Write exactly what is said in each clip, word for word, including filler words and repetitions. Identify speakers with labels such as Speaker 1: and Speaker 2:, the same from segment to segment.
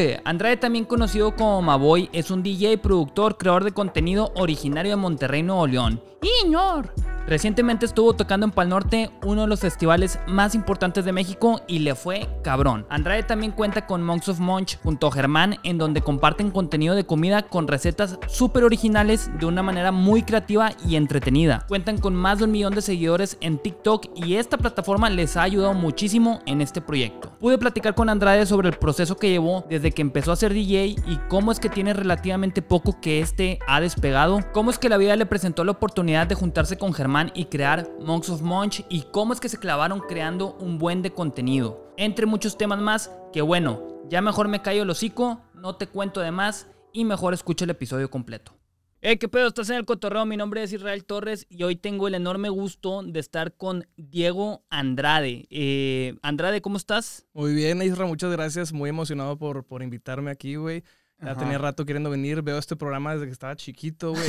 Speaker 1: Andrade, también conocido como Maboy, es un D J, productor, creador de contenido originario de Monterrey, Nuevo León. ¡Iñor! Recientemente estuvo tocando en Pal Norte, uno de los festivales más importantes de México, y le fue cabrón. Andrade también cuenta con Monks of Munch junto a Germán, en donde comparten contenido de comida con recetas súper originales de una manera muy creativa y entretenida. Cuentan con más de un millón de seguidores en TikTok y esta plataforma les ha ayudado muchísimo en este proyecto. Pude platicar con Andrade sobre el proceso que llevó desde que empezó a ser D J y cómo es que tiene relativamente poco que este ha despegado, cómo es que la vida le presentó la oportunidad de juntarse con Germán y crear Monks of Munch y cómo es que se clavaron creando un buen de contenido, entre muchos temas más que bueno, ya mejor me callo el hocico, no te cuento de más y mejor escucha el episodio completo. Hey, ¿qué pedo? Estás en el cotorreo, mi nombre es Israel Torres y hoy tengo el enorme gusto de estar con Diego Andrade. Eh, Andrade, ¿cómo estás?
Speaker 2: Muy bien, Isra, muchas gracias, muy emocionado por, por invitarme aquí, güey. Ya Ajá. Tenía rato queriendo venir, veo este programa desde que estaba chiquito, güey.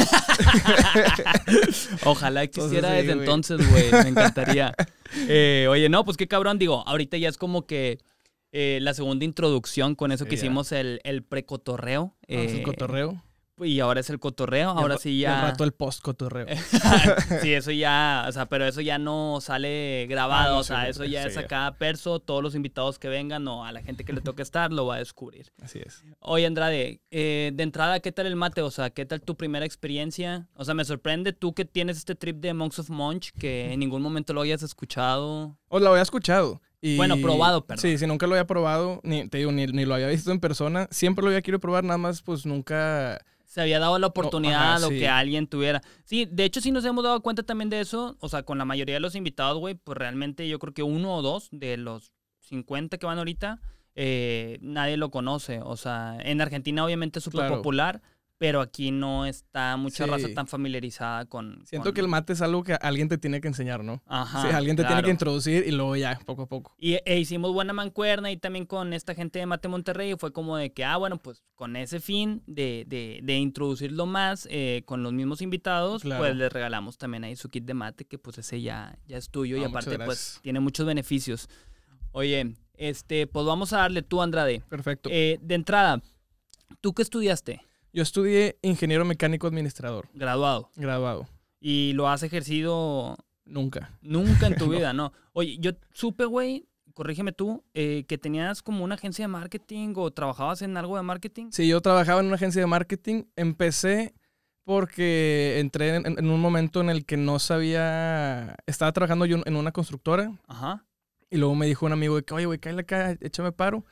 Speaker 1: Ojalá quisiera entonces, sí, desde güey. entonces, güey, me encantaría. Eh, oye, no, pues qué cabrón, digo, ahorita ya es como que eh, la segunda introducción con eso sí, que ya. hicimos el, el precotorreo.
Speaker 2: Eh, ¿Es el cotorreo?
Speaker 1: Y ahora es el cotorreo,
Speaker 2: y
Speaker 1: ahora
Speaker 2: el,
Speaker 1: sí ya...
Speaker 2: Y el rato el post-cotorreo.
Speaker 1: Sí, eso ya, o sea, pero eso ya no sale grabado, ah, no, o sea, sí, eso ya sí, es acá ya. perso, todos los invitados que vengan o a la gente que le toque estar lo va a descubrir.
Speaker 2: Así es.
Speaker 1: Oye, Andrade, eh, de entrada, ¿qué tal el mate? O sea, ¿qué tal tu primera experiencia? O sea, me sorprende tú que tienes este trip de Monks of Munch, que en ningún momento lo hayas escuchado.
Speaker 2: O lo había escuchado. Y,
Speaker 1: bueno, probado, perdón.
Speaker 2: Sí, sí, nunca lo había probado, ni, te digo, ni, ni lo había visto en persona. Siempre lo había querido probar, nada más, pues nunca...
Speaker 1: Se había dado la oportunidad
Speaker 2: no,
Speaker 1: o
Speaker 2: sí.
Speaker 1: que alguien tuviera. Sí, de hecho sí nos hemos dado cuenta también de eso. O sea, con la mayoría de los invitados, güey, pues realmente yo creo que uno o dos de los cincuenta que van ahorita, eh, nadie lo conoce. O sea, en Argentina obviamente es súper
Speaker 2: claro.
Speaker 1: popular, pero aquí no está mucha
Speaker 2: sí.
Speaker 1: raza tan familiarizada con...
Speaker 2: Siento
Speaker 1: con...
Speaker 2: que el mate es algo que alguien te tiene que enseñar, ¿no?
Speaker 1: Ajá,
Speaker 2: sí, alguien te
Speaker 1: claro.
Speaker 2: tiene que introducir y luego ya, poco a poco.
Speaker 1: Y e hicimos buena mancuerna y también con esta gente de Mate Monterrey y fue como de que, ah, bueno, pues con ese fin de, de, de introducirlo más eh, con los mismos invitados, claro. pues les regalamos también ahí su kit de mate, que pues ese ya, ya es tuyo ah, y aparte pues tiene muchos beneficios. Oye, este, pues vamos a darle tú, Andrade.
Speaker 2: Perfecto.
Speaker 1: Eh, de entrada, ¿tú qué estudiaste?
Speaker 2: Yo estudié ingeniero mecánico administrador.
Speaker 1: Graduado.
Speaker 2: Graduado.
Speaker 1: ¿Y lo has ejercido?
Speaker 2: Nunca.
Speaker 1: Nunca en tu vida, no. Oye, yo supe, güey, corrígeme tú, eh, que tenías como una agencia de marketing o trabajabas en algo de marketing.
Speaker 2: Sí, yo trabajaba en una agencia de marketing. Empecé porque entré en, en un momento en el que no sabía... Estaba trabajando yo en una constructora.
Speaker 1: Ajá.
Speaker 2: Y luego me dijo un amigo de que, oye, güey, cállale acá, échame paro.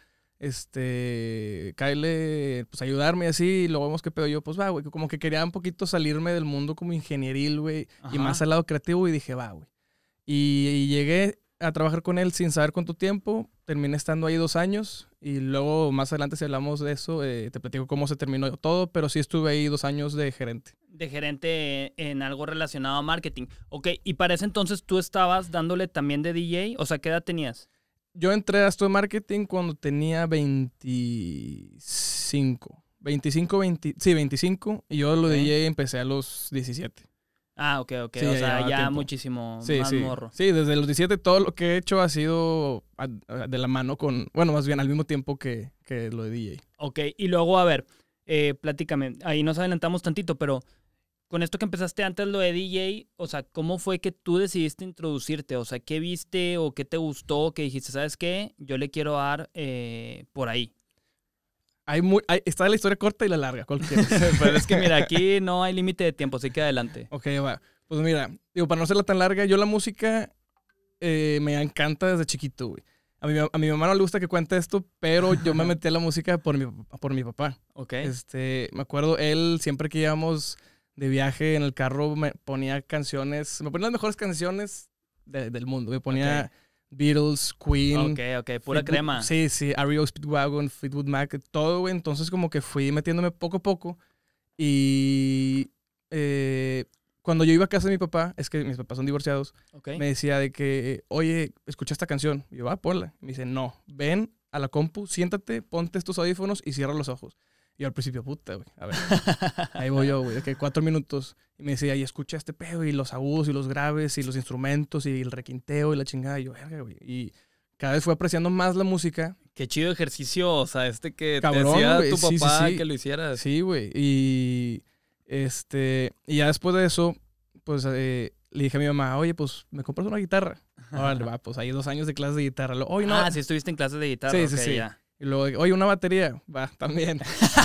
Speaker 2: Este, cáele, pues ayudarme y así, y luego vemos qué pedo. Yo, pues va, güey, como que quería un poquito salirme del mundo como ingenieril, güey, y más al lado creativo, y dije, va, güey. Y, y llegué a trabajar con él sin saber cuánto tiempo, terminé estando ahí dos años, y luego más adelante si hablamos de eso, eh, te platico cómo se terminó todo, pero sí estuve ahí dos años de gerente.
Speaker 1: De gerente en algo relacionado a marketing. Ok, y para ese entonces tú estabas dándole también de D J, o sea, ¿qué edad tenías?
Speaker 2: Yo entré a esto de marketing cuando tenía veinticinco. veinticinco, veinte, sí, veinticinco. Y yo lo okay. de D J empecé a los diecisiete.
Speaker 1: Ah, ok, ok. Sí, o sea, ya tiempo. muchísimo
Speaker 2: sí,
Speaker 1: más
Speaker 2: sí.
Speaker 1: morro.
Speaker 2: Sí, desde los diecisiete todo lo que he hecho ha sido de la mano con... Bueno, más bien al mismo tiempo que, que lo de D J.
Speaker 1: Ok, y luego, a ver, eh, platícame. Ahí nos adelantamos tantito, pero... Con esto que empezaste antes lo de D J, o sea, ¿cómo fue que tú decidiste introducirte? O sea, ¿qué viste o qué te gustó que dijiste, ¿sabes qué? Yo le quiero dar eh, por ahí.
Speaker 2: Hay muy, hay, está la historia corta y la larga, cualquiera.
Speaker 1: Pero es que mira, aquí no hay límite de tiempo, así que adelante.
Speaker 2: Ok, va. Pues mira, digo, para no hacerla tan larga, yo la música eh, me encanta desde chiquito, güey. A mi, a mi mamá no le gusta que cuente esto, pero yo me metí a la música por mi, por mi papá.
Speaker 1: Ok.
Speaker 2: Este, me acuerdo, él siempre que íbamos... de viaje en el carro me ponía canciones, me ponía las mejores canciones de, del mundo. Me ponía okay. Beatles, Queen.
Speaker 1: Ok, ok, pura
Speaker 2: Fleetwood,
Speaker 1: crema.
Speaker 2: Sí, sí, R E O Speedwagon, Fleetwood Mac, todo, güey. Entonces como que fui metiéndome poco a poco. Y eh, cuando yo iba a casa de mi papá, es que mis papás son divorciados, okay. me decía de que, oye, escucha esta canción. Y yo, va, ponla. Me dice, no, ven a la compu, siéntate, ponte estos audífonos y cierra los ojos. Y yo al principio, puta, güey, a ver, ahí voy yo, güey, de que cuatro minutos. Y me decía, y escucha este pedo, y los agudos, y los graves, y los instrumentos, y el requinteo, y la chingada. Y yo, verga, güey. Y cada vez fui apreciando más la música.
Speaker 3: Qué chido ejercicio, o sea, este que
Speaker 2: Cabrón,
Speaker 3: te decía
Speaker 2: güey.
Speaker 3: tu
Speaker 2: Sí,
Speaker 3: papá
Speaker 2: sí, sí.
Speaker 3: que lo hicieras.
Speaker 2: Sí, güey. Y, este, y ya después de eso, pues eh, le dije a mi mamá, oye, pues, ¿me compras una guitarra? Órale, va, pues, hay dos años de clase de guitarra. Lo, oye, no.
Speaker 3: Ah, sí estuviste en clases de guitarra.
Speaker 2: Sí,
Speaker 3: ok,
Speaker 2: sí, sí.
Speaker 3: ya.
Speaker 2: Y luego, oye, una batería. Va, también.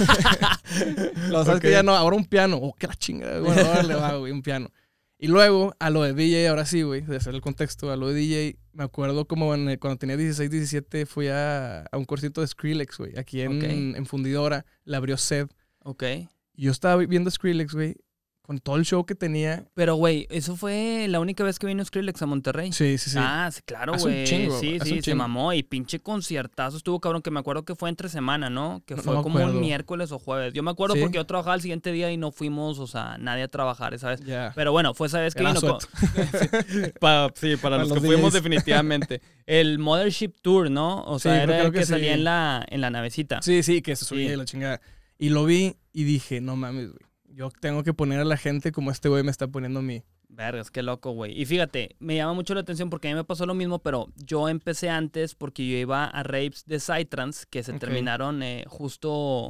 Speaker 2: Lo sabes
Speaker 3: Ok.
Speaker 2: que ya no, ahora un piano. Oh, qué la chingada. Bueno, órale, va, güey, un piano. Y luego, a lo de D J, ahora sí, güey, de hacer el contexto, a lo de D J, me acuerdo como en el- cuando tenía dieciséis, diecisiete, fui a, a un cursito de Skrillex, güey, aquí en,
Speaker 3: Ok.
Speaker 2: en Fundidora, la abrió Sed.
Speaker 3: Ok.
Speaker 2: Y yo estaba viendo Skrillex, güey, con todo el show que tenía.
Speaker 3: Pero, güey, ¿eso fue la única vez que vino Skrillex a Monterrey?
Speaker 2: Sí, sí, sí.
Speaker 3: Ah, sí, claro,
Speaker 2: Hace un
Speaker 3: güey.
Speaker 2: chingo,
Speaker 3: Sí,
Speaker 2: hace
Speaker 3: sí,
Speaker 2: un
Speaker 3: se
Speaker 2: chingo.
Speaker 3: mamó. Y pinche conciertazo estuvo cabrón, que me acuerdo que fue entre semana, ¿no? Que
Speaker 2: No-
Speaker 3: fue
Speaker 2: no me
Speaker 3: como
Speaker 2: acuerdo.
Speaker 3: un miércoles o jueves. Yo me acuerdo
Speaker 2: ¿Sí?
Speaker 3: porque yo trabajaba el siguiente día y no fuimos, o sea, nadie a trabajar esa vez.
Speaker 2: Ya.
Speaker 3: Pero bueno, fue esa vez que
Speaker 2: Era
Speaker 3: vino.
Speaker 2: suelto.
Speaker 3: sí, pa- sí, para,
Speaker 2: Para
Speaker 3: los,
Speaker 2: los
Speaker 3: que fuimos
Speaker 2: D Js.
Speaker 3: definitivamente. El Mothership Tour, ¿no? O sea,
Speaker 2: Sí,
Speaker 3: era
Speaker 2: creo
Speaker 3: el
Speaker 2: que
Speaker 3: que
Speaker 2: sí.
Speaker 3: salía en la, en la navecita.
Speaker 2: Sí, sí, que se subía
Speaker 3: Sí.
Speaker 2: y la chingada. Y lo vi y dije, no mames, güey. Yo tengo que poner a la gente como este güey me está poniendo a mí.
Speaker 3: Vergas, qué loco, güey. Y fíjate, me llama mucho la atención porque a mí me pasó lo mismo, pero yo empecé antes porque yo iba a raves de Psytrance que se
Speaker 2: Ok.
Speaker 3: terminaron eh, justo,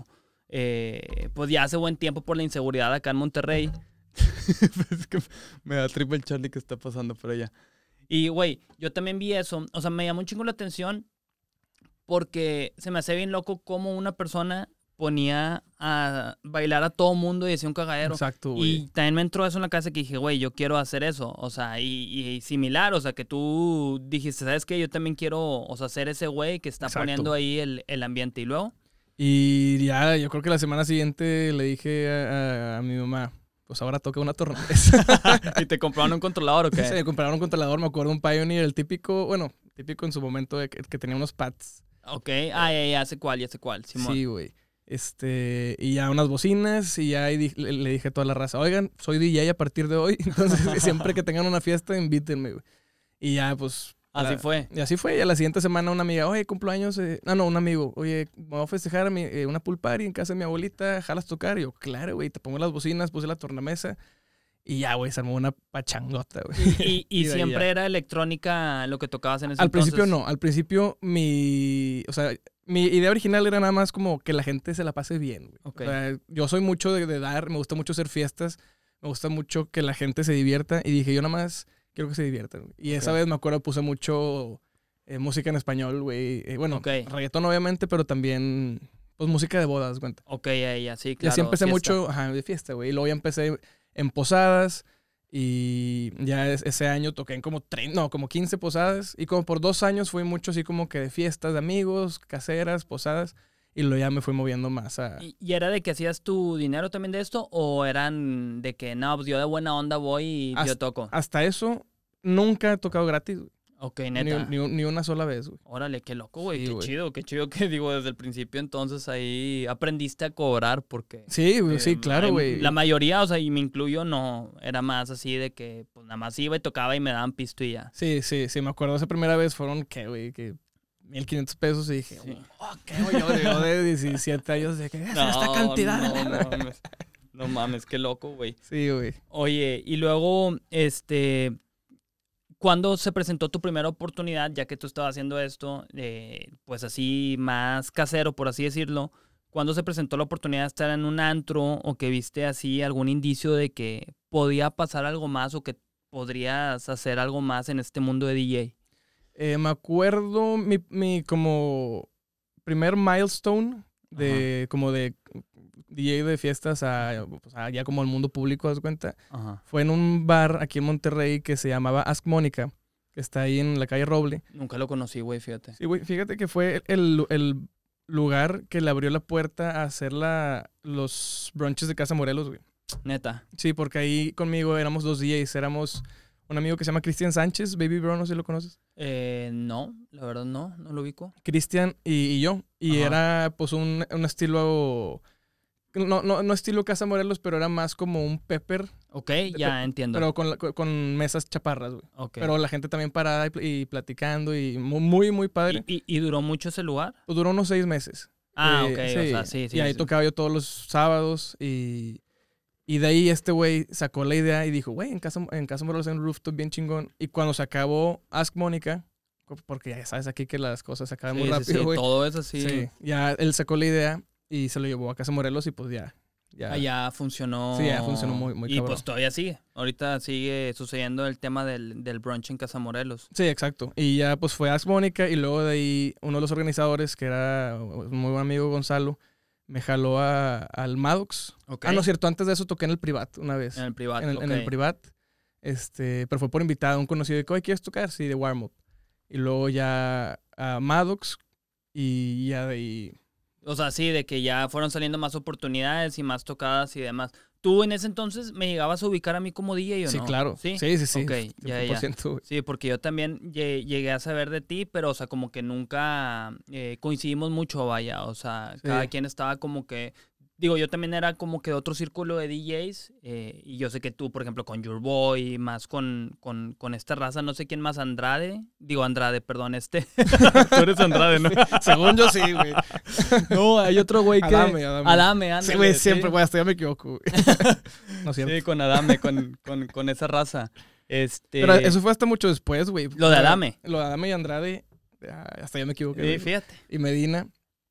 Speaker 3: eh, pues ya hace buen tiempo por la inseguridad acá en Monterrey. Es que me da triple Charlie que está pasando por allá. Y, güey, yo también vi eso. O sea, me llamó un chingo la atención porque se me hace bien loco cómo una persona ponía a bailar a todo mundo y decía un cagadero.
Speaker 2: Exacto, güey.
Speaker 3: Y también me entró eso en la cabeza que dije, güey, yo quiero hacer eso. O sea, y, y similar, o sea, que tú dijiste, ¿sabes qué? Yo también quiero, o sea, ser ese güey que está
Speaker 2: Exacto.
Speaker 3: poniendo ahí el, el ambiente. Y luego,
Speaker 2: Y ya, yo creo que la semana siguiente le dije a, a- a mi mamá, pues ahora toca una tornamesa.
Speaker 3: ¿y te compraron un controlador o qué?
Speaker 2: Se me compraron un controlador, me acuerdo, un Pioneer, el típico, bueno, típico en su momento de que, que tenía unos pads.
Speaker 3: Ok, ah, ya, ya sé cuál, ya sé cuál, Simón.
Speaker 2: Sí, güey. Este, y ya unas bocinas y ya ahí di- le, le dije a toda la raza, oigan, soy D J a partir de hoy, entonces siempre que tengan una fiesta, invítenme, güey. Y ya, pues...
Speaker 3: Así
Speaker 2: la-
Speaker 3: fue.
Speaker 2: Y así fue, y a la siguiente semana una amiga, oye, cumpleaños, eh... no, no, un amigo, oye, me voy a festejar a mi, eh, una pool party en casa de mi abuelita, jalas tocar, y yo, claro, güey, te pongo las bocinas, puse la tornamesa, y ya, güey, se armó una pachangota, güey.
Speaker 3: Y, y, y
Speaker 2: de ahí
Speaker 3: siempre
Speaker 2: ya.
Speaker 3: era electrónica lo que tocabas en ese
Speaker 2: Al
Speaker 3: entonces.
Speaker 2: principio no, al principio mi, o sea, mi idea original era nada más como que la gente se la pase bien, güey.
Speaker 3: Ok.
Speaker 2: O sea, yo soy mucho de, de dar, me gusta mucho hacer fiestas, me gusta mucho que la gente se divierta y dije, yo nada más quiero que se diviertan. Güey. Y esa
Speaker 3: Ok.
Speaker 2: vez me acuerdo puse mucho eh, música en español, güey. Eh, bueno,
Speaker 3: Ok.
Speaker 2: reggaetón obviamente, pero también pues música de bodas, cuenta.
Speaker 3: Ok, ya, ya, sí,
Speaker 2: Y
Speaker 3: claro.
Speaker 2: así empecé
Speaker 3: fiesta.
Speaker 2: mucho ajá, de fiesta, güey. Y luego ya empecé en posadas. Y ya es- ese año toqué en como, tre- no, como quince posadas. Y como por dos años fui mucho así como que de fiestas de amigos, caseras, posadas. Y luego ya me fui moviendo más a...
Speaker 3: ¿Y, y era de que hacías tu dinero también de esto? ¿O eran de que, no, pues yo de buena onda voy y yo
Speaker 2: Hasta-
Speaker 3: toco?
Speaker 2: Hasta eso, nunca he tocado gratis. güey.
Speaker 3: Ok,
Speaker 2: Ni,
Speaker 3: neta.
Speaker 2: ni, ni una sola vez, güey.
Speaker 3: Órale, qué loco, güey.
Speaker 2: Sí,
Speaker 3: qué
Speaker 2: güey.
Speaker 3: chido, qué chido que digo desde el principio. Entonces ahí aprendiste a cobrar porque...
Speaker 2: Sí, güey, sí,
Speaker 3: eh,
Speaker 2: claro,
Speaker 3: hay-
Speaker 2: güey.
Speaker 3: La mayoría, o sea, y me incluyo, no. Era más así de que, pues nada más iba y tocaba y me daban pisto y ya.
Speaker 2: Sí, sí, sí, me acuerdo esa primera vez fueron, ¿qué, güey? Que mil quinientos pesos y dije,
Speaker 3: Sí.
Speaker 2: oh, ¿qué, güey? Yo, yo de diecisiete años, de que "Es esta cantidad.
Speaker 3: no,
Speaker 2: de lana".
Speaker 3: no mames. No mames, qué loco, güey.
Speaker 2: Sí, güey.
Speaker 3: Oye, y luego, este, ¿cuándo se presentó tu primera oportunidad, ya que tú estabas haciendo esto, eh, pues así más casero, por así decirlo? ¿Cuándo se presentó la oportunidad de estar en un antro o que viste así algún indicio de que podía pasar algo más o que podrías hacer algo más en este mundo de D J?
Speaker 2: Eh, me acuerdo mi, mi como primer milestone de como de D J de fiestas a, pues, a ya como al mundo público, ¿das cuenta?
Speaker 3: Ajá.
Speaker 2: Fue en un bar aquí en Monterrey que se llamaba Ask Mónica, que está ahí en la calle Roble.
Speaker 3: Nunca lo conocí, güey, fíjate.
Speaker 2: Sí, güey, fíjate que fue el, el lugar que le abrió la puerta a hacer la, los brunches de Casa Morelos, güey.
Speaker 3: Neta.
Speaker 2: Sí, porque ahí conmigo éramos dos D Js, éramos un amigo que se llama Cristian Sánchez, Baby Bro, no sé si lo conoces.
Speaker 3: Eh, no, la verdad no, no lo ubico.
Speaker 2: Cristian y, y yo. Y
Speaker 3: Ajá.
Speaker 2: era pues un, un estilo, no, no, no estilo Casa Morelos, pero era más como un pepper,
Speaker 3: Ok, ya entiendo.
Speaker 2: pero con, la- con- con mesas chaparras, güey.
Speaker 3: Ok.
Speaker 2: Pero la gente también parada y, pl- y platicando y mu- muy, muy padre.
Speaker 3: ¿Y, y, y duró mucho ese lugar?
Speaker 2: Pues duró unos seis meses.
Speaker 3: Ah,
Speaker 2: Eh,
Speaker 3: ok, o sea, sí, sí.
Speaker 2: Y ahí
Speaker 3: sí.
Speaker 2: tocaba yo todos los sábados y, y de ahí este güey sacó la idea y dijo, güey, en Casa, en Casa Morelos hay un rooftop bien chingón. Y cuando se acabó Ask Mónica, porque ya sabes aquí que las cosas se acaban
Speaker 3: Sí,
Speaker 2: muy
Speaker 3: sí,
Speaker 2: rápido,
Speaker 3: sí,
Speaker 2: güey.
Speaker 3: todo es así.
Speaker 2: Sí, ya él sacó la idea y se lo llevó a Casa Morelos y pues ya. ya.
Speaker 3: Allá funcionó.
Speaker 2: Sí, ya funcionó muy, muy
Speaker 3: Y
Speaker 2: cabrón.
Speaker 3: pues todavía sigue. Ahorita sigue sucediendo el tema del, del brunch en Casa Morelos.
Speaker 2: Sí, exacto. Y ya pues fue Ask Mónica y luego de ahí uno de los organizadores, que era un muy buen amigo Gonzalo, me jaló a, al Maddox.
Speaker 3: Ok.
Speaker 2: Ah, no es cierto, antes de eso toqué en el Privat una vez.
Speaker 3: En el privado.
Speaker 2: en el, en el Privat. Este, pero fue por invitado, un conocido de que, oye, ¿quieres tocar? Sí, de warm up. Y luego ya a Maddox y ya de ahí.
Speaker 3: O sea, sí, de que ya fueron saliendo más oportunidades y más tocadas y demás. ¿Tú en ese entonces me llegabas a ubicar a mí como D J o
Speaker 2: Sí,
Speaker 3: no?
Speaker 2: claro.
Speaker 3: Sí,
Speaker 2: Sí, sí, sí.
Speaker 3: Ok, ya, ya.
Speaker 2: cien por ciento, güey.
Speaker 3: Sí, porque yo también lle- llegué a saber de ti, pero, o sea, como que nunca eh, coincidimos mucho, vaya. O sea,
Speaker 2: Sí.
Speaker 3: cada quien estaba como que... Digo, yo también era como que de otro círculo de D Js, eh, y yo sé que tú, por ejemplo, con Your Boy, más con, con, con esta raza, no sé quién más, Andrade. Digo, Andrade, perdón, este. Tú eres Andrade, ¿no?
Speaker 2: Según yo sí, güey.
Speaker 3: No, hay otro güey que...
Speaker 2: Adame, Adame.
Speaker 3: Adame, ándale,
Speaker 2: Sí, güey,
Speaker 3: sí.
Speaker 2: siempre, güey, hasta ya me equivoco, güey. No es cierto.
Speaker 3: Sí, con Adame, con, con, con esa raza. Este...
Speaker 2: Pero eso fue hasta mucho después, güey.
Speaker 3: Lo de Adame.
Speaker 2: Lo de Adame y Andrade, ya, hasta ya me equivoqué.
Speaker 3: Sí,
Speaker 2: güey.
Speaker 3: fíjate.
Speaker 2: Y Medina.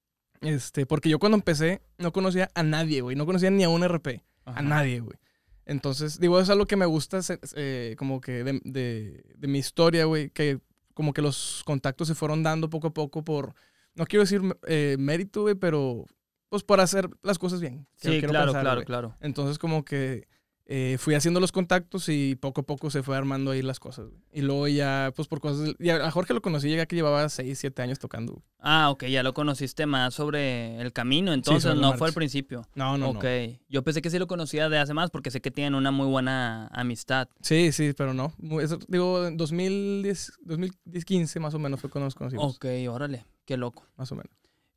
Speaker 2: Este, porque yo cuando empecé no conocía a nadie, güey. No conocía ni a un R P.
Speaker 3: Ajá.
Speaker 2: A nadie, güey. Entonces, digo, eso es algo que me gusta, se- eh, como que de, de, de mi historia, güey. Que como que los contactos se fueron dando poco a poco por, no quiero decir eh, mérito, güey, pero pues por hacer las cosas bien.
Speaker 3: Sí,
Speaker 2: Quiero- quiero
Speaker 3: claro,
Speaker 2: pensar,
Speaker 3: claro,
Speaker 2: güey.
Speaker 3: claro.
Speaker 2: Entonces, como que eh, fui haciendo los contactos y poco a poco se fue armando ahí las cosas, güey. Y luego ya, pues por cosas... Y a Jorge lo conocí, ya que llevaba seis, siete años tocando, güey.
Speaker 3: Ah, ok, ya lo conociste más sobre el camino, entonces
Speaker 2: sobre
Speaker 3: no
Speaker 2: la
Speaker 3: fue al
Speaker 2: marcha.
Speaker 3: principio.
Speaker 2: No, no,
Speaker 3: ok,
Speaker 2: no.
Speaker 3: yo pensé que sí lo conocía de hace más porque sé que tienen una muy buena amistad.
Speaker 2: Sí, sí, pero no. Muy- eso, digo, en dos mil diez, dos mil quince más o menos fue cuando nos conocimos.
Speaker 3: Ok, órale, qué loco.
Speaker 2: Más o menos.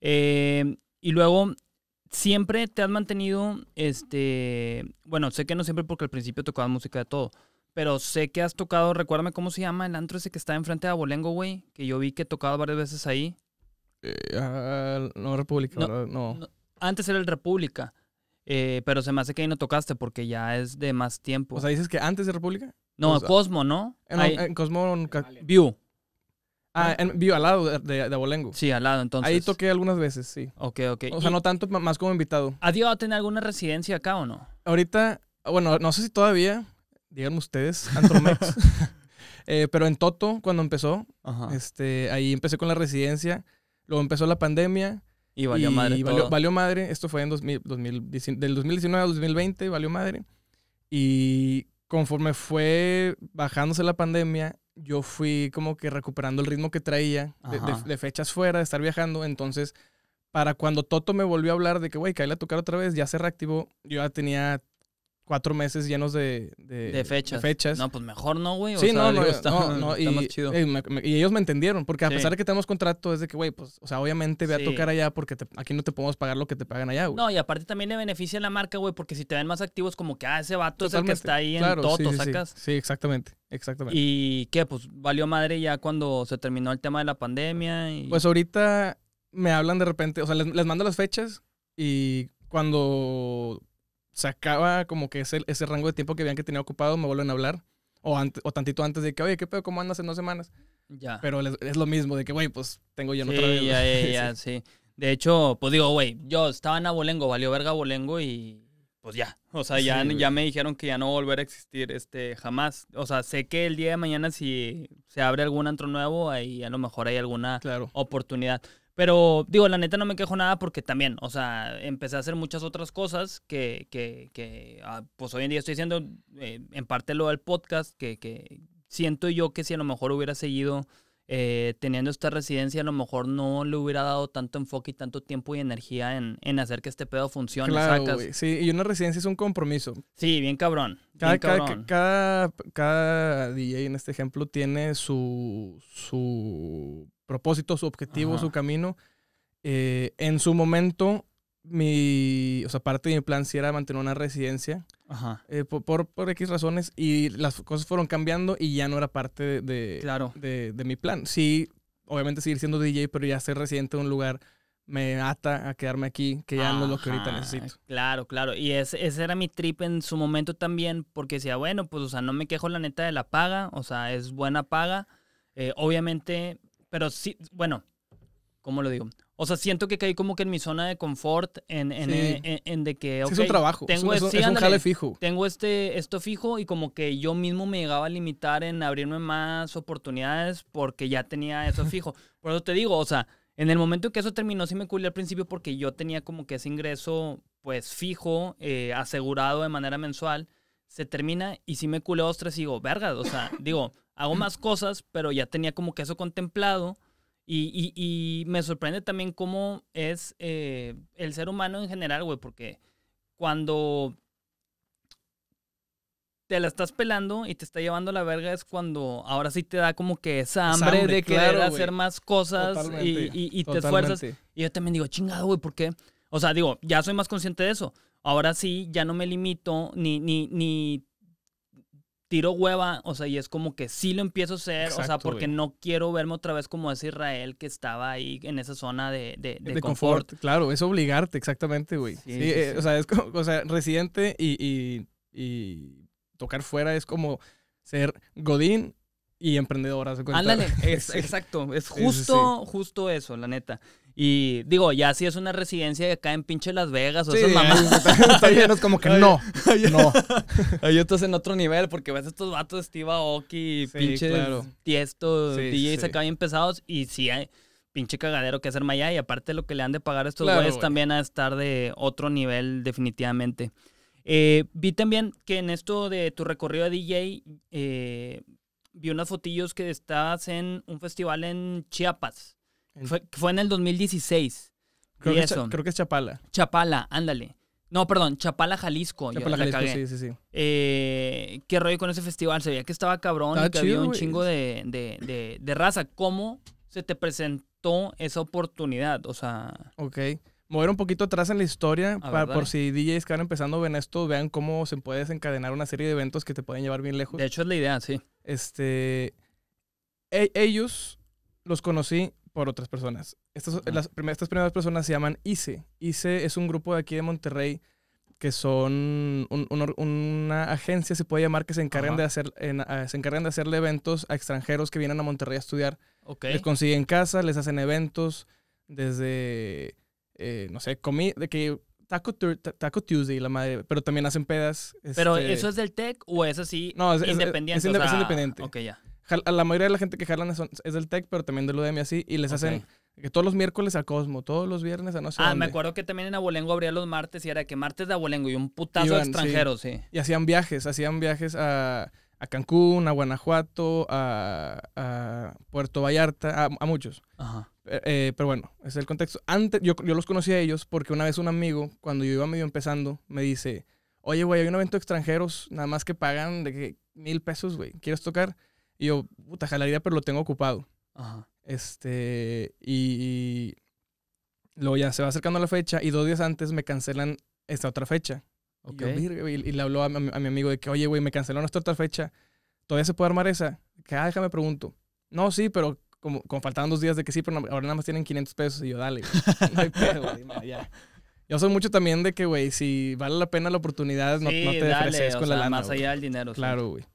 Speaker 3: Eh, y luego, siempre te has mantenido, este, bueno, sé que no siempre porque al principio tocabas música de todo, pero sé que has tocado, recuérdame cómo se llama el antro ese que está enfrente de Abolengo, güey, que yo vi que tocabas varias veces ahí.
Speaker 2: Eh, ah, no, República,
Speaker 3: No,
Speaker 2: ¿verdad? No.
Speaker 3: no. Antes era el República, eh, pero se me hace que ahí no tocaste porque ya es de más tiempo.
Speaker 2: O sea, dices que antes de República.
Speaker 3: no,
Speaker 2: o sea,
Speaker 3: Cosmo, ¿no?
Speaker 2: En,
Speaker 3: Ahí-
Speaker 2: en Cosmo. en Ca-
Speaker 3: View.
Speaker 2: ah, en, vivo al lado de, de, de Abolengo.
Speaker 3: Sí, al lado, entonces.
Speaker 2: Ahí toqué algunas veces, sí.
Speaker 3: Ok, ok.
Speaker 2: O sea,
Speaker 3: ¿Y
Speaker 2: no tanto, ma- más como invitado.
Speaker 3: ¿Has llegado a tener alguna residencia acá o no?
Speaker 2: Ahorita, bueno, no sé si todavía, díganme ustedes, Antromex. Eh, pero en Toto, cuando empezó,
Speaker 3: Ajá.
Speaker 2: este, ahí empecé con la residencia. Luego empezó la pandemia.
Speaker 3: Y valió
Speaker 2: y
Speaker 3: madre
Speaker 2: valió,
Speaker 3: todo.
Speaker 2: valió madre. Esto fue en dos mil, dos mil diecinueve, del dos mil diecinueve al dos mil veinte, valió madre. Y conforme fue bajándose la pandemia, yo fui como que recuperando el ritmo que traía de, de-
Speaker 3: Ajá.
Speaker 2: de fechas fuera, de estar viajando. Entonces, para cuando Toto me volvió a hablar de que, güey, cállate a tocar otra vez, ya se reactivó, yo ya tenía cuatro meses llenos de, de,
Speaker 3: De fechas.
Speaker 2: fechas.
Speaker 3: No, pues mejor no, güey. O
Speaker 2: Sí,
Speaker 3: sea,
Speaker 2: no, no,
Speaker 3: digo, está,
Speaker 2: no, no,
Speaker 3: está
Speaker 2: y,
Speaker 3: más chido.
Speaker 2: eh, me- me- y ellos me entendieron, porque a
Speaker 3: Sí.
Speaker 2: pesar de que tenemos contrato, es de que, güey, pues, o sea, obviamente ve
Speaker 3: Sí.
Speaker 2: a tocar allá porque te- aquí no te podemos pagar lo que te pagan allá, güey.
Speaker 3: No, y aparte también le beneficia a la marca, güey, porque si te ven más activos, como que, ah, ese vato es el que
Speaker 2: Totalmente.
Speaker 3: está ahí en
Speaker 2: Claro, sí,
Speaker 3: Toto,
Speaker 2: sí, sí.
Speaker 3: sacas.
Speaker 2: Sí, exactamente, exactamente.
Speaker 3: ¿Y qué? Pues valió madre ya cuando se terminó el tema de la pandemia. Y...
Speaker 2: Pues ahorita me hablan de repente, o sea, les, les mando las fechas y cuando se acaba como que ese, ese rango de tiempo que habían que tenía ocupado, me vuelven a hablar. O, antes, o tantito antes de que, oye, ¿qué pedo? ¿Cómo andas en dos semanas?
Speaker 3: ya.
Speaker 2: Pero les- es lo mismo, de que, güey, pues tengo lleno
Speaker 3: Sí,
Speaker 2: otra vez.
Speaker 3: ya,
Speaker 2: güey.
Speaker 3: ya, ya,
Speaker 2: Sí.
Speaker 3: sí. De hecho, pues digo, güey, yo estaba en Abolengo, valió verga Abolengo y pues ya. O sea, ya,
Speaker 2: Sí, güey.
Speaker 3: ya me dijeron que ya no va a volver a existir este jamás. O sea, sé que el día de mañana si se abre algún antro nuevo, ahí a lo mejor hay alguna
Speaker 2: Claro.
Speaker 3: oportunidad. Pero digo, la neta no me quejo nada porque también, o sea, empecé a hacer muchas otras cosas que, que, que ah, pues hoy en día estoy haciendo eh, en parte lo del podcast, que, que siento yo que si a lo mejor hubiera seguido eh, teniendo esta residencia, a lo mejor no le hubiera dado tanto enfoque y tanto tiempo y energía en, en hacer que este pedo funcione,
Speaker 2: Claro,
Speaker 3: sacas.
Speaker 2: güey. Sí, y una residencia es un compromiso.
Speaker 3: Sí, bien cabrón.
Speaker 2: Cada,
Speaker 3: Bien
Speaker 2: cada,
Speaker 3: cabrón.
Speaker 2: cada, cada D J en este ejemplo tiene su, su propósito, su objetivo,
Speaker 3: Ajá.
Speaker 2: su camino. Eh, en su momento, mi, o sea, parte de mi plan sí era mantener una residencia
Speaker 3: Ajá.
Speaker 2: eh, por, por, por X razones y las cosas fueron cambiando y ya no era parte de, de,
Speaker 3: Claro.
Speaker 2: de, de mi plan. Sí, obviamente seguir siendo D J, pero ya ser residente de un lugar me ata a quedarme aquí, que ya no es lo que ahorita
Speaker 3: Ajá,
Speaker 2: necesito.
Speaker 3: Claro, claro. Y ese, ese era mi trip en su momento también, porque decía, bueno, pues, o sea, no me quejo la neta de la paga, o sea, es buena paga. Eh, obviamente, pero sí, bueno, ¿cómo lo digo? O sea, siento que caí como que en mi zona de confort, en, en,
Speaker 2: Sí.
Speaker 3: en, en- en de que,
Speaker 2: Sí,
Speaker 3: ok,
Speaker 2: es un trabajo,
Speaker 3: tengo,
Speaker 2: es un, es un-
Speaker 3: sí,
Speaker 2: es un
Speaker 3: ándale,
Speaker 2: jale fijo.
Speaker 3: tengo este, esto fijo y como que yo mismo me llegaba a limitar en abrirme más oportunidades porque ya tenía eso fijo. Por eso te digo, o sea, en el momento que eso terminó sí me culé al principio porque yo tenía como que ese ingreso pues fijo, eh, asegurado de manera mensual. Se termina y sí me culé dos, tres y digo, verga, o sea, digo, hago más cosas, pero ya tenía como que eso contemplado. Y, y, y me sorprende también cómo es eh, el ser humano en general, güey, porque cuando te la estás pelando y te está llevando la verga es cuando ahora sí te da como que esa
Speaker 2: Esa
Speaker 3: hambre,
Speaker 2: hambre,
Speaker 3: de querer
Speaker 2: claro,
Speaker 3: hacer
Speaker 2: güey.
Speaker 3: más cosas y,
Speaker 2: Totalmente,
Speaker 3: y- y te esfuerzas.
Speaker 2: totalmente.
Speaker 3: Y yo también digo, chingado, güey, ¿por qué? O sea, digo, ya soy más consciente de eso. Ahora sí, ya no me limito ni, ni, ni tiro hueva, o sea, y es como que sí lo empiezo a hacer, o sea,
Speaker 2: Exacto,
Speaker 3: porque
Speaker 2: güey.
Speaker 3: no quiero verme otra vez como ese Israel que estaba ahí en esa zona de, de, de
Speaker 2: De
Speaker 3: confort.
Speaker 2: confort. Claro, es obligarte, exactamente, güey.
Speaker 3: Sí,
Speaker 2: Sí,
Speaker 3: sí,
Speaker 2: eh,
Speaker 3: sí.
Speaker 2: O sea, es como, o sea, residente y, y, y tocar fuera es como ser godín y emprendedor, haz de cuenta.
Speaker 3: Ándale, es,
Speaker 2: Sí.
Speaker 3: exacto, es
Speaker 2: Sí, sí,
Speaker 3: justo, justo eso, la neta. Y digo, ya si es una residencia acá en pinche Las Vegas o
Speaker 2: Sí,
Speaker 3: esas mamás.
Speaker 2: también es como que no, no.
Speaker 3: Ahí estás en otro nivel, porque ves estos vatos de Steve Aoki,
Speaker 2: Sí,
Speaker 3: pinches
Speaker 2: claro.
Speaker 3: Tiesto,
Speaker 2: Sí,
Speaker 3: D Js
Speaker 2: sí.
Speaker 3: acá bien pesados, y sí hay pinche cagadero que hacer Maya, y aparte lo que le han de pagar a estos
Speaker 2: Claro,
Speaker 3: güeyes
Speaker 2: güey.
Speaker 3: también a estar de otro nivel definitivamente. Eh, vi también que en esto de tu recorrido de D J, eh, vi unas fotillos que estabas en un festival en Chiapas.
Speaker 2: En-
Speaker 3: Fue, fue en el dos mil dieciséis.
Speaker 2: Creo
Speaker 3: y
Speaker 2: que, es Cha-
Speaker 3: eso.
Speaker 2: creo que es Chapala.
Speaker 3: Chapala, ándale. No, perdón, Chapala, Jalisco. yo
Speaker 2: Chapala,
Speaker 3: la
Speaker 2: Jalisco,
Speaker 3: cagué.
Speaker 2: sí, sí, sí.
Speaker 3: Eh, ¿Qué rollo con ese festival? Se veía que estaba cabrón
Speaker 2: Estaba
Speaker 3: y que
Speaker 2: chido,
Speaker 3: había un
Speaker 2: güey.
Speaker 3: chingo de, de, de, de raza. ¿Cómo se te presentó esa oportunidad? O sea,
Speaker 2: Ok. Mover un poquito atrás en la historia,
Speaker 3: A
Speaker 2: pa-
Speaker 3: ver, dale.
Speaker 2: por si D Js que van empezando ven esto, vean cómo se puede desencadenar una serie de eventos que te pueden llevar bien lejos.
Speaker 3: de hecho es la idea, sí.
Speaker 2: Este, e- ellos los conocí por otras personas. Estas,
Speaker 3: Ajá.
Speaker 2: las prim- estas primeras personas se llaman I C E. I C E es un grupo de aquí de Monterrey que son un- un or- una agencia, se puede llamar, que se encargan,
Speaker 3: Ajá.
Speaker 2: de hacer, en- a- se encargan de hacerle eventos a extranjeros que vienen a Monterrey a estudiar.
Speaker 3: Ok.
Speaker 2: Les consiguen casa, les hacen eventos desde, eh, no sé, comida, de que Taco, Tur- Ta- Taco Tuesday, la madre, pero también hacen pedas.
Speaker 3: Pero
Speaker 2: este,
Speaker 3: ¿eso es del T E C o es así
Speaker 2: No, es- es-
Speaker 3: independiente?
Speaker 2: es inde-
Speaker 3: O
Speaker 2: es
Speaker 3: sea,
Speaker 2: independiente.
Speaker 3: Ok, ya.
Speaker 2: jal- a la mayoría de la gente que jalan es, es del Tec, pero también del U D M y así, y les
Speaker 3: Ok.
Speaker 2: hacen que todos los miércoles a Cosmo, todos los viernes a no sé
Speaker 3: Ah,
Speaker 2: dónde.
Speaker 3: me acuerdo que también en Abolengo abría los martes y era que martes de Abolengo y un putazo de
Speaker 2: Iban, sí.
Speaker 3: extranjeros, sí.
Speaker 2: Y hacían viajes, hacían viajes a, a Cancún, a Guanajuato, a, a Puerto Vallarta, a, a muchos.
Speaker 3: Ajá.
Speaker 2: Eh, eh, pero bueno, ese es el contexto. Antes, yo, yo los conocí a ellos porque una vez un amigo, cuando yo iba medio empezando, me dice, oye, güey, hay un evento de extranjeros, nada más que pagan de que mil pesos, güey, ¿quieres tocar? Y yo, puta, jalaría, pero lo tengo ocupado.
Speaker 3: Ajá.
Speaker 2: Este, y, y luego ya se va acercando la fecha y dos días antes me cancelan esta otra fecha.
Speaker 3: Ok.
Speaker 2: Y, yo, "Virga", güey", y le habló a, mi- a mi amigo de que, oye, güey, me cancelaron esta otra fecha. ¿Todavía se puede armar esa? Que, ah, déjame pregunto. No, sí, pero como, como faltaban dos días de que sí, pero no- ahora nada más tienen quinientos pesos. Y yo, dale, güey. No hay pedo, güey, no, ya. Yo soy mucho también de que, güey, si vale la pena la oportunidad, no,
Speaker 3: Sí,
Speaker 2: no te
Speaker 3: dale,
Speaker 2: ofreces
Speaker 3: o
Speaker 2: con
Speaker 3: sea,
Speaker 2: la lana.
Speaker 3: más
Speaker 2: güey.
Speaker 3: allá del dinero. sí.
Speaker 2: Claro, güey.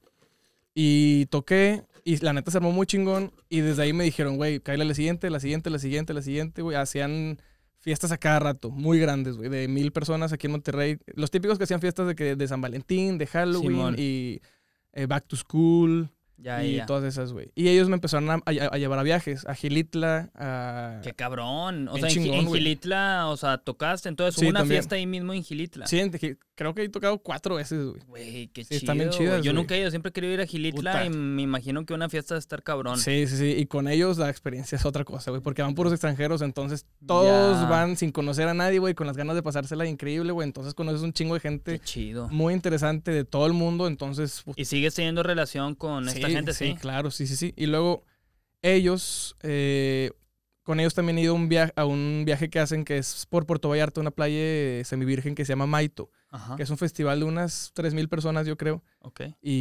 Speaker 2: Y toqué, y la neta se armó muy chingón. Y desde ahí me dijeron, güey, cállale a la siguiente, la siguiente, la siguiente, la siguiente, güey. Hacían fiestas a cada rato, muy grandes, güey, de mil personas aquí en Monterrey. Los típicos que hacían fiestas de, que, de San Valentín, de Halloween
Speaker 3: Simón.
Speaker 2: y eh, Back to School
Speaker 3: Ya,
Speaker 2: y
Speaker 3: ya.
Speaker 2: todas esas, güey. Y ellos me empezaron a, a- a llevar a viajes, a Gilitla, a...
Speaker 3: Qué cabrón. O
Speaker 2: Bien
Speaker 3: sea, en, Gi-
Speaker 2: chingón,
Speaker 3: en
Speaker 2: güey.
Speaker 3: Gilitla, o sea, tocaste. Entonces
Speaker 2: Sí,
Speaker 3: hubo una
Speaker 2: también.
Speaker 3: fiesta ahí mismo en Gilitla.
Speaker 2: Sí, en Gi- creo que he tocado cuatro veces, güey.
Speaker 3: Güey, qué
Speaker 2: Sí,
Speaker 3: chido.
Speaker 2: están bien
Speaker 3: güey.
Speaker 2: chidas,
Speaker 3: Yo
Speaker 2: güey.
Speaker 3: nunca he ido, siempre he querido ir a Gilitla
Speaker 2: Puta.
Speaker 3: y me imagino que una fiesta de estar cabrón.
Speaker 2: Sí, sí, sí. Y con ellos la experiencia es otra cosa, güey. Porque van puros extranjeros, entonces todos
Speaker 3: Ya.
Speaker 2: van sin conocer a nadie, güey, con las ganas de pasársela increíble, güey. Entonces conoces un chingo de
Speaker 3: Qué
Speaker 2: gente
Speaker 3: chido.
Speaker 2: muy interesante de todo el mundo. Entonces, uf,
Speaker 3: Y sigues teniendo relación con esta gente, sí.
Speaker 2: claro, sí, sí, sí. Y luego ellos, eh, con ellos también he ido a un, viaje, a un viaje que hacen que es por Puerto Vallarta, una playa eh, semivirgen que se llama Maito,
Speaker 3: Ajá.
Speaker 2: que es un festival de unas tres mil personas, yo creo.
Speaker 3: Ok.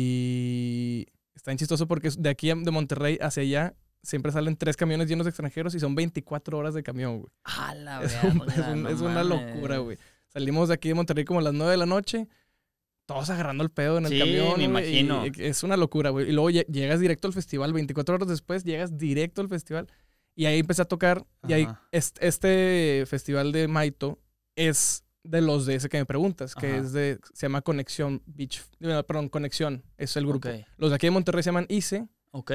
Speaker 2: Y está bien chistoso porque de aquí de Monterrey hacia allá siempre salen tres camiones llenos de extranjeros y son veinticuatro horas de camión, güey.
Speaker 3: A la
Speaker 2: Es, un-
Speaker 3: verga,
Speaker 2: es un-
Speaker 3: no
Speaker 2: es una
Speaker 3: mames.
Speaker 2: locura, güey. Salimos de aquí de Monterrey como a las nueve de la noche, todos agarrando el pedo en el
Speaker 3: Sí,
Speaker 2: camión.
Speaker 3: me
Speaker 2: güey, y
Speaker 3: imagino.
Speaker 2: es una locura, güey. Y luego lle- llegas directo al festival, veinticuatro horas después llegas directo al festival. Y ahí empecé a tocar. Y ahí
Speaker 3: Ajá.
Speaker 2: este, este festival de Maito es de los de ese que me preguntas, que
Speaker 3: Ajá.
Speaker 2: es de, se llama Conexión Beach, no, perdón, Conexión, es el grupo.
Speaker 3: Ok.
Speaker 2: Los de aquí de Monterrey se llaman I C E
Speaker 3: Ok.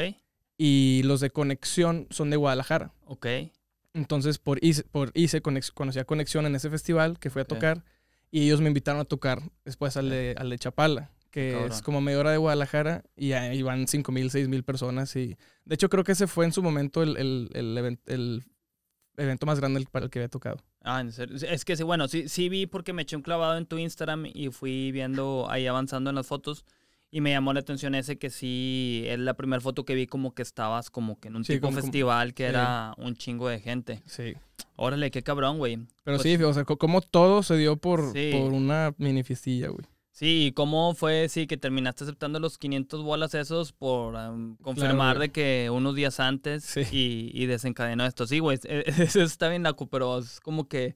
Speaker 2: y los de Conexión son de Guadalajara.
Speaker 3: Ok.
Speaker 2: Entonces por I C E, por I C E conex, conocí a Conexión en ese festival que fui a
Speaker 3: Ok.
Speaker 2: tocar y ellos me invitaron a tocar después al
Speaker 3: Ok.
Speaker 2: de, al de Chapala, que
Speaker 3: Cabrón.
Speaker 2: es como media hora de Guadalajara y ahí van cinco mil, seis mil personas. Y de hecho creo que ese fue en su momento el, el, el, event, el evento más grande para el que había tocado.
Speaker 3: Ah, en serio. Es que sí, bueno, sí, sí vi porque me eché un clavado en tu Instagram y fui viendo ahí avanzando en las fotos y me llamó la atención ese que sí, es la primera foto que vi como que estabas como que en un
Speaker 2: Sí,
Speaker 3: tipo
Speaker 2: como- como-
Speaker 3: festival que
Speaker 2: sí.
Speaker 3: era un chingo de gente.
Speaker 2: Sí.
Speaker 3: Órale, qué cabrón, güey.
Speaker 2: Pero
Speaker 3: Pues-
Speaker 2: sí, o sea, co- como todo se dio por,
Speaker 3: Sí.
Speaker 2: por una mini fiestilla, güey.
Speaker 3: Sí, ¿y cómo fue, sí, que terminaste aceptando los quinientos bolas esos por um, confirmar
Speaker 2: güey.
Speaker 3: de que unos días antes
Speaker 2: Sí.
Speaker 3: y, y desencadenó esto? Sí, güey, e- e- eso está bien naco, pero es como que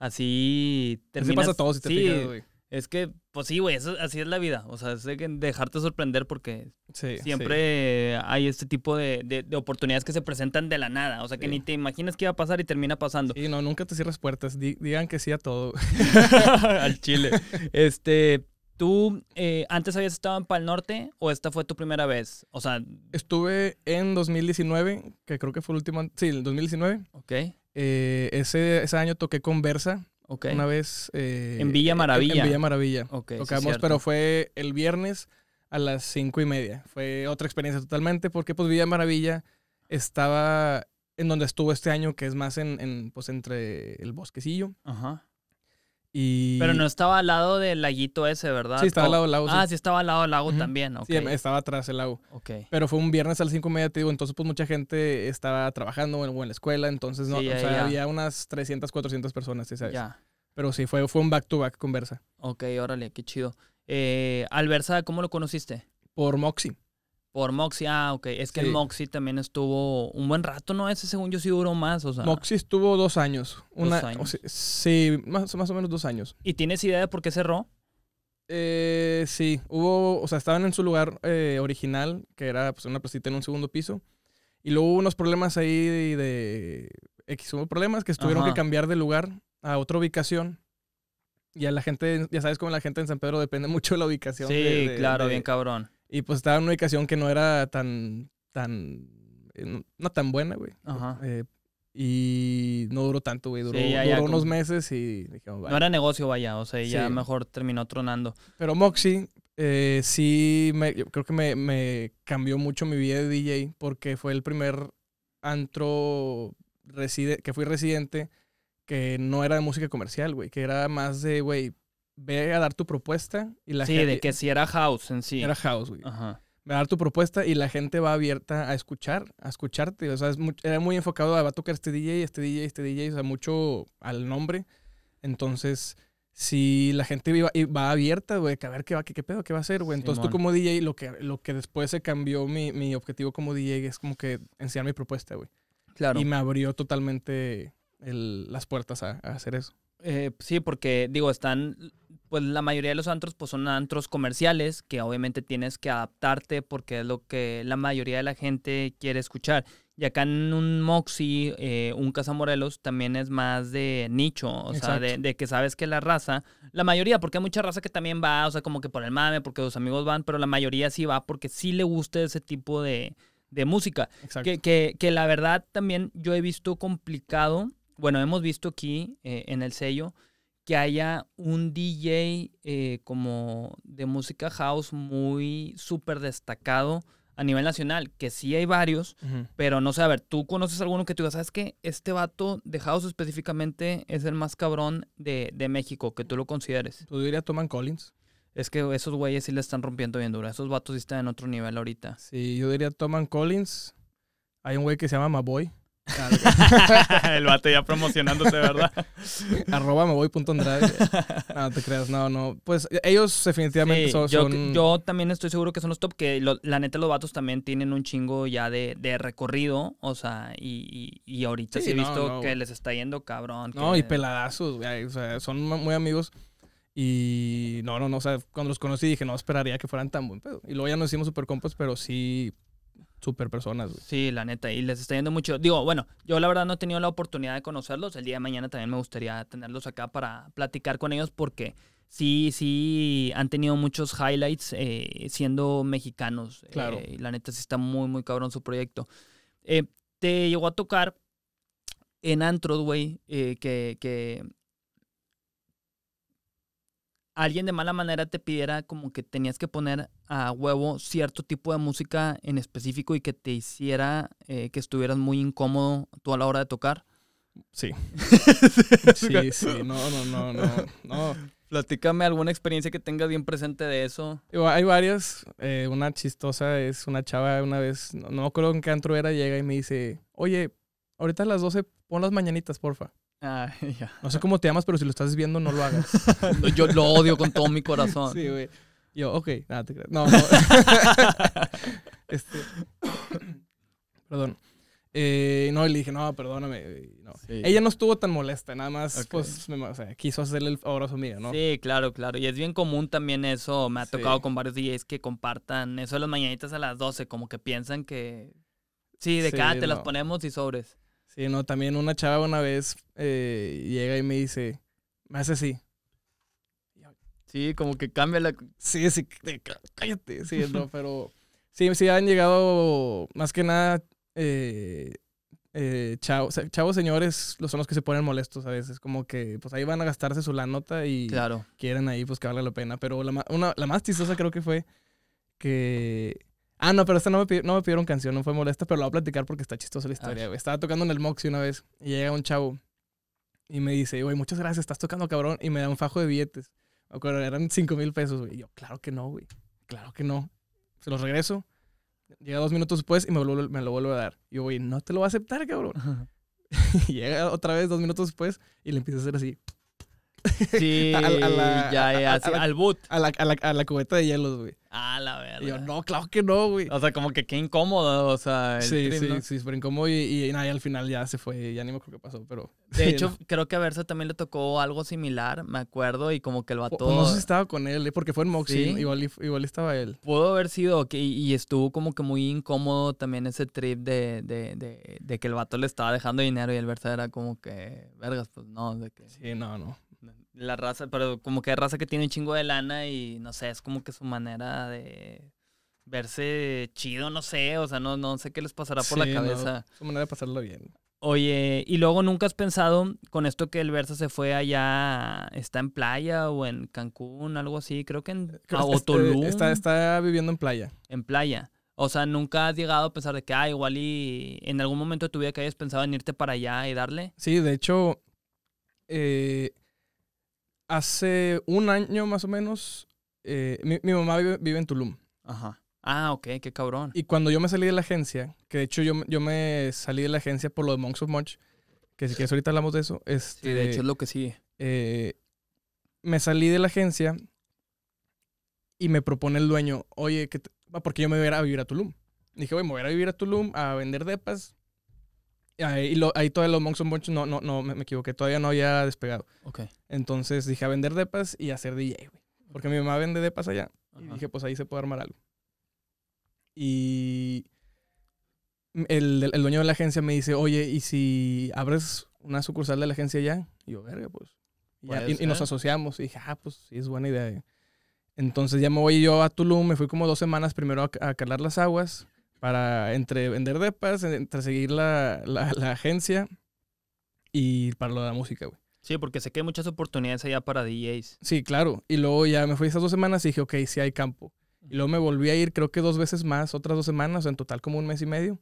Speaker 3: así
Speaker 2: Así
Speaker 3: terminas...
Speaker 2: pasa todo si te
Speaker 3: sí,
Speaker 2: fijas, güey.
Speaker 3: es que, pues sí, güey, eso- así es la vida. O sea, es de que dejarte sorprender porque
Speaker 2: Sí,
Speaker 3: siempre hay este tipo de, de- de oportunidades que se presentan de la nada. O sea, que
Speaker 2: Sí.
Speaker 3: ni te imaginas que iba a pasar y termina pasando.
Speaker 2: Sí. Sí, no, nunca te cierres puertas. Di- digan que sí a todo.
Speaker 3: Al chile. Este, ¿tú eh, antes habías estado en Pal Norte o esta fue tu primera vez? O sea,
Speaker 2: Estuve en dos mil diecinueve, que creo que fue el último... an- Sí, el dos mil diecinueve.
Speaker 3: ok,
Speaker 2: Eh, ese, ese año toqué con Versa
Speaker 3: ok.
Speaker 2: una vez. eh,
Speaker 3: En Villa Maravilla.
Speaker 2: En, en Villa Maravilla.
Speaker 3: Ok, sí,
Speaker 2: Tocamos,
Speaker 3: cierto.
Speaker 2: pero fue el viernes a las cinco y media. Fue otra experiencia totalmente porque pues Villa Maravilla estaba en donde estuvo este año, que es más en, en pues entre el bosquecillo.
Speaker 3: Ajá.
Speaker 2: Y...
Speaker 3: Pero no estaba al lado del laguito ese, ¿verdad?
Speaker 2: Sí, estaba al
Speaker 3: O-
Speaker 2: lado del lago, sí.
Speaker 3: Ah, sí estaba al lado del lago
Speaker 2: Ujú.
Speaker 3: también, ok.
Speaker 2: Sí, estaba atrás el lago.
Speaker 3: Ok.
Speaker 2: Pero fue un viernes a las cinco y media, te digo, entonces pues mucha gente estaba trabajando o en, o en la escuela, entonces no,
Speaker 3: Sí, ya,
Speaker 2: o sea,
Speaker 3: ya.
Speaker 2: había unas trescientas, cuatrocientas personas, ¿sí sabes?
Speaker 3: Ya.
Speaker 2: Pero sí, fue, fue un back-to-back con Versa.
Speaker 3: Ok, órale, qué chido. Eh, Alversa, ¿cómo lo conociste?
Speaker 2: Por Moxie.
Speaker 3: Por Moxie, ah, ok. Es que
Speaker 2: Sí.
Speaker 3: el Moxie también estuvo un buen rato, ¿no? Ese según yo sí duró más, o sea.
Speaker 2: Moxie estuvo dos años. Una,
Speaker 3: años.
Speaker 2: o sea, sí, más, más o menos dos años.
Speaker 3: ¿Y tienes idea de por qué cerró?
Speaker 2: Eh, sí, hubo, o sea, estaban en su lugar eh, original, que era pues una placita en un segundo piso. Y luego hubo unos problemas ahí de, de X, hubo problemas que tuvieron
Speaker 3: Ajá.
Speaker 2: que cambiar de lugar a otra ubicación. Y a la gente, ya sabes cómo la gente en San Pedro depende mucho de la ubicación.
Speaker 3: Sí,
Speaker 2: de- de-
Speaker 3: claro,
Speaker 2: de-
Speaker 3: bien cabrón.
Speaker 2: Y pues estaba en una ubicación que no era tan, tan, eh, no, no tan buena, güey.
Speaker 3: Ajá.
Speaker 2: Eh, y no duró tanto, güey. Duró,
Speaker 3: Sí, ya, ya,
Speaker 2: duró unos
Speaker 3: como-
Speaker 2: meses y dijimos,
Speaker 3: No
Speaker 2: "Bye".
Speaker 3: era negocio, vaya, o sea, ya
Speaker 2: Sí.
Speaker 3: mejor terminó tronando.
Speaker 2: Pero Moxie eh, sí, me, yo creo que me, me cambió mucho mi vida de D J porque fue el primer antro reside, que fui residente que no era de música comercial, güey. Que era más de, güey, ve a dar tu propuesta y la
Speaker 3: Sí,
Speaker 2: gente...
Speaker 3: de que si era house en sí.
Speaker 2: Era house, güey.
Speaker 3: Ajá.
Speaker 2: Va a dar tu propuesta y la gente va abierta a escuchar, a escucharte. O sea, es mu- era muy enfocado a va a tocar este D J, este D J, este D J, o sea, mucho al nombre. Entonces, si la gente iba, y va abierta, güey, que a ver qué va, qué, qué pedo, qué va a hacer, güey. Entonces, tú
Speaker 3: Simón.
Speaker 2: como D J, lo que, lo que después se cambió mi, mi objetivo como D J es como que enseñar mi propuesta, güey.
Speaker 3: Claro.
Speaker 2: Y me abrió totalmente el- las puertas a, a hacer eso.
Speaker 3: Eh, sí, porque digo, están, pues la mayoría de los antros pues son antros comerciales que obviamente tienes que adaptarte porque es lo que la mayoría de la gente quiere escuchar. Y acá en un Moxie, eh, un Casa Morelos también es más de nicho, o sea, de,
Speaker 2: Exacto.
Speaker 3: de que sabes que la raza, la mayoría, porque hay mucha raza que también va, o sea, como que por el mame, porque los amigos van, pero la mayoría sí va porque sí le gusta ese tipo de, de música.
Speaker 2: Exacto.
Speaker 3: Que, que, que la verdad también yo he visto complicado, bueno, hemos visto aquí eh, en el sello que haya un D J eh, como de música house muy súper destacado a nivel nacional, que sí hay varios,
Speaker 2: Ujú.
Speaker 3: pero no sé, a ver, ¿tú conoces alguno que tú digas, sabes qué? Este vato de house específicamente es el más cabrón de, de México, que tú lo consideres.
Speaker 2: Tú dirías Toman Collins.
Speaker 3: Es que esos güeyes sí le están rompiendo bien duro, esos vatos sí están en otro nivel ahorita.
Speaker 2: Sí, yo diría Toman Collins. Hay un güey que se llama Maboy.
Speaker 3: El vato ya promocionándose, ¿verdad?
Speaker 2: Arroba maboy.andrade. No, no te creas, no, no. Pues ellos definitivamente
Speaker 3: Sí,
Speaker 2: son,
Speaker 3: yo,
Speaker 2: son-
Speaker 3: yo también estoy seguro que son los top, que lo- la neta los vatos también tienen un chingo ya de, de recorrido, o sea, y, y, y ahorita sí,
Speaker 2: Sí,
Speaker 3: he
Speaker 2: no,
Speaker 3: visto
Speaker 2: no,
Speaker 3: que
Speaker 2: güey.
Speaker 3: les está yendo cabrón.
Speaker 2: No,
Speaker 3: que-
Speaker 2: y peladazos, güey, o sea, son ma- muy amigos. Y no, no, no, o sea, cuando los conocí dije, no esperaría que fueran tan buen pedo. Y luego ya nos hicimos super compas, pero sí, súper personas, güey.
Speaker 3: Sí, la neta, y les está yendo mucho. Digo, bueno, yo la verdad no he tenido la oportunidad de conocerlos. El día de mañana también me gustaría tenerlos acá para platicar con ellos porque sí, sí han tenido muchos highlights eh, siendo mexicanos.
Speaker 2: Claro.
Speaker 3: Eh, y la neta sí está muy, muy cabrón su proyecto. Eh, te llegó a tocar en antros, güey, eh, que, que alguien de mala manera te pidiera como que tenías que poner a huevo cierto tipo de música en específico y que te hiciera eh, que estuvieras muy incómodo tú a la hora de tocar.
Speaker 2: Sí. sí, sí, no, no, no, no, no.
Speaker 3: Platícame alguna experiencia que tengas bien presente de eso.
Speaker 2: Digo, hay varias. Eh, una chistosa es una chava una vez, no, no me acuerdo en qué antro era, llega y me dice, oye, ahorita a las doce pon las mañanitas, porfa.
Speaker 3: Ah, ya.
Speaker 2: No sé cómo te llamas, pero si lo estás viendo, no lo hagas.
Speaker 3: No, yo lo odio con todo mi corazón.
Speaker 2: Sí, güey. Yo, ok, nada, te creas. No, no. este... Perdón. Eh, no, y le dije, no, perdóname. No.
Speaker 3: Sí.
Speaker 2: Ella no estuvo tan molesta, nada más,
Speaker 3: Okay.
Speaker 2: pues, me, o sea, quiso hacerle el favor a su amiga, ¿no?
Speaker 3: Sí, claro, claro. Y es bien común también eso. Me ha
Speaker 2: Sí.
Speaker 3: tocado con varios D Js que compartan eso de las mañanitas a las doce, como que piensan que... Sí, de
Speaker 2: Sí,
Speaker 3: que ah, te las
Speaker 2: no.
Speaker 3: ponemos y sobres.
Speaker 2: Sí, no, también una chava una vez eh, llega y me dice, me hace así.
Speaker 3: Sí, como que cambia la...
Speaker 2: Sí, sí, c- cállate. Sí, no, pero sí, sí han llegado más que nada eh, eh, chavos, chavos señores, los son los que se ponen molestos a veces, como que pues ahí van a gastarse su la nota y
Speaker 3: Claro.
Speaker 2: quieren ahí pues que valga la pena. Pero la, ma- una, la más chistosa creo que fue que... Ah, no, pero esta no me, pidi- no me pidieron canción, no fue molesta, pero la voy a platicar porque está chistosa la historia, güey. Estaba tocando en el Moxie una vez y llega un chavo y me dice, güey, muchas gracias, estás tocando cabrón, y me da un fajo de billetes. Me acuerdo, eran cinco mil pesos, güey. Y yo, claro que no, güey, claro que no. Se los regreso, llega dos minutos después y me lo, me lo vuelve a dar. Y yo, güey, no te lo voy a aceptar, cabrón. Y llega otra vez dos minutos después y le empieza a hacer así.
Speaker 3: Sí,
Speaker 2: A la- a la-
Speaker 3: ya, ya,
Speaker 2: a- a
Speaker 3: así,
Speaker 2: la-
Speaker 3: al boot.
Speaker 2: A la, a la, a la cubeta de hielos, güey.
Speaker 3: Ah, la verdad.
Speaker 2: Y yo, no, claro que no, güey.
Speaker 3: O sea, como que qué incómodo, o sea, el
Speaker 2: Sí,
Speaker 3: trip,
Speaker 2: sí,
Speaker 3: ¿no?
Speaker 2: sí, súper incómodo y, y, y nada, y al final ya se fue, ya ni me acuerdo qué pasó, pero...
Speaker 3: De
Speaker 2: sí,
Speaker 3: hecho,
Speaker 2: no.
Speaker 3: creo que a Versa también le tocó algo similar, me acuerdo, y como que el
Speaker 2: O-
Speaker 3: vato...
Speaker 2: o no sé si estaba con él, eh, porque fue en Moxie,
Speaker 3: ¿Sí?
Speaker 2: igual, y- igual estaba él.
Speaker 3: Pudo haber sido, que, y estuvo como que muy incómodo también ese trip de, de, de, de que el vato le estaba dejando dinero y el Versa era como que, vergas, pues no, de que...
Speaker 2: Sí, no, no.
Speaker 3: La raza, pero como que hay raza que tiene un chingo de lana y no sé, es como que su manera de verse chido, no sé, o sea, no, no sé qué les pasará por
Speaker 2: Sí,
Speaker 3: la
Speaker 2: no,
Speaker 3: cabeza.
Speaker 2: su manera de pasarlo bien.
Speaker 3: Oye, ¿y luego nunca has pensado con esto que el Versa se fue allá, está en playa o en Cancún, algo así? Creo que en
Speaker 2: Creo
Speaker 3: ah,
Speaker 2: que
Speaker 3: o
Speaker 2: este,
Speaker 3: Tulum,
Speaker 2: está, está viviendo en playa.
Speaker 3: en playa. O sea, ¿nunca has llegado a pensar de que, ah, igual y en algún momento de tu vida que hayas pensado en irte para allá y darle?
Speaker 2: Sí, de hecho, eh, hace un año más o menos, eh, mi, mi mamá vive, vive en Tulum.
Speaker 3: Ajá. Ah, ok, qué cabrón.
Speaker 2: Y cuando yo me salí de la agencia, que de hecho yo, yo me salí de la agencia por lo de Monks of Much, que si quieres ahorita hablamos de eso, este,
Speaker 3: Sí, de hecho es lo que sigue.
Speaker 2: eh, me salí de la agencia y me propone el dueño, oye, que te- va, porque yo me voy a ir a vivir a Tulum. Dije, güey, me voy a ir a vivir a Tulum a vender depas. Y ahí, y lo- ahí todavía los Monks of Much, no, no, no, me, me equivoqué, todavía no había despegado.
Speaker 3: Ok.
Speaker 2: Entonces dije, a vender depas y a hacer D J, güey. Porque mi mamá vende depas allá. Y
Speaker 3: Ajá.
Speaker 2: dije, pues ahí se puede armar algo. Y el, el- el dueño de la agencia me dice, oye, ¿y si abres una sucursal de la agencia allá? Y yo, verga, pues. Y, ya-
Speaker 3: Puede
Speaker 2: y- y nos
Speaker 3: ser.
Speaker 2: asociamos. Y dije, ah, pues sí, es buena idea. eh". Entonces ya me voy yo a Tulum. Me fui como dos semanas primero a, a calar las aguas para entre vender depas, entre seguir la, la, la agencia y para lo de la música, güey.
Speaker 3: Sí, porque sé que hay muchas oportunidades allá para D Js.
Speaker 2: Sí, claro. Y luego ya me fui esas dos semanas y dije, ok, sí hay campo. Y luego me volví a ir, creo que dos veces más, otras dos semanas, en total como un mes y medio.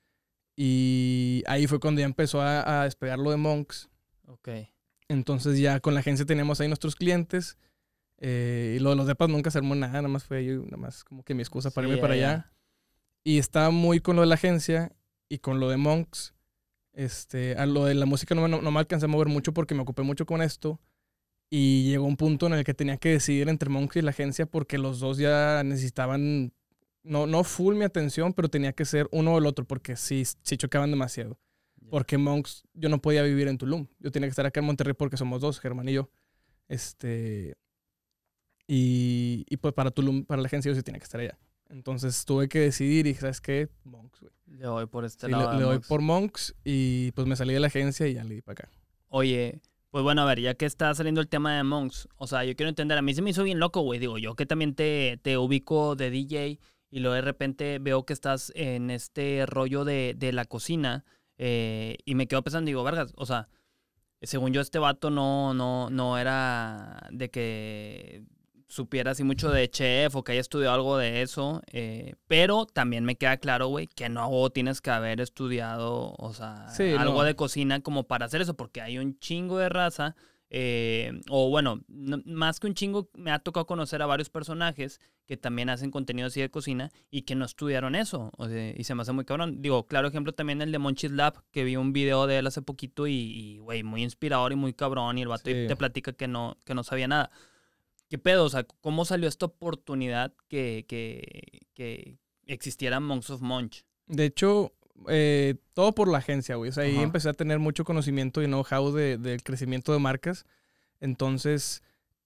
Speaker 2: Y ahí fue cuando ya empezó a, a despegar lo de Monks.
Speaker 3: Ok.
Speaker 2: Entonces ya con la agencia teníamos ahí nuestros clientes. eh, y lo de los depas nunca se armó nada, nada más fue ahí, nada más como que mi excusa para
Speaker 3: Sí,
Speaker 2: irme para
Speaker 3: ya,
Speaker 2: allá. Y estaba muy con lo de la agencia y con lo de Monks. Este, a lo de la música no, me- no, no me alcancé a mover mucho porque me ocupé mucho con esto. Y llegó un punto en el que tenía que decidir entre Monks y la agencia porque los dos ya necesitaban, no, no full mi atención, pero tenía que ser uno o el otro porque sí, sí chocaban demasiado. Porque Monks, yo no podía vivir en Tulum. Yo tenía que estar acá en Monterrey porque somos dos, Germán y yo. Este, y, y pues para Tulum, para la agencia yo sí tenía que estar allá. Entonces tuve que decidir y, ¿sabes qué? Monks, güey.
Speaker 3: Le doy por este
Speaker 2: Sí,
Speaker 3: lado.
Speaker 2: le, le doy por Monks y pues me salí de la agencia y ya le di para acá.
Speaker 3: Oye, pues bueno, a ver, ya que está saliendo el tema de Monks, o sea, yo quiero entender, a mí se me hizo bien loco, güey. Digo, yo que también te, te ubico de D J y luego de repente veo que estás en este rollo de, de la cocina eh, y me quedo pensando, digo, vergas, o sea, según yo este vato no, no, no era de que supiera así mucho de chef o que haya estudiado algo de eso, eh, pero también me queda claro, güey, que no tienes que haber estudiado, o sea,
Speaker 2: Sí,
Speaker 3: algo
Speaker 2: no.
Speaker 3: de cocina como para hacer eso, porque hay un chingo de raza, eh, o bueno, no- más que un chingo, me ha tocado conocer a varios personajes que también hacen contenido así de cocina y que no estudiaron eso, o sea, y se me hace muy cabrón. Digo, claro ejemplo también el de Monchis Lab, que vi un video de él hace poquito y, y, güey, muy inspirador y muy cabrón, y el vato
Speaker 2: Sí.
Speaker 3: te platica que no, que no sabía nada. ¿Qué pedo? O sea, ¿cómo salió esta oportunidad que, que, que existiera Monks of Munch?
Speaker 2: De hecho, eh, todo por la agencia, güey. O sea, ahí
Speaker 3: Ajá.
Speaker 2: empecé a tener mucho conocimiento y know-how de, del crecimiento de marcas. Entonces,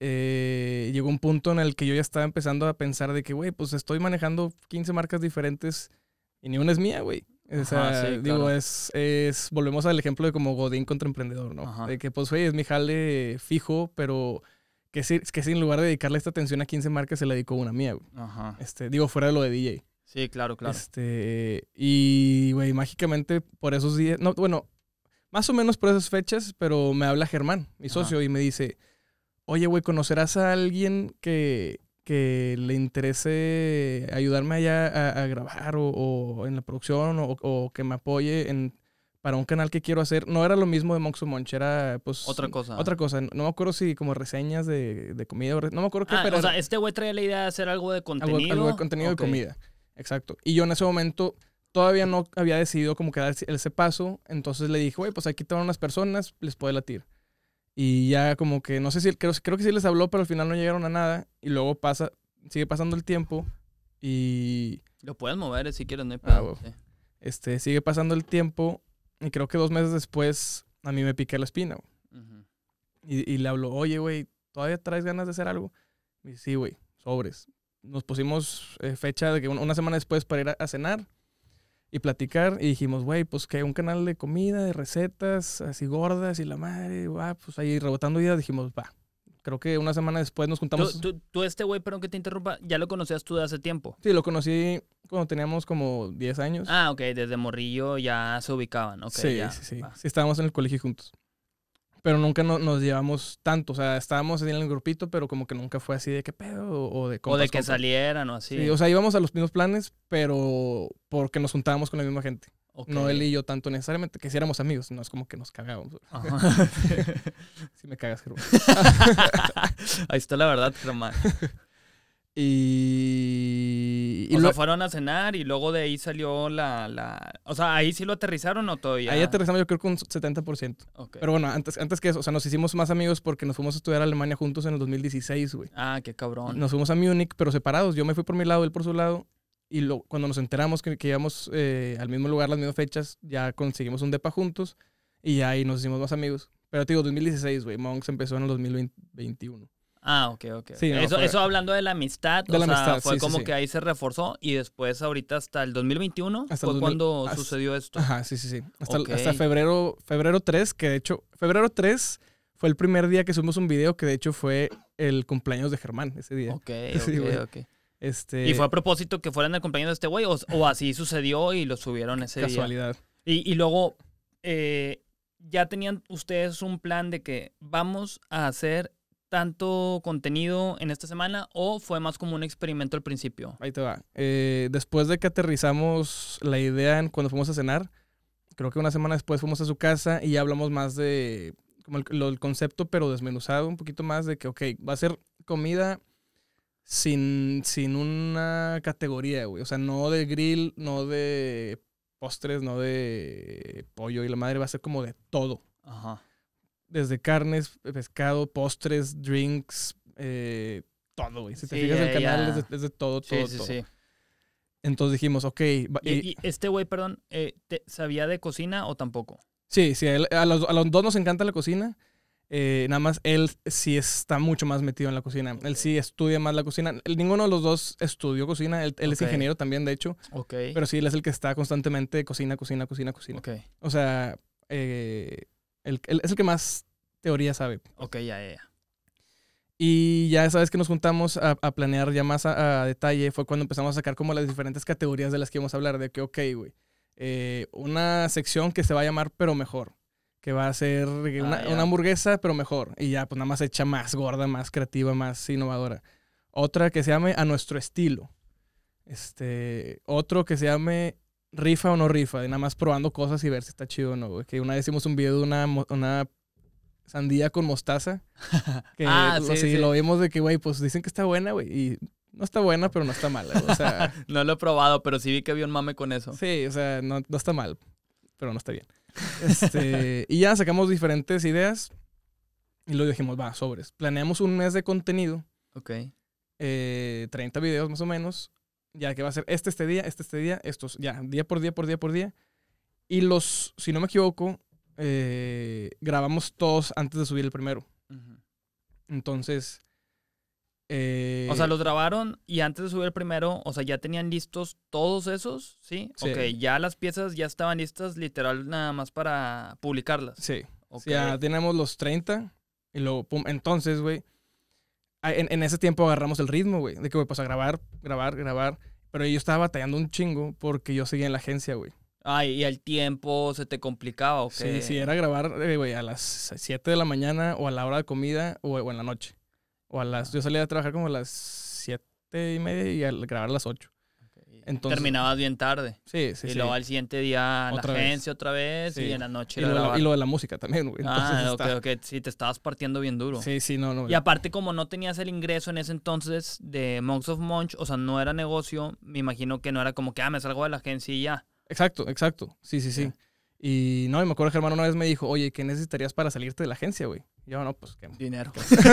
Speaker 2: eh, llegó un punto en el que yo ya estaba empezando a pensar de que, güey, pues estoy manejando quince marcas diferentes y ni una es mía, güey. O sea,
Speaker 3: Ajá, sí,
Speaker 2: digo,
Speaker 3: claro.
Speaker 2: es, es, volvemos al ejemplo de como Godín contra emprendedor, ¿no?
Speaker 3: Ajá.
Speaker 2: De que, pues, güey, es mi jale fijo, pero que sí, que sí, en lugar de dedicarle esta atención a quince marcas, se le dedicó una mía, güey.
Speaker 3: Ajá.
Speaker 2: Este, digo, fuera de lo de D J.
Speaker 3: Sí, claro, claro.
Speaker 2: Este, y, güey, mágicamente por esos días, no, bueno, más o menos por esas fechas, pero me habla Germán, mi socio,
Speaker 3: Ajá.
Speaker 2: y me dice, oye, güey, ¿conocerás a alguien que, que le interese ayudarme allá a, a grabar o, o en la producción o, o que me apoye en, para un canal que quiero hacer? No era lo mismo de Monks of Munch, era pues...
Speaker 3: Otra cosa.
Speaker 2: Otra cosa, no me acuerdo si como reseñas de, de comida, o re- no me acuerdo qué,
Speaker 3: Ah,
Speaker 2: pero
Speaker 3: o sea,
Speaker 2: era
Speaker 3: este güey traía la idea de hacer algo de
Speaker 2: algo,
Speaker 3: contenido.
Speaker 2: algo de contenido
Speaker 3: Ok.
Speaker 2: de comida. Exacto. Y yo en ese momento todavía no había decidido como que dar ese paso. Entonces le dije, güey, pues aquí tengo unas personas, les puede latir. Y ya como que, no sé si, creo, creo que sí les habló, pero al final no llegaron a nada. Y luego pasa, sigue pasando el tiempo y
Speaker 3: Lo puedes mover eh, si quieres, no hay
Speaker 2: Ah,
Speaker 3: pedo.
Speaker 2: huevo.
Speaker 3: Sí.
Speaker 2: este, sigue pasando el tiempo. Y creo que dos meses después a mí me piqué la espina. Güey.
Speaker 3: Ujú.
Speaker 2: Y, y le hablo, oye, güey, ¿todavía traes ganas de hacer algo? Y dice, sí, güey, sobres. Nos pusimos eh, fecha de que una, una semana después para ir a, a cenar y platicar. Y dijimos, güey, pues que un canal de comida, de recetas, así gordas y la madre, va, pues ahí rebotando ideas. Dijimos, va. Creo que una semana después nos juntamos.
Speaker 3: Tú, tú, tú este güey, perdón que te interrumpa, ya lo conocías tú de hace tiempo.
Speaker 2: Sí, lo conocí cuando teníamos como diez años.
Speaker 3: Ah, ok, desde morrillo ya se ubicaban. Ok,
Speaker 2: sí,
Speaker 3: ya.
Speaker 2: sí, sí.
Speaker 3: va.
Speaker 2: Sí, estábamos en el colegio juntos. Pero nunca no- nos llevamos tanto. O sea, estábamos en el grupito, pero como que nunca fue así de qué pedo o, o de
Speaker 3: O
Speaker 2: compas,
Speaker 3: de que
Speaker 2: compas.
Speaker 3: salieran o así.
Speaker 2: Sí, o sea, íbamos a los mismos planes, pero porque nos juntábamos con la misma gente.
Speaker 3: Ok.
Speaker 2: No él y yo tanto necesariamente, que si éramos amigos, no es como que nos cagábamos.
Speaker 3: Ajá.
Speaker 2: Si me cagas, Germán.
Speaker 3: Ahí está la verdad, Germán.
Speaker 2: Y... y
Speaker 3: o sea,
Speaker 2: luego-
Speaker 3: fueron a cenar y luego de ahí salió la, la... O sea, ¿ahí sí lo aterrizaron o todavía?
Speaker 2: ahí aterrizamos yo creo que un setenta por ciento.
Speaker 3: Ok.
Speaker 2: Pero bueno, antes, antes que eso, o sea, nos hicimos más amigos porque nos fuimos a estudiar a Alemania juntos en el dos mil dieciséis, güey.
Speaker 3: Ah, qué cabrón.
Speaker 2: Nos fuimos a Múnich, pero separados. Yo me fui por mi lado, él por su lado. Y lo, cuando nos enteramos que, que íbamos eh, al mismo lugar, las mismas fechas, ya conseguimos un depa juntos y ya ahí nos hicimos más amigos. Pero te digo, dos mil dieciséis, güey. Monks empezó en el dos mil veintiuno.
Speaker 3: Ah, ok, ok.
Speaker 2: Sí, no,
Speaker 3: eso,
Speaker 2: fue-
Speaker 3: eso hablando de la amistad,
Speaker 2: De
Speaker 3: o
Speaker 2: la
Speaker 3: sea,
Speaker 2: amistad,
Speaker 3: fue
Speaker 2: sí, sí,
Speaker 3: como
Speaker 2: sí.
Speaker 3: que ahí se reforzó y después ahorita hasta el dos mil veintiuno
Speaker 2: Hasta
Speaker 3: fue
Speaker 2: el dos mil
Speaker 3: cuando
Speaker 2: hasta-
Speaker 3: sucedió esto.
Speaker 2: Ajá, sí, sí, sí. Hasta,
Speaker 3: Ok.
Speaker 2: hasta febrero, febrero tres, que de hecho, febrero tres fue el primer día que subimos un video que de hecho fue el cumpleaños de Germán ese día.
Speaker 3: Ok,
Speaker 2: Sí,
Speaker 3: ok,
Speaker 2: güey.
Speaker 3: ok.
Speaker 2: Este,
Speaker 3: ¿Y fue a propósito que fueran el cumpleaños de este güey o, o así sucedió y lo subieron ese día?
Speaker 2: casualidad.
Speaker 3: Y, y luego, eh, ¿ya tenían ustedes un plan de que vamos a hacer tanto contenido en esta semana o fue más como un experimento al principio?
Speaker 2: Ahí te va. Eh, después de que aterrizamos la idea en cuando fuimos a cenar, creo que una semana después fuimos a su casa y ya hablamos más de como el, lo- el concepto, pero desmenuzado un poquito más de que, ok, va a ser comida sin, sin una categoría, güey. O sea, no de grill, no de postres, no de pollo y la madre, va a ser como de todo.
Speaker 3: Ajá.
Speaker 2: Desde carnes, pescado, postres, drinks, eh, todo, güey. Si te
Speaker 3: Sí,
Speaker 2: fijas el
Speaker 3: ya,
Speaker 2: canal
Speaker 3: ya.
Speaker 2: es de, es de todo,
Speaker 3: Sí,
Speaker 2: todo,
Speaker 3: sí,
Speaker 2: todo.
Speaker 3: sí.
Speaker 2: Entonces dijimos, ok. va-
Speaker 3: ¿Y,
Speaker 2: y-
Speaker 3: y este güey, perdón, eh, te- ¿sabía de cocina o tampoco?
Speaker 2: sí, sí, a, él- a los, a los dos nos encanta la cocina. Eh, nada más él sí está mucho más metido en la cocina.
Speaker 3: Okay.
Speaker 2: Él sí estudia más la cocina. Él, ninguno de los dos estudió cocina. Él, él es
Speaker 3: Okay.
Speaker 2: ingeniero también, de hecho.
Speaker 3: Ok.
Speaker 2: Pero sí, él es el que está constantemente cocina, cocina, cocina, cocina.
Speaker 3: Ok,
Speaker 2: O sea, eh, él, él es el que más teoría sabe.
Speaker 3: ok, ya, ya, ya.
Speaker 2: Y ya sabes que nos juntamos a, a planear ya más a, a detalle. Fue cuando empezamos a sacar como las diferentes categorías de las que íbamos a hablar. De que, ok, güey, eh, una sección que se va a llamar Pero Mejor. Que va a ser una,
Speaker 3: Ah, ya.
Speaker 2: una hamburguesa, pero mejor. Y ya, pues nada más hecha más gorda, más creativa, más innovadora. Otra que se llame A Nuestro Estilo. Este, otro que se llame Rifa o No Rifa. Y nada más probando cosas y ver si está chido o no, güey. Que una vez hicimos un video de una, mo- una sandía con mostaza. Que
Speaker 3: Ah,
Speaker 2: pues,
Speaker 3: sí,
Speaker 2: así
Speaker 3: sí.
Speaker 2: lo vimos de que, güey, pues dicen que está buena, güey. Y no está buena, pero no está mala. O sea,
Speaker 3: No lo he probado, pero sí vi que había un mame con eso.
Speaker 2: sí, o sea, no, no está mal, pero no está bien. Este, y ya sacamos diferentes ideas y luego dijimos, va, sobres. Planeamos un mes de contenido,
Speaker 3: Ok.
Speaker 2: eh, treinta videos más o menos, ya que va a ser este, este día, este, este día, estos, ya, día por día, por día, por día. Y los, si no me equivoco, eh, grabamos todos antes de subir el primero.
Speaker 3: Ujú.
Speaker 2: Entonces, eh,
Speaker 3: O sea, los grabaron y antes de subir el primero, o sea, ya tenían listos todos esos, ¿sí?
Speaker 2: Sí.
Speaker 3: Ok, ya las piezas ya estaban listas literal nada más para publicarlas.
Speaker 2: sí.
Speaker 3: Ok.
Speaker 2: Sí, ya tenemos los treinta y luego, pum, entonces, güey, a- en, en ese tiempo agarramos el ritmo, güey, de que, güey, pues a grabar, grabar, grabar. Pero yo estaba batallando un chingo porque yo seguía en la agencia, güey.
Speaker 3: Ay, y el tiempo se te complicaba, ok.
Speaker 2: Sí, sí, era grabar, eh, güey, a las siete de la mañana o a la hora de comida o, o en la noche. O a las, yo salía a trabajar como a las siete y media y a grabar a las ocho.
Speaker 3: Ok.
Speaker 2: Entonces-
Speaker 3: Terminabas bien tarde.
Speaker 2: Sí, sí,
Speaker 3: y
Speaker 2: sí.
Speaker 3: luego al siguiente día a la
Speaker 2: Otra vez.
Speaker 3: agencia otra vez
Speaker 2: Sí.
Speaker 3: y en la noche
Speaker 2: Y
Speaker 3: ir a
Speaker 2: lo, de la,
Speaker 3: grabar.
Speaker 2: y lo de la música también, güey. Entonces
Speaker 3: Ah, ok,
Speaker 2: está-
Speaker 3: ok. Sí, te estabas partiendo bien duro.
Speaker 2: Sí, sí, no, no.
Speaker 3: Y aparte, como no tenías el ingreso en ese entonces de Monks of Munch, o sea, no era negocio, me imagino que no era como que, ah, me salgo de la agencia y ya.
Speaker 2: Exacto, exacto. Sí, sí, sí.
Speaker 3: Ya.
Speaker 2: Y no, y me acuerdo que hermano una vez me dijo, oye, ¿qué necesitarías para salirte de la agencia, güey? Y yo, no, pues, ¿qué?
Speaker 3: Dinero.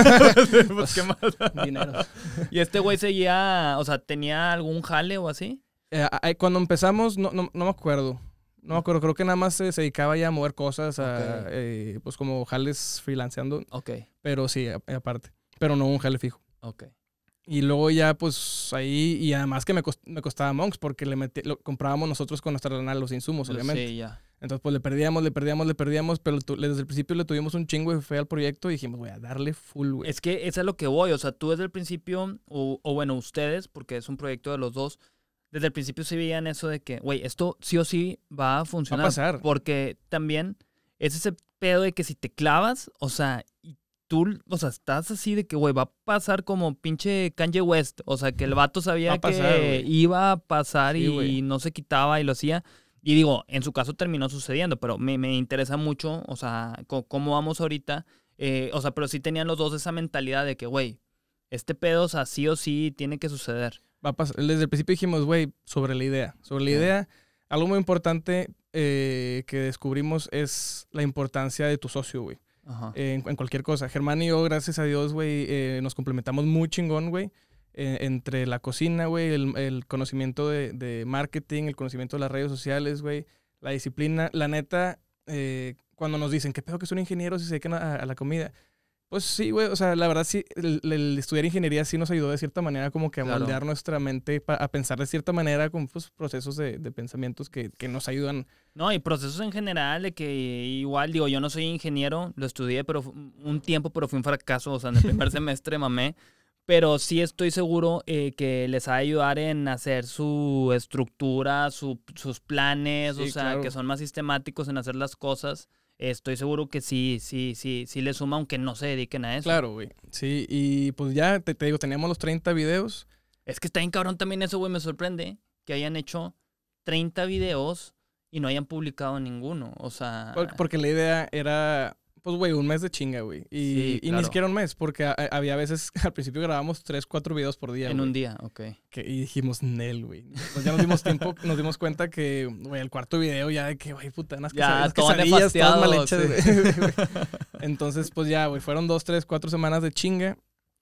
Speaker 3: pues, ¿qué más?
Speaker 2: Dinero.
Speaker 3: ¿Y este güey seguía, o sea, tenía algún jale o así?
Speaker 2: Eh, a- a- cuando empezamos, no, no, no me acuerdo. No me acuerdo, creo que nada más se, se dedicaba ya a mover cosas, a,
Speaker 3: Ok.
Speaker 2: eh, pues como jales freelanceando,
Speaker 3: Ok,
Speaker 2: pero sí, a- aparte. Pero no un jale fijo.
Speaker 3: ok.
Speaker 2: Y luego ya, pues ahí, y además que me, cost- me costaba Monks porque le metí, lo comprábamos nosotros con nuestra lana los insumos, obviamente.
Speaker 3: Sí, ya.
Speaker 2: Entonces, pues le perdíamos, le perdíamos, le perdíamos, pero tu- desde el principio le tuvimos un chingo de fe al proyecto y dijimos, voy a darle full, güey.
Speaker 3: Es que eso es lo que voy, o sea, tú desde el principio, o, o bueno, ustedes, porque es un proyecto de los dos, desde el principio sí veían eso de que, güey, esto sí o sí va a funcionar.
Speaker 2: Va a pasar.
Speaker 3: Porque también es ese pedo de que si te clavas, o sea, y tú, o sea, estás así de que, güey, va a pasar como pinche Kanye West. O sea, que el vato
Speaker 2: Va
Speaker 3: sabía
Speaker 2: a pasar,
Speaker 3: que
Speaker 2: güey.
Speaker 3: iba a pasar
Speaker 2: Sí,
Speaker 3: y
Speaker 2: güey.
Speaker 3: no se quitaba y lo hacía. Y digo, en su caso terminó sucediendo, pero me, me interesa mucho, o sea, co- cómo vamos ahorita. Eh, o sea, pero sí tenían los dos esa mentalidad de que, güey, este pedo, o sea, sí o sí tiene que suceder.
Speaker 2: Va a pasar. Desde el principio dijimos, güey, sobre la idea. Sobre la
Speaker 3: Sí.
Speaker 2: idea, algo muy importante eh, que descubrimos es la importancia de tu socio, güey.
Speaker 3: Ajá.
Speaker 2: Eh, en, en cualquier cosa. Germán y yo, gracias a Dios, güey, eh, nos complementamos muy chingón, güey. Eh, entre la cocina, güey, el, el conocimiento de, de marketing, el conocimiento de las redes sociales, güey, la disciplina. La neta, eh, cuando nos dicen, ¿qué pedo que son ingenieros y se dedican a, a la comida? Pues sí, güey, o sea, la verdad sí, el, el estudiar ingeniería sí nos ayudó de cierta manera como que a
Speaker 3: Claro.
Speaker 2: moldear nuestra mente, pa- a pensar de cierta manera con pues, procesos de, de pensamientos que, que nos ayudan.
Speaker 3: No, y procesos en general de que igual, digo, yo no soy ingeniero, lo estudié pero fu- un tiempo, pero fui un fracaso, o sea, en el primer semestre mamé, pero sí estoy seguro eh, que les va a ayudar en hacer su estructura, su- sus planes, o
Speaker 2: Sí,
Speaker 3: sea,
Speaker 2: claro.
Speaker 3: que son más sistemáticos en hacer las cosas. Estoy seguro que sí, sí, sí, sí les suma, aunque no se dediquen a eso.
Speaker 2: Claro, güey. Sí, y pues ya, te, te digo, teníamos los treinta videos.
Speaker 3: Es que está bien cabrón también eso, güey, me sorprende que hayan hecho treinta videos y no hayan publicado ninguno, o sea...
Speaker 2: Por- Porque la idea era, pues, güey, un mes de chinga, güey. Y,
Speaker 3: Sí,
Speaker 2: y
Speaker 3: claro.
Speaker 2: ni siquiera un mes, porque a- había veces, al principio grabábamos tres, cuatro videos por día,
Speaker 3: en
Speaker 2: güey.
Speaker 3: un día, ok.
Speaker 2: Que, y dijimos, Nel, güey. Pues ya nos dimos tiempo, nos dimos cuenta que, güey, el cuarto video ya de que, güey, puta, unas
Speaker 3: Ya,
Speaker 2: quesadillas,
Speaker 3: todo
Speaker 2: quesadillas todas mal
Speaker 3: nefasteado,
Speaker 2: hechas,
Speaker 3: sí.
Speaker 2: güey. Entonces, pues ya, güey, fueron dos, tres, cuatro semanas de chinga.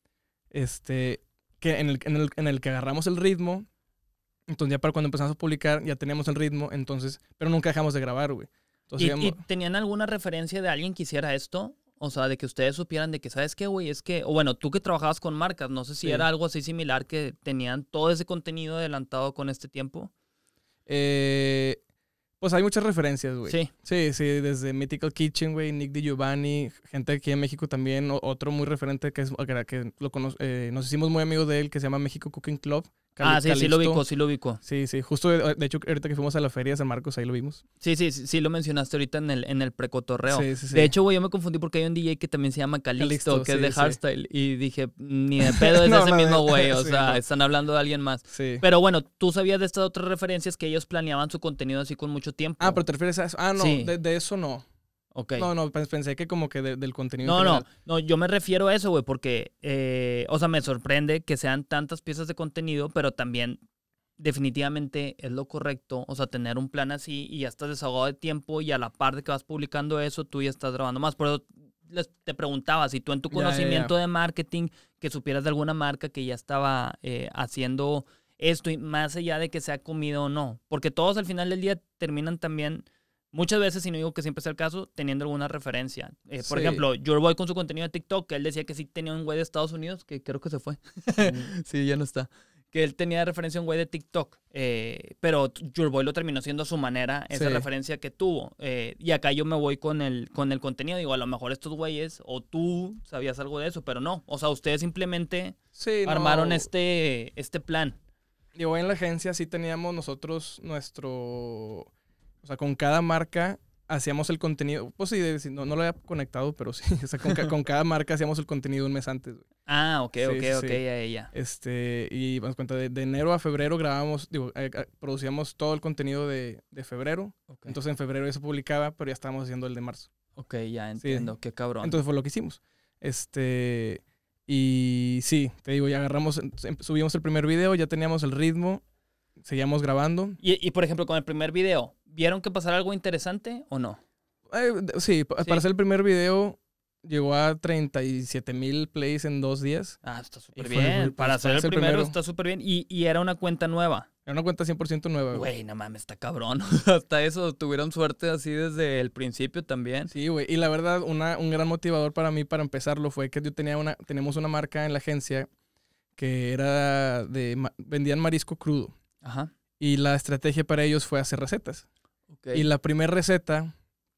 Speaker 2: Este, que en el, en el, en el que agarramos el ritmo. Entonces ya para cuando empezamos a publicar ya teníamos el ritmo, entonces, pero nunca dejamos de grabar, güey. Entonces,
Speaker 3: ¿Y,
Speaker 2: digamos,
Speaker 3: y tenían alguna referencia de alguien que hiciera esto? O sea, de que ustedes supieran de que, ¿sabes qué, güey? Es que, o bueno, tú que trabajabas con marcas, no sé si
Speaker 2: Sí.
Speaker 3: era algo así similar que tenían todo ese contenido adelantado con este tiempo.
Speaker 2: Eh, pues hay muchas referencias, güey.
Speaker 3: Sí.
Speaker 2: Sí, sí, desde Mythical Kitchen, güey, Nick DiGiovanni, gente aquí en México también, o- otro muy referente que es que, que lo cono- eh, nos hicimos muy amigos de él, que se llama México Cooking Club. Cali-
Speaker 3: Ah, sí, sí lo
Speaker 2: Calixto.
Speaker 3: ubico, sí lo ubico.
Speaker 2: Sí, sí, justo de, de hecho ahorita que fuimos a la feria de San Marcos, ahí lo vimos.
Speaker 3: Sí, sí, sí, sí lo mencionaste ahorita en el, en el precotorreo.
Speaker 2: Sí, sí, sí.
Speaker 3: De hecho, güey, yo me confundí porque hay un D J que también se llama Calixto,
Speaker 2: Calixto,
Speaker 3: que es
Speaker 2: sí,
Speaker 3: de
Speaker 2: sí.
Speaker 3: hardstyle. Y dije, ni de pedo es
Speaker 2: No,
Speaker 3: ese
Speaker 2: no,
Speaker 3: mismo
Speaker 2: de-
Speaker 3: güey. O
Speaker 2: sí,
Speaker 3: sea,
Speaker 2: no.
Speaker 3: están hablando de alguien más.
Speaker 2: Sí.
Speaker 3: Pero bueno, tú sabías de estas otras referencias que ellos planeaban su contenido así con mucho tiempo.
Speaker 2: Ah, pero te refieres a eso. Ah, no,
Speaker 3: Sí.
Speaker 2: de, de eso no.
Speaker 3: Ok.
Speaker 2: No, no, pens- pensé que como que de- del contenido.
Speaker 3: No,
Speaker 2: en
Speaker 3: no,
Speaker 2: general.
Speaker 3: no, yo me refiero a eso, güey, porque, eh, o sea, me sorprende que sean tantas piezas de contenido, pero también definitivamente es lo correcto, o sea, tener un plan así y ya estás desahogado de tiempo y a la par de que vas publicando eso, tú ya estás grabando más. Por eso les, te preguntaba si tú en tu
Speaker 2: Ya, ya,
Speaker 3: conocimiento
Speaker 2: ya.
Speaker 3: de marketing, que supieras de alguna marca que ya estaba eh, haciendo esto, y más allá de que sea comida o no, porque todos al final del día terminan también... Muchas veces, y no digo que siempre sea el caso, teniendo alguna referencia. Eh, por
Speaker 2: Sí.
Speaker 3: ejemplo, Your Boy con su contenido de TikTok, que él decía que sí tenía un güey de Estados Unidos, que creo que se fue. Sí, ya no está. Que él tenía referencia a un güey de TikTok. eh, pero Your Boy lo terminó siendo a su manera, esa
Speaker 2: Sí.
Speaker 3: referencia que tuvo. Eh, y acá yo me voy con el, con el contenido. Digo, a lo mejor estos güeyes, o tú sabías algo de eso, pero no. O sea, ustedes simplemente
Speaker 2: Sí, no.
Speaker 3: armaron este, este plan.
Speaker 2: Digo, en la agencia sí teníamos nosotros nuestro... O sea, con cada marca hacíamos el contenido. Pues sí, de- sí, no, no lo había conectado, pero sí. O sea, con, ca- con cada marca hacíamos el contenido un mes antes, güey.
Speaker 3: Ah, ok,
Speaker 2: Sí,
Speaker 3: ok,
Speaker 2: sí,
Speaker 3: ok,
Speaker 2: sí.
Speaker 3: ya, ya.
Speaker 2: Este, y vamos cuenta, de, de enero a febrero grabábamos, digo, eh, eh, producíamos todo el contenido de, de febrero.
Speaker 3: Ok,
Speaker 2: Entonces en febrero ya se publicaba, pero ya estábamos haciendo el de marzo.
Speaker 3: ok, ya entiendo. Qué cabrón.
Speaker 2: Entonces fue lo que hicimos. Este, y sí, te digo, ya agarramos, em- subimos el primer video, ya teníamos el ritmo, seguíamos grabando.
Speaker 3: Y, y, por ejemplo, con el primer video, ¿vieron que pasara algo interesante o no?
Speaker 2: Eh, de- sí, pa-
Speaker 3: Sí.
Speaker 2: para hacer el primer video llegó a treinta y siete mil plays en dos días.
Speaker 3: Ah, está súper
Speaker 2: Y fue,
Speaker 3: bien.
Speaker 2: güey,
Speaker 3: Para
Speaker 2: pues,
Speaker 3: hacer
Speaker 2: para
Speaker 3: el
Speaker 2: ser
Speaker 3: primero,
Speaker 2: primero.
Speaker 3: está súper bien. Y, y era una cuenta nueva.
Speaker 2: Era una cuenta cien por ciento nueva. güey.
Speaker 3: Güey, no mames, está cabrón. Hasta eso tuvieron suerte así desde el principio también.
Speaker 2: Sí, güey. Y la verdad, una, un gran motivador para mí para empezarlo fue que yo tenía una, tenemos una marca en la agencia que era de, ma- vendían marisco crudo.
Speaker 3: Ajá.
Speaker 2: Y la estrategia para ellos fue hacer recetas.
Speaker 3: Ok.
Speaker 2: Y la primera receta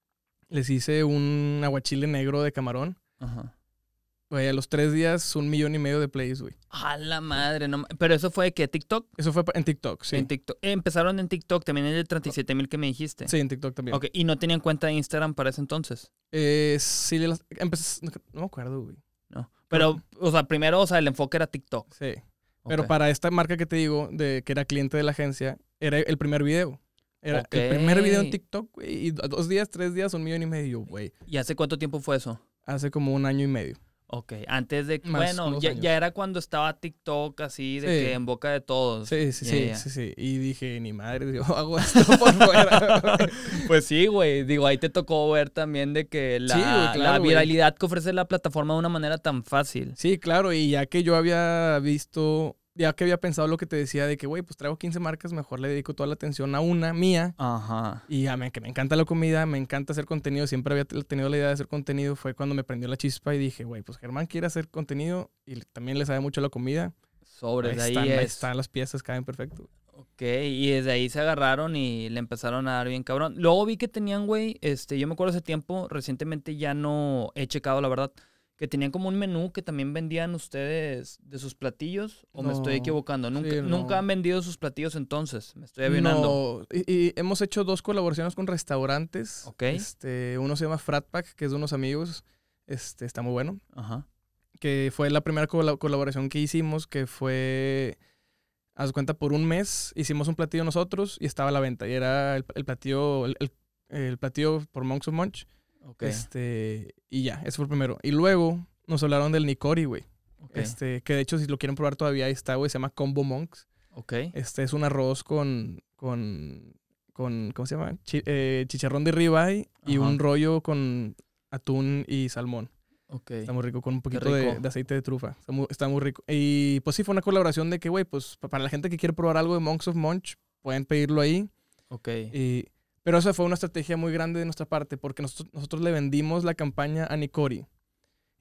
Speaker 2: les hice un aguachile negro de camarón.
Speaker 3: Ajá.
Speaker 2: Güey, a los tres días, un millón y medio de plays, güey.
Speaker 3: A la madre, no ma- Pero eso fue de que TikTok.
Speaker 2: Eso fue pa- en TikTok, sí.
Speaker 3: En TikTok. Eh, empezaron en TikTok, también en el treinta y siete mil que me dijiste.
Speaker 2: Sí, en TikTok también.
Speaker 3: Ok, y no tenían cuenta de Instagram para ese entonces.
Speaker 2: Eh, sí, las- empecé- no, no me acuerdo, güey.
Speaker 3: No. Pero, o sea, primero, o sea, el enfoque era TikTok.
Speaker 2: Sí. Pero
Speaker 3: Ok.
Speaker 2: para esta marca que te digo, de que era cliente de la agencia, era el primer video. Era
Speaker 3: Ok.
Speaker 2: el primer video en TikTok, güey. Y a dos días, tres días, un millón y medio, güey.
Speaker 3: ¿Y hace cuánto tiempo fue eso?
Speaker 2: Hace como un año y medio.
Speaker 3: Ok, antes de...
Speaker 2: Más
Speaker 3: bueno,
Speaker 2: unos
Speaker 3: ya,
Speaker 2: años.
Speaker 3: ya era cuando estaba TikTok así, de
Speaker 2: Sí.
Speaker 3: que en boca de todos.
Speaker 2: Sí, sí,
Speaker 3: Ya,
Speaker 2: sí,
Speaker 3: ya.
Speaker 2: sí, sí. Y dije, ni madre, yo hago esto por fuera.
Speaker 3: Pues sí, güey. Digo, ahí te tocó ver también de que la,
Speaker 2: Sí, güey, claro,
Speaker 3: la
Speaker 2: güey.
Speaker 3: viralidad que ofrece la plataforma de una manera tan fácil.
Speaker 2: Sí, claro. Y ya que yo había visto, ya que había pensado lo que te decía de que, güey, pues traigo quince marcas, mejor le dedico toda la atención a una mía.
Speaker 3: Ajá.
Speaker 2: Y a mí, que me encanta la comida, me encanta hacer contenido, siempre había t- tenido la idea de hacer contenido, fue cuando me prendió la chispa y dije, güey, pues Germán quiere hacer contenido y también le sabe mucho la comida.
Speaker 3: Sobre
Speaker 2: Ahí,
Speaker 3: de ahí
Speaker 2: están, ahí
Speaker 3: es.
Speaker 2: están las piezas, caen perfecto.
Speaker 3: Ok, y desde ahí se agarraron y le empezaron a dar bien cabrón. Luego vi que tenían, güey, este, yo me acuerdo hace tiempo, recientemente ya no he checado, la verdad, que tenían como un menú que también vendían ustedes de sus platillos, o me estoy
Speaker 2: No,
Speaker 3: equivocando. Nunca,
Speaker 2: sí, no.
Speaker 3: nunca han vendido sus platillos entonces, me estoy avinando.
Speaker 2: No, y, y hemos hecho dos colaboraciones con restaurantes.
Speaker 3: Ok.
Speaker 2: Este, uno se llama Frat Pack, que es de unos amigos. Este, está muy bueno.
Speaker 3: Ajá.
Speaker 2: Que fue la primera cola- colaboración que hicimos, que fue, haz de cuenta, por un mes hicimos un platillo nosotros y estaba a la venta. Y era el, el platillo, el, el- el platillo por Monks of Munch.
Speaker 3: Ok.
Speaker 2: Este, y ya, ese fue el primero. Y luego nos hablaron del Nicori, güey.
Speaker 3: ok,
Speaker 2: Este, que de hecho, si lo quieren probar todavía, ahí está, güey. Se llama Combo Monks.
Speaker 3: ok.
Speaker 2: Este es un arroz con, con, con ¿cómo se llama? Chi- eh, chicharrón de ribeye y
Speaker 3: Ajá.
Speaker 2: un rollo con atún y salmón.
Speaker 3: Ok.
Speaker 2: Está muy rico, con un poquito de,
Speaker 3: rico.
Speaker 2: de aceite de trufa. Está muy, está muy rico. Y pues sí, fue una colaboración de que, güey, pues pa- para la gente que quiere probar algo de Monks of Munch, pueden pedirlo ahí.
Speaker 3: Ok.
Speaker 2: Y, pero esa fue una estrategia muy grande de nuestra parte, porque nosotros, nosotros le vendimos la campaña a Nicori.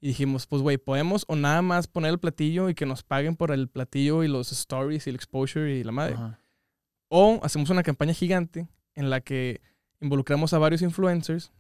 Speaker 2: Y dijimos, pues, güey, podemos o nada más poner el platillo y que nos paguen por el platillo y los stories y el exposure y la madre.
Speaker 3: Ajá.
Speaker 2: O hacemos una campaña gigante en la que involucramos a varios influencers.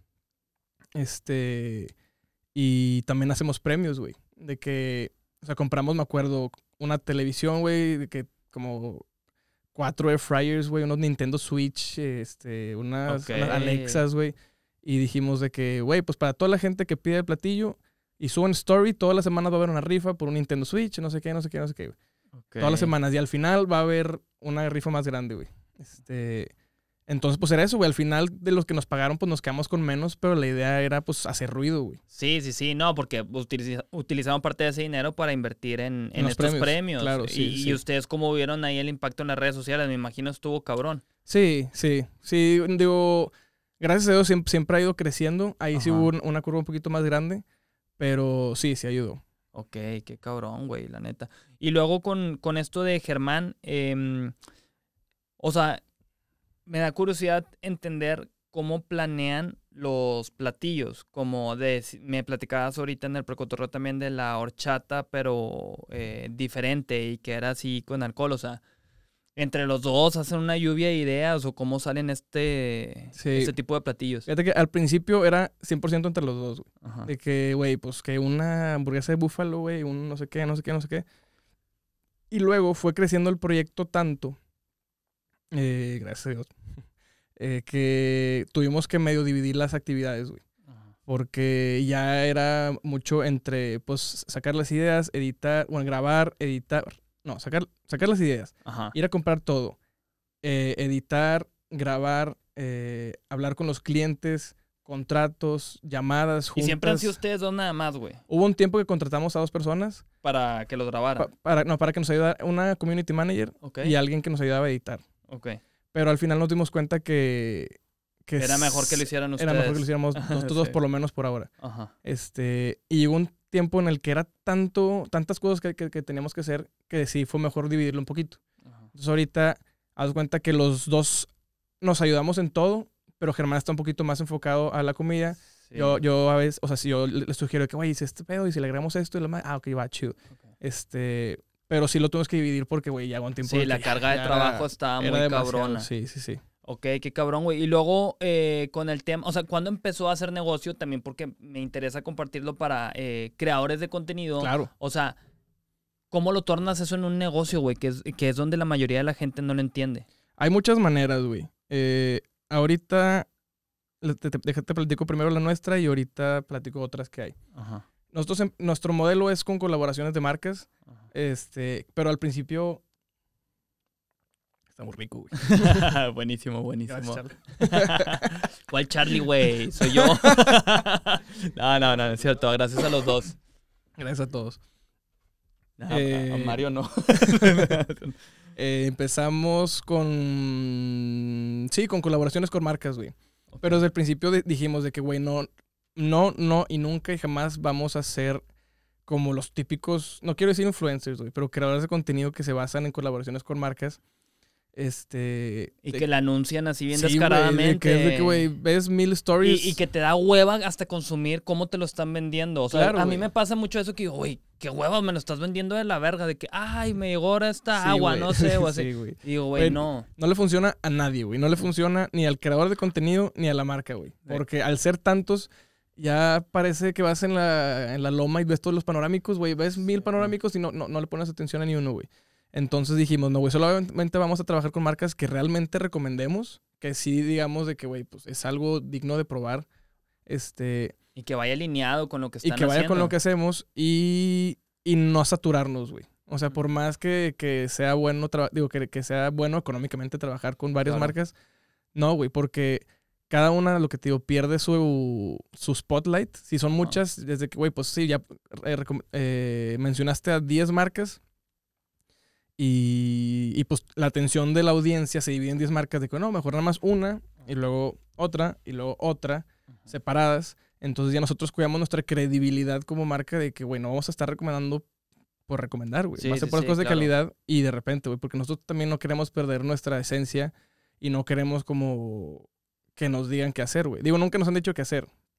Speaker 2: Este. Y también hacemos premios, güey. De que, o sea, compramos, me acuerdo, una televisión, güey, de que como cuatro air fryers, güey, unos Nintendo Switch, este, unas,
Speaker 3: Ok.
Speaker 2: unas Alexas, güey. Y dijimos de que, güey, pues para toda la gente que pide el platillo y suben story, todas las semanas va a haber una rifa por un Nintendo Switch, no sé qué, no sé qué, no sé qué, güey.
Speaker 3: Ok.
Speaker 2: Todas las semanas. Y al final va a haber una rifa más grande, güey. Este... Entonces, pues era eso, güey. Al final de los que nos pagaron, pues nos quedamos con menos, pero la idea era, pues, hacer ruido, güey.
Speaker 3: Sí, sí, sí, no, porque utiliza- utilizamos parte de ese dinero para invertir en, en
Speaker 2: En los
Speaker 3: estos premios.
Speaker 2: premios, claro, sí,
Speaker 3: y,
Speaker 2: sí.
Speaker 3: y ustedes, ¿cómo vieron ahí el impacto en las redes sociales? Me imagino estuvo cabrón.
Speaker 2: Sí, sí. Sí, digo, gracias a Dios siempre, siempre ha ido creciendo. Ahí sí
Speaker 3: Ajá.
Speaker 2: hubo un- una curva un poquito más grande, pero sí, sí ayudó.
Speaker 3: Ok, qué cabrón, güey, la neta. Y luego con, con esto de Germán, em, o sea, me da curiosidad entender cómo planean los platillos. Como de, me platicabas ahorita en el precotorreo también de la horchata, pero eh, diferente y que era así con alcohol. O sea, entre los dos hacen una lluvia de ideas o cómo salen este,
Speaker 2: Sí.
Speaker 3: este tipo de platillos.
Speaker 2: Fíjate que al principio era cien por ciento entre los dos, güey.
Speaker 3: Ajá.
Speaker 2: De que, güey, pues que una hamburguesa de búfalo, güey, un no sé qué, no sé qué, no sé qué. Y luego fue creciendo el proyecto tanto, eh, gracias a Dios, eh, que tuvimos que medio dividir las actividades, güey.
Speaker 3: Ajá.
Speaker 2: Porque ya era mucho entre, pues, sacar las ideas, editar, bueno, grabar, editar, no, sacar, sacar las ideas,
Speaker 3: Ajá.
Speaker 2: ir a comprar todo, eh, editar, grabar, eh, hablar con los clientes, contratos, llamadas,
Speaker 3: Y
Speaker 2: juntas.
Speaker 3: siempre han sido ustedes dos nada más, güey,
Speaker 2: Hubo un tiempo que contratamos a dos personas
Speaker 3: para que los grabaran.
Speaker 2: pa- para, no, para que nos ayudara una community manager
Speaker 3: Ok,
Speaker 2: y alguien que nos ayudaba a editar.
Speaker 3: ok.
Speaker 2: Pero al final nos dimos cuenta que... que
Speaker 3: Era mejor que lo
Speaker 2: s-
Speaker 3: hicieran ustedes.
Speaker 2: Era mejor que lo hiciéramos nosotros dos
Speaker 3: Sí.
Speaker 2: por lo menos por ahora.
Speaker 3: Ajá.
Speaker 2: Este, y llegó un tiempo en el que era tanto, tantas cosas que, que, que teníamos que hacer que sí fue mejor dividirlo un poquito.
Speaker 3: Ajá.
Speaker 2: Entonces ahorita haz cuenta que los dos nos ayudamos en todo, pero Germán está un poquito más enfocado a la comida.
Speaker 3: Sí.
Speaker 2: Yo, yo a veces, o sea, si yo le le sugiero que, güey, hice este pedo y si le agregamos esto y la madre, ah, ok, va, chido.
Speaker 3: Ok.
Speaker 2: Este, pero sí lo tuvimos que dividir porque, güey, ya hubo un tiempo.
Speaker 3: Sí,
Speaker 2: en
Speaker 3: la
Speaker 2: que
Speaker 3: carga
Speaker 2: ya
Speaker 3: de
Speaker 2: era-
Speaker 3: trabajo estaba
Speaker 2: era
Speaker 3: muy
Speaker 2: demasiado.
Speaker 3: cabrona.
Speaker 2: Sí, sí, sí.
Speaker 3: Ok, qué cabrón, güey. Y luego eh, con el tema, o sea, ¿cuándo empezó a hacer negocio? También porque me interesa compartirlo para eh, creadores de contenido.
Speaker 2: Claro.
Speaker 3: O sea, ¿cómo lo tornas eso en un negocio, güey? Que es, que es donde la mayoría de la gente no lo entiende.
Speaker 2: Hay muchas maneras, güey. Eh, ahorita, le- te, te, déjate platico primero la nuestra y ahorita platico otras que hay.
Speaker 3: Ajá.
Speaker 2: Nosotros, em- nuestro modelo es con colaboraciones de marcas,
Speaker 3: Ajá.
Speaker 2: este, pero al principio... Está muy rico, güey.
Speaker 3: buenísimo, buenísimo.
Speaker 2: Gracias, Charlie.
Speaker 3: ¿Cuál Charlie, güey? Soy yo. no, no, no, es cierto. Gracias a los dos.
Speaker 2: Gracias a todos.
Speaker 3: No, a-
Speaker 2: Eh,
Speaker 3: a Mario no.
Speaker 2: Eh, empezamos con... Sí, con colaboraciones con marcas, güey. Pero desde el principio de- dijimos de que, güey, no, no, no y nunca y jamás vamos a ser como los típicos, no quiero decir influencers, güey, pero creadores de contenido que se basan en colaboraciones con marcas. Este...
Speaker 3: Y
Speaker 2: de-
Speaker 3: que la anuncian así bien
Speaker 2: sí, güey,
Speaker 3: descaradamente.
Speaker 2: de que es de que, güey, ves mil stories...
Speaker 3: Y, y que te da hueva hasta consumir cómo te lo están vendiendo. O sea,
Speaker 2: Claro,
Speaker 3: a mí
Speaker 2: güey.
Speaker 3: me pasa mucho eso que digo, güey, qué hueva, me lo estás vendiendo de la verga. De que, ay, me llegó ahora esta
Speaker 2: Sí,
Speaker 3: agua,
Speaker 2: güey.
Speaker 3: no sé, o así.
Speaker 2: Sí, güey.
Speaker 3: Y digo, güey,
Speaker 2: Güey,
Speaker 3: no.
Speaker 2: No le funciona a nadie, güey. No le funciona ni al creador de contenido ni a la marca, güey. Porque al ser tantos, ya parece que vas en la, en la loma y ves todos los panorámicos, güey. Ves mil panorámicos y no, no, no le pones atención a ni uno, güey. Entonces dijimos, no, güey, solamente vamos a trabajar con marcas que realmente recomendemos. Que sí, digamos, de que, güey, pues es algo digno de probar. Este...
Speaker 3: Y que vaya alineado con lo que
Speaker 2: Y
Speaker 3: están
Speaker 2: que vaya con
Speaker 3: haciendo.
Speaker 2: lo que hacemos y, y no saturarnos, güey. O sea,
Speaker 3: Ujú.
Speaker 2: por más que, que sea bueno, traba- digo, que, que sea bueno económicamente trabajar con varias
Speaker 3: Claro.
Speaker 2: marcas, no, güey, porque cada una, lo que te digo, pierde su, su spotlight. Si son muchas, desde que, güey, pues sí, ya eh, recom- eh, mencionaste a diez marcas y, y pues la atención de la audiencia se divide en diez marcas de que no, mejor nada más una y luego otra y luego otra,
Speaker 3: Ujú.
Speaker 2: separadas. Entonces ya nosotros cuidamos nuestra credibilidad como marca de que, güey, no vamos a estar recomendando por recomendar, güey.
Speaker 3: Sí,
Speaker 2: Va a ser
Speaker 3: sí,
Speaker 2: por
Speaker 3: sí,
Speaker 2: cosas de
Speaker 3: claro.
Speaker 2: calidad y de repente, güey, porque nosotros también no queremos perder nuestra esencia y no queremos como que nos digan qué hacer, güey. Digo, nunca nos han dicho qué hacer,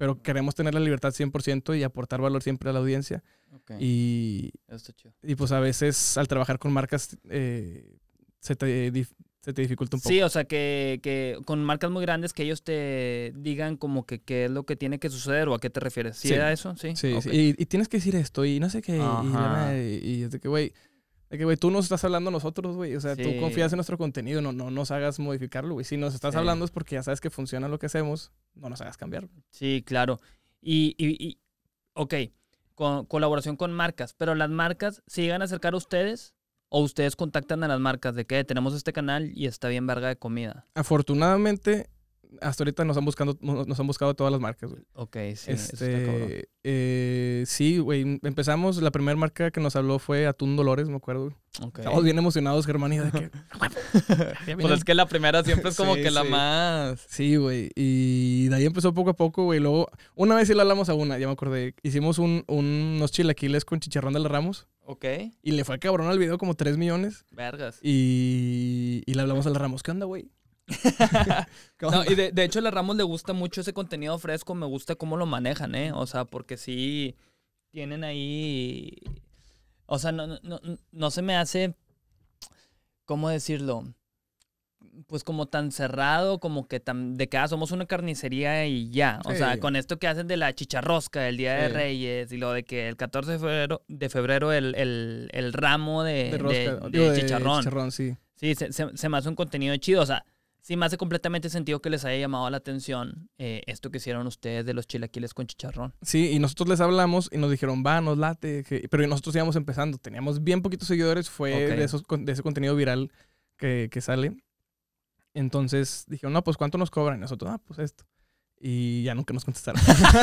Speaker 2: pero queremos tener la libertad cien por ciento y aportar valor siempre a la audiencia.
Speaker 3: Okay.
Speaker 2: Y,
Speaker 3: Eso está chido.
Speaker 2: y pues a veces al trabajar con marcas eh, se, te, dif- se te dificulta un poco.
Speaker 3: Sí, o sea, que, que con marcas muy grandes que ellos te digan como que qué es lo que tiene que suceder o a qué te refieres. ¿Sí,
Speaker 2: Sí.
Speaker 3: era eso? Sí.
Speaker 2: Sí,
Speaker 3: Ok.
Speaker 2: sí. Y, y tienes que decir esto y no sé qué. Y, la
Speaker 3: Ajá.
Speaker 2: madre, y es de que, güey, de que, güey, tú nos estás hablando a nosotros, güey. O sea,
Speaker 3: Sí.
Speaker 2: tú confías en nuestro contenido, no, no nos hagas modificarlo, güey. Si nos estás
Speaker 3: Sí.
Speaker 2: hablando es porque ya sabes que funciona lo que hacemos, no nos hagas cambiar.
Speaker 3: Sí, claro. Y, y, y ok, con, colaboración con marcas, pero las marcas se llegan a acercar a ustedes o ustedes contactan a las marcas de que tenemos este canal y está bien verga de comida.
Speaker 2: Afortunadamente, hasta ahorita nos han buscado, nos han buscado todas las marcas, güey.
Speaker 3: Ok, sí, eso está cabrón.
Speaker 2: Este, eh, sí, güey, empezamos, la primera marca que nos habló fue Atún Dolores, me acuerdo, güey.
Speaker 3: Ok.
Speaker 2: Estamos bien emocionados, Germán, y de que...
Speaker 3: Pues es que la primera siempre es como
Speaker 2: Sí,
Speaker 3: que la
Speaker 2: sí.
Speaker 3: más...
Speaker 2: Sí, güey, y de ahí empezó poco a poco, güey, luego, una vez sí le hablamos a una, ya me acordé, hicimos un, un- unos chilaquiles con chicharrón de los Ramos,
Speaker 3: Ok,
Speaker 2: y le fue cabrón al video como tres millones,
Speaker 3: vergas.
Speaker 2: y, y le hablamos a los Ramos, ¿qué onda, güey? ¿Qué
Speaker 3: No,
Speaker 2: onda?
Speaker 3: y de, de hecho a las Ramos le gusta mucho ese contenido fresco, me gusta cómo lo manejan, ¿eh? O sea, porque sí tienen ahí... O sea, no, no, no, no se me hace... ¿Cómo decirlo? Pues como tan cerrado, como que tan... De que ah, somos una carnicería y ya. O
Speaker 2: Sí.
Speaker 3: sea, con esto que hacen de la chicharrosca, el Día de
Speaker 2: Sí.
Speaker 3: Reyes, y lo de que el catorce de febrero, de febrero el, el, el ramo de,
Speaker 2: de rosca,
Speaker 3: de-
Speaker 2: digo,
Speaker 3: de chicharrón.
Speaker 2: chicharrón, sí.
Speaker 3: Sí, se, se- se me hace un contenido chido. O sea, sí me hace completamente sentido que les haya llamado la atención eh, esto que hicieron ustedes de los chilaquiles con chicharrón.
Speaker 2: Sí, y nosotros les hablamos y nos dijeron, va, nos late. que- Pero nosotros íbamos empezando. Teníamos bien poquitos seguidores. Fue
Speaker 3: Ok.
Speaker 2: de, esos, con- de ese contenido viral que, que sale. Entonces dijeron, no, pues ¿cuánto nos cobran? Y nosotros, ah, pues esto. Y ya nunca nos contestaron.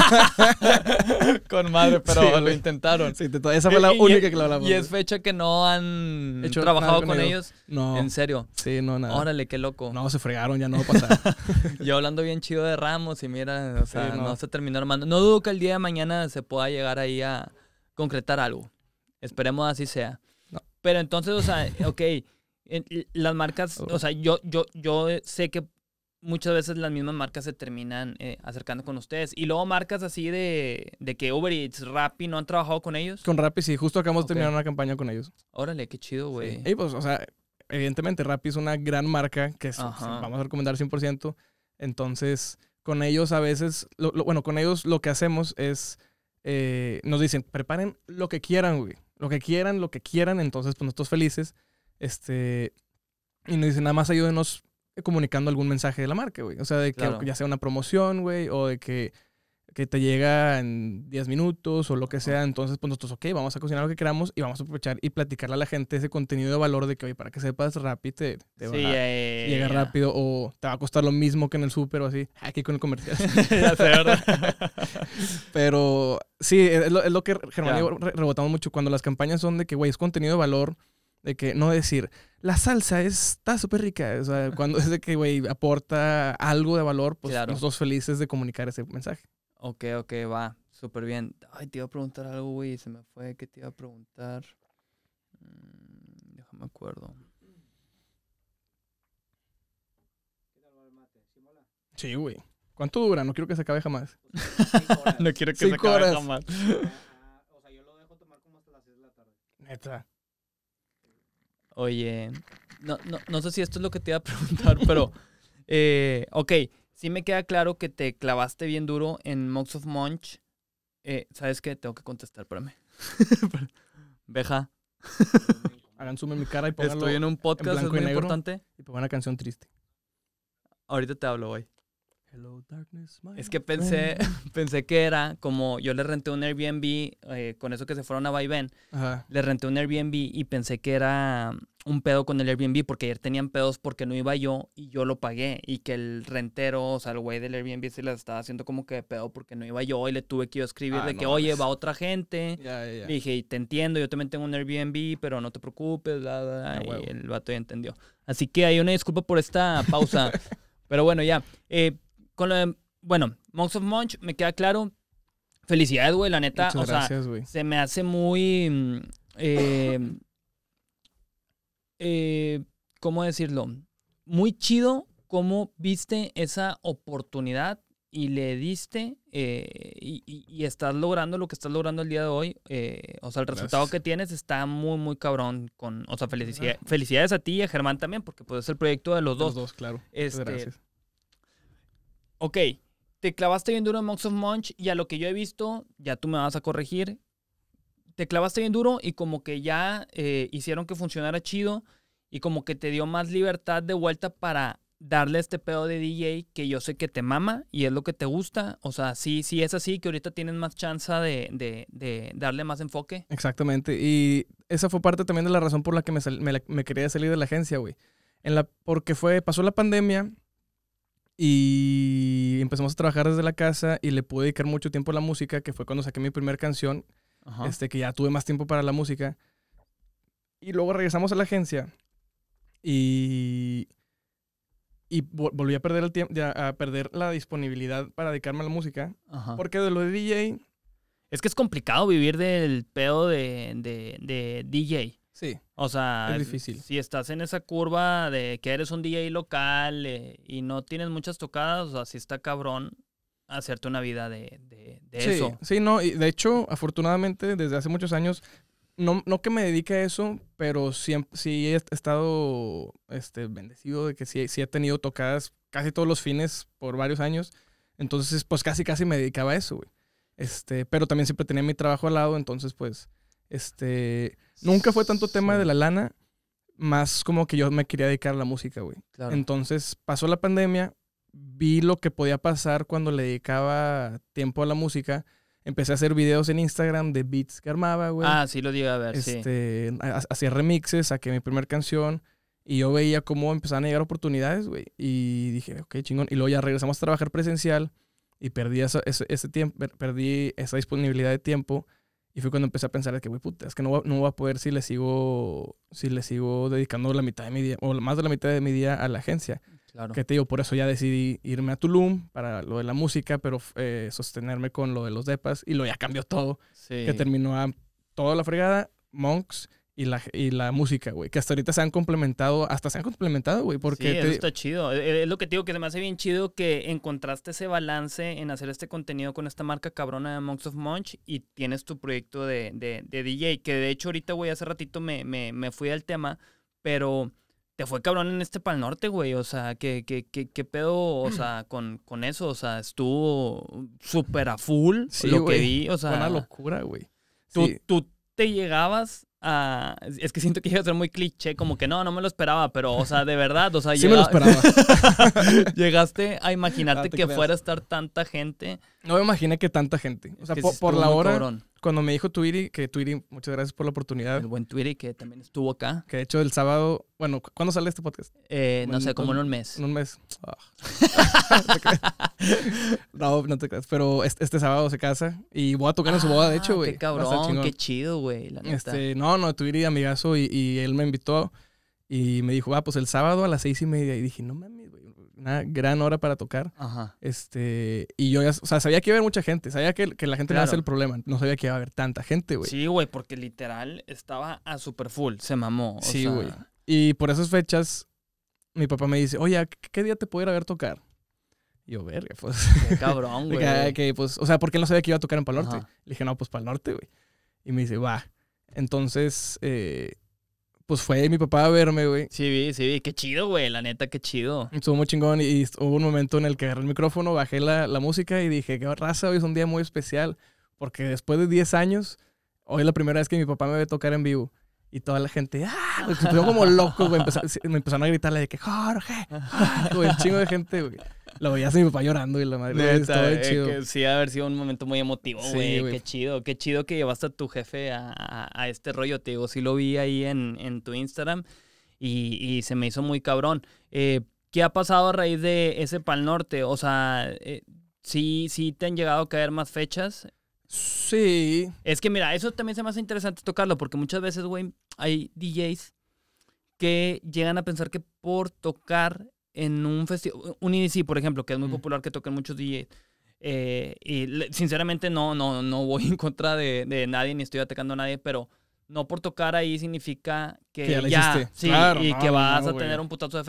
Speaker 3: Con madre,
Speaker 2: pero lo
Speaker 3: intentaron.
Speaker 2: Sí, de to- esa fue la única que le hablamos.
Speaker 3: Y es fecha que no han
Speaker 2: Hecho
Speaker 3: trabajado
Speaker 2: nada
Speaker 3: con
Speaker 2: con
Speaker 3: ellos.
Speaker 2: No,
Speaker 3: En serio.
Speaker 2: sí, no, nada.
Speaker 3: Órale, qué loco.
Speaker 2: No, se fregaron, ya no va a pasar.
Speaker 3: Yo hablando bien chido de Ramos y mira, o sea,
Speaker 2: Sí,
Speaker 3: no.
Speaker 2: no.
Speaker 3: se terminó armando. No dudo que el día de mañana se pueda llegar ahí a concretar algo. Esperemos así sea.
Speaker 2: No.
Speaker 3: Pero entonces, o sea, ok, en- las marcas, o sea, yo, yo, yo sé que muchas veces las mismas marcas se terminan eh, acercando con ustedes. Y luego marcas así de, de que Uber Eats, Rappi, ¿no han trabajado con ellos?
Speaker 2: Con Rappi, sí, justo acabamos
Speaker 3: Ok.
Speaker 2: de terminar una campaña con ellos.
Speaker 3: Órale, qué chido, güey.
Speaker 2: Sí. Y pues, o sea, evidentemente Rappi es una gran marca que es-
Speaker 3: Ajá.
Speaker 2: vamos a recomendar cien por ciento. Entonces, con ellos a veces, lo- lo- bueno, con ellos lo que hacemos es, eh, nos dicen, preparen lo que quieran, güey. Lo que quieran, lo que quieran. Entonces, pues nosotros felices. Este, y nos dicen, nada más ayúdenos comunicando algún mensaje de la marca, güey. O sea, de que
Speaker 3: Claro.
Speaker 2: ya sea una promoción, güey, o de que, que te llega en diez minutos o lo que sea. Entonces, pues nosotros, ok, vamos a cocinar lo que queramos y vamos a aprovechar y platicarle a la gente ese contenido de valor de que, oye, para que sepas, Rappi te, te va
Speaker 3: Sí,
Speaker 2: a
Speaker 3: eh,
Speaker 2: llega rápido o te va a costar lo mismo que en el súper o así. Aquí con el comercial.
Speaker 3: Ya sé, ¿verdad?
Speaker 2: Pero sí, es lo, es lo que Germán y
Speaker 3: Ya.
Speaker 2: yo re- rebotamos mucho cuando las campañas son de que, güey, es contenido de valor, de que no decir, la salsa está súper rica. O sea, cuando es de que, güey, aporta algo de valor, pues
Speaker 3: Claro.
Speaker 2: nosotros felices de comunicar ese mensaje.
Speaker 3: Ok, ok, va. Súper bien. Ay, te iba a preguntar algo, güey. Se me fue. ¿Qué te iba a preguntar? Mm, déjame acuerdo.
Speaker 2: Sí, güey. ¿Cuánto dura? No quiero que se acabe jamás.
Speaker 3: No quiero que
Speaker 2: Cinco
Speaker 3: se acabe
Speaker 2: horas.
Speaker 3: jamás.
Speaker 1: O sea, yo lo dejo tomar como hasta las seis de la tarde.
Speaker 2: Neta.
Speaker 3: Oye, no, no, no sé si esto es lo que te iba a preguntar, pero... eh, ok, sí me queda claro que te clavaste bien duro en Mox of Munch. Eh, ¿Sabes qué? Tengo que contestar, espérame. Beja,
Speaker 2: Hagan zoom en mi cara y pónganlo
Speaker 3: estoy en un podcast, es
Speaker 2: blanco y
Speaker 3: muy
Speaker 2: negro.
Speaker 3: importante.
Speaker 2: y pongan una canción triste.
Speaker 3: Ahorita te hablo, güey.
Speaker 2: Hello, darkness, my
Speaker 3: Es que pensé,
Speaker 2: friend.
Speaker 3: pensé que era como yo le renté un Airbnb, eh, con eso que se fueron a Vaivén,
Speaker 2: Ajá.
Speaker 3: le renté un Airbnb y pensé que era un pedo con el Airbnb porque ayer tenían pedos porque no iba yo y yo lo pagué y que el rentero, o sea, el güey del Airbnb se la estaba haciendo como que de pedo porque no iba yo y le tuve que yo escribir
Speaker 2: Ah,
Speaker 3: de
Speaker 2: no
Speaker 3: que, oye,
Speaker 2: mames.
Speaker 3: va otra gente.
Speaker 2: Ya, ya, ya.
Speaker 3: Le dije, y te entiendo, yo también tengo un Airbnb, pero no te preocupes, bla, bla, bla,
Speaker 2: Ah, huevo.
Speaker 3: y el vato ya entendió. Así que hay una disculpa por esta pausa. Pero bueno, ya. Eh, con lo de, bueno, Monks of Munch, me queda claro. Felicidades, güey, la neta.
Speaker 2: Muchas
Speaker 3: o sea,
Speaker 2: gracias, güey.
Speaker 3: se me hace muy... mm, eh, eh, ¿cómo decirlo? Muy chido cómo viste esa oportunidad y le diste eh, y, y, y estás logrando lo que estás logrando el día de hoy. Eh, o sea, el resultado
Speaker 2: Gracias.
Speaker 3: que tienes está muy, muy cabrón. Con, o sea, felicidad, felicidades a ti y a Germán también, porque pues, es el proyecto de los
Speaker 2: Los
Speaker 3: dos.
Speaker 2: dos, claro.
Speaker 3: Este,
Speaker 2: Gracias.
Speaker 3: Ok, te clavaste bien duro en Monks of Munch y a lo que yo he visto, ya tú me vas a corregir, te clavaste bien duro y como que ya eh, hicieron que funcionara chido y como que te dio más libertad de vuelta para darle este pedo de D J que yo sé que te mama y es lo que te gusta. O sea, sí, sí es así, que ahorita tienes más chance de, de, de darle más enfoque.
Speaker 2: Exactamente. Y esa fue parte también de la razón por la que me, sal- me, la- me quería salir de la agencia, güey. En la, porque fue, pasó la pandemia y empezamos a trabajar desde la casa y le pude dedicar mucho tiempo a la música, que fue cuando saqué mi primera canción,
Speaker 3: Ajá.
Speaker 2: este, que ya tuve más tiempo para la música. Y luego regresamos a la agencia y, y vol- volví a perder el tiempo, a perder la disponibilidad para dedicarme a la música.
Speaker 3: Ajá.
Speaker 2: Porque de lo de D J,
Speaker 3: Es que es complicado vivir del pedo de, de, de D J.
Speaker 2: sí.
Speaker 3: O sea,
Speaker 2: Es difícil.
Speaker 3: si estás en esa curva de que eres un D J local eh, y no tienes muchas tocadas, o sea, sí está cabrón hacerte una vida de, de, de
Speaker 2: Sí,
Speaker 3: eso.
Speaker 2: sí, no, y de hecho, afortunadamente, desde hace muchos años, no, no que me dedique a eso, pero siempre, sí he estado este, bendecido de que sí, sí he tenido tocadas casi todos los fines por varios años. Entonces, pues casi, casi me dedicaba a eso, güey. Este, pero también siempre tenía mi trabajo al lado, entonces, pues, este, nunca fue tanto tema
Speaker 3: Sí.
Speaker 2: de la lana, más como que yo me quería dedicar a la música, güey.
Speaker 3: Claro.
Speaker 2: Entonces pasó la pandemia, vi lo que podía pasar cuando le dedicaba tiempo a la música. Empecé a hacer videos en Instagram de beats que armaba, güey.
Speaker 3: Ah, sí lo llegué a ver, sí.
Speaker 2: este, ha- Hacía remixes, saqué mi primera canción y yo veía cómo empezaban a llegar oportunidades, güey. Y dije, ok, chingón. Y luego ya regresamos a trabajar presencial y perdí esa- ese, ese tiempo, per- perdí esa disponibilidad de tiempo. Y fue cuando empecé a pensar de que, güey, puta, es que no, va- no voy a poder si le sigo si le sigo dedicando la mitad de mi día, o más de la mitad de mi día a la agencia.
Speaker 3: Claro.
Speaker 2: Que te digo, por eso ya decidí irme a Tulum para lo de la música, pero eh, sostenerme con lo de los depas. Y lo ya cambió todo,
Speaker 3: Sí.
Speaker 2: que terminó a toda la fregada, Monks y la, y la música, güey. Que hasta ahorita se han complementado, hasta se han complementado, güey. Porque
Speaker 3: Sí,
Speaker 2: te-
Speaker 3: eso está chido. Eh, Es lo que te digo, que se me hace bien chido que encontraste ese balance en hacer este contenido con esta marca cabrona de Monks of Munch y tienes tu proyecto de, de, de D J, que de hecho ahorita, güey, hace ratito me, me, me fui al tema, pero te fue cabrón en este Pal Norte, güey. O sea, ¿qué, qué, qué, qué pedo, o sea, con, con eso? O sea, estuvo súper a full
Speaker 2: Sí,
Speaker 3: lo
Speaker 2: güey.
Speaker 3: que vi, o sea...
Speaker 2: fue una locura, güey.
Speaker 3: Tú,
Speaker 2: Sí.
Speaker 3: tú te llegabas a... Es que siento que iba a ser muy cliché, como que no, no me lo esperaba, pero, o sea, de verdad, o sea...
Speaker 2: Sí me lo
Speaker 3: llega-
Speaker 2: esperaba.
Speaker 3: Llegaste a imaginarte
Speaker 2: No te
Speaker 3: que
Speaker 2: creas.
Speaker 3: fuera a estar tanta gente.
Speaker 2: No me imaginé que tanta gente. O sea,
Speaker 3: que
Speaker 2: po-
Speaker 3: sí
Speaker 2: por,
Speaker 3: estuvo
Speaker 2: la
Speaker 3: muy
Speaker 2: hora,
Speaker 3: cabrón.
Speaker 2: cuando me dijo Twitty, que Twitty, muchas gracias por la oportunidad.
Speaker 3: El buen Twitty que también estuvo acá.
Speaker 2: Que de hecho el sábado, bueno, ¿cu- ¿cuándo sale este podcast?
Speaker 3: Eh, no
Speaker 2: Bueno,
Speaker 3: sé, como en
Speaker 2: con-
Speaker 3: un mes.
Speaker 2: En un mes. Ah. No te creas. No, no te creas. Pero este, este sábado se casa y voy a tocar en su boda, de hecho,
Speaker 3: Ah,
Speaker 2: güey.
Speaker 3: Qué
Speaker 2: Va a estar
Speaker 3: cabrón,
Speaker 2: chingón.
Speaker 3: qué chido, güey, la neta.
Speaker 2: Este, no, no, Twitty, amigazo, y, y él me invitó y me dijo, ah, pues el sábado a las seis y media. Y dije, no mames, güey, una gran hora para tocar.
Speaker 3: Ajá.
Speaker 2: Este, y yo ya, o sea, sabía que iba a haber mucha gente, sabía que, que la gente no iba a
Speaker 3: Claro.
Speaker 2: ser el problema, no sabía que iba a haber tanta gente, güey.
Speaker 3: Sí, güey, porque literal estaba a super full, se mamó. o
Speaker 2: Sí,
Speaker 3: sea,
Speaker 2: güey. Y por esas fechas, mi papá me dice, oye, ¿qué, qué día te puedo ir a ver tocar? Y yo, verga, pues.
Speaker 3: Qué cabrón,
Speaker 2: De
Speaker 3: güey.
Speaker 2: que, ah, que, pues, o sea, porque él no sabía que iba a tocar en Pal Norte.
Speaker 3: Ajá.
Speaker 2: Le dije, no, pues Pal Norte, güey. Y me dice, va. Entonces, eh, pues fue mi papá a verme, güey.
Speaker 3: Sí, vi, sí, vi. Qué chido, güey, la neta, qué chido.
Speaker 2: Estuvo muy chingón y, y hubo un momento en el que agarré el micrófono, bajé la, la música y dije, qué raza, hoy es un día muy especial. Porque después de diez años, hoy es la primera vez que mi papá me ve tocar en vivo. Y toda la gente, ¡ah! Se pusieron como locos, güey. Empeza- me empezaron a gritarle de que, ¡Jorge! ¡Ah! Güey, un chingo de gente, güey. Lo veías a mi papá llorando y la madre. güey,
Speaker 3: Neta,
Speaker 2: estaba bien
Speaker 3: eh,
Speaker 2: chido.
Speaker 3: que sí, ha de haber sido un momento muy emotivo,
Speaker 2: Sí,
Speaker 3: güey.
Speaker 2: güey.
Speaker 3: Qué chido, qué chido que llevaste a tu jefe a, a- a este rollo, te digo. Sí lo vi ahí en, en tu Instagram y, y se me hizo muy cabrón. Eh, ¿Qué ha pasado a raíz de ese Pal Norte? O sea, eh, sí, sí te han llegado a caer más fechas.
Speaker 2: Sí.
Speaker 3: Es que mira, eso también se me hace interesante tocarlo porque muchas veces, güey, hay D Js que llegan a pensar que por tocar en un festival, un E D C, por ejemplo, que es muy
Speaker 2: Mm.
Speaker 3: popular que toquen muchos D Js, eh, y le- sinceramente no, no, no voy en contra de, de nadie ni estoy atacando a nadie, pero no por tocar ahí significa que,
Speaker 2: Que ya la
Speaker 3: ya,
Speaker 2: hiciste.
Speaker 3: sí,
Speaker 2: Claro,
Speaker 3: y
Speaker 2: no,
Speaker 3: que
Speaker 2: no,
Speaker 3: vas
Speaker 2: no,
Speaker 3: a
Speaker 2: güey.
Speaker 3: tener un putazo de fechas.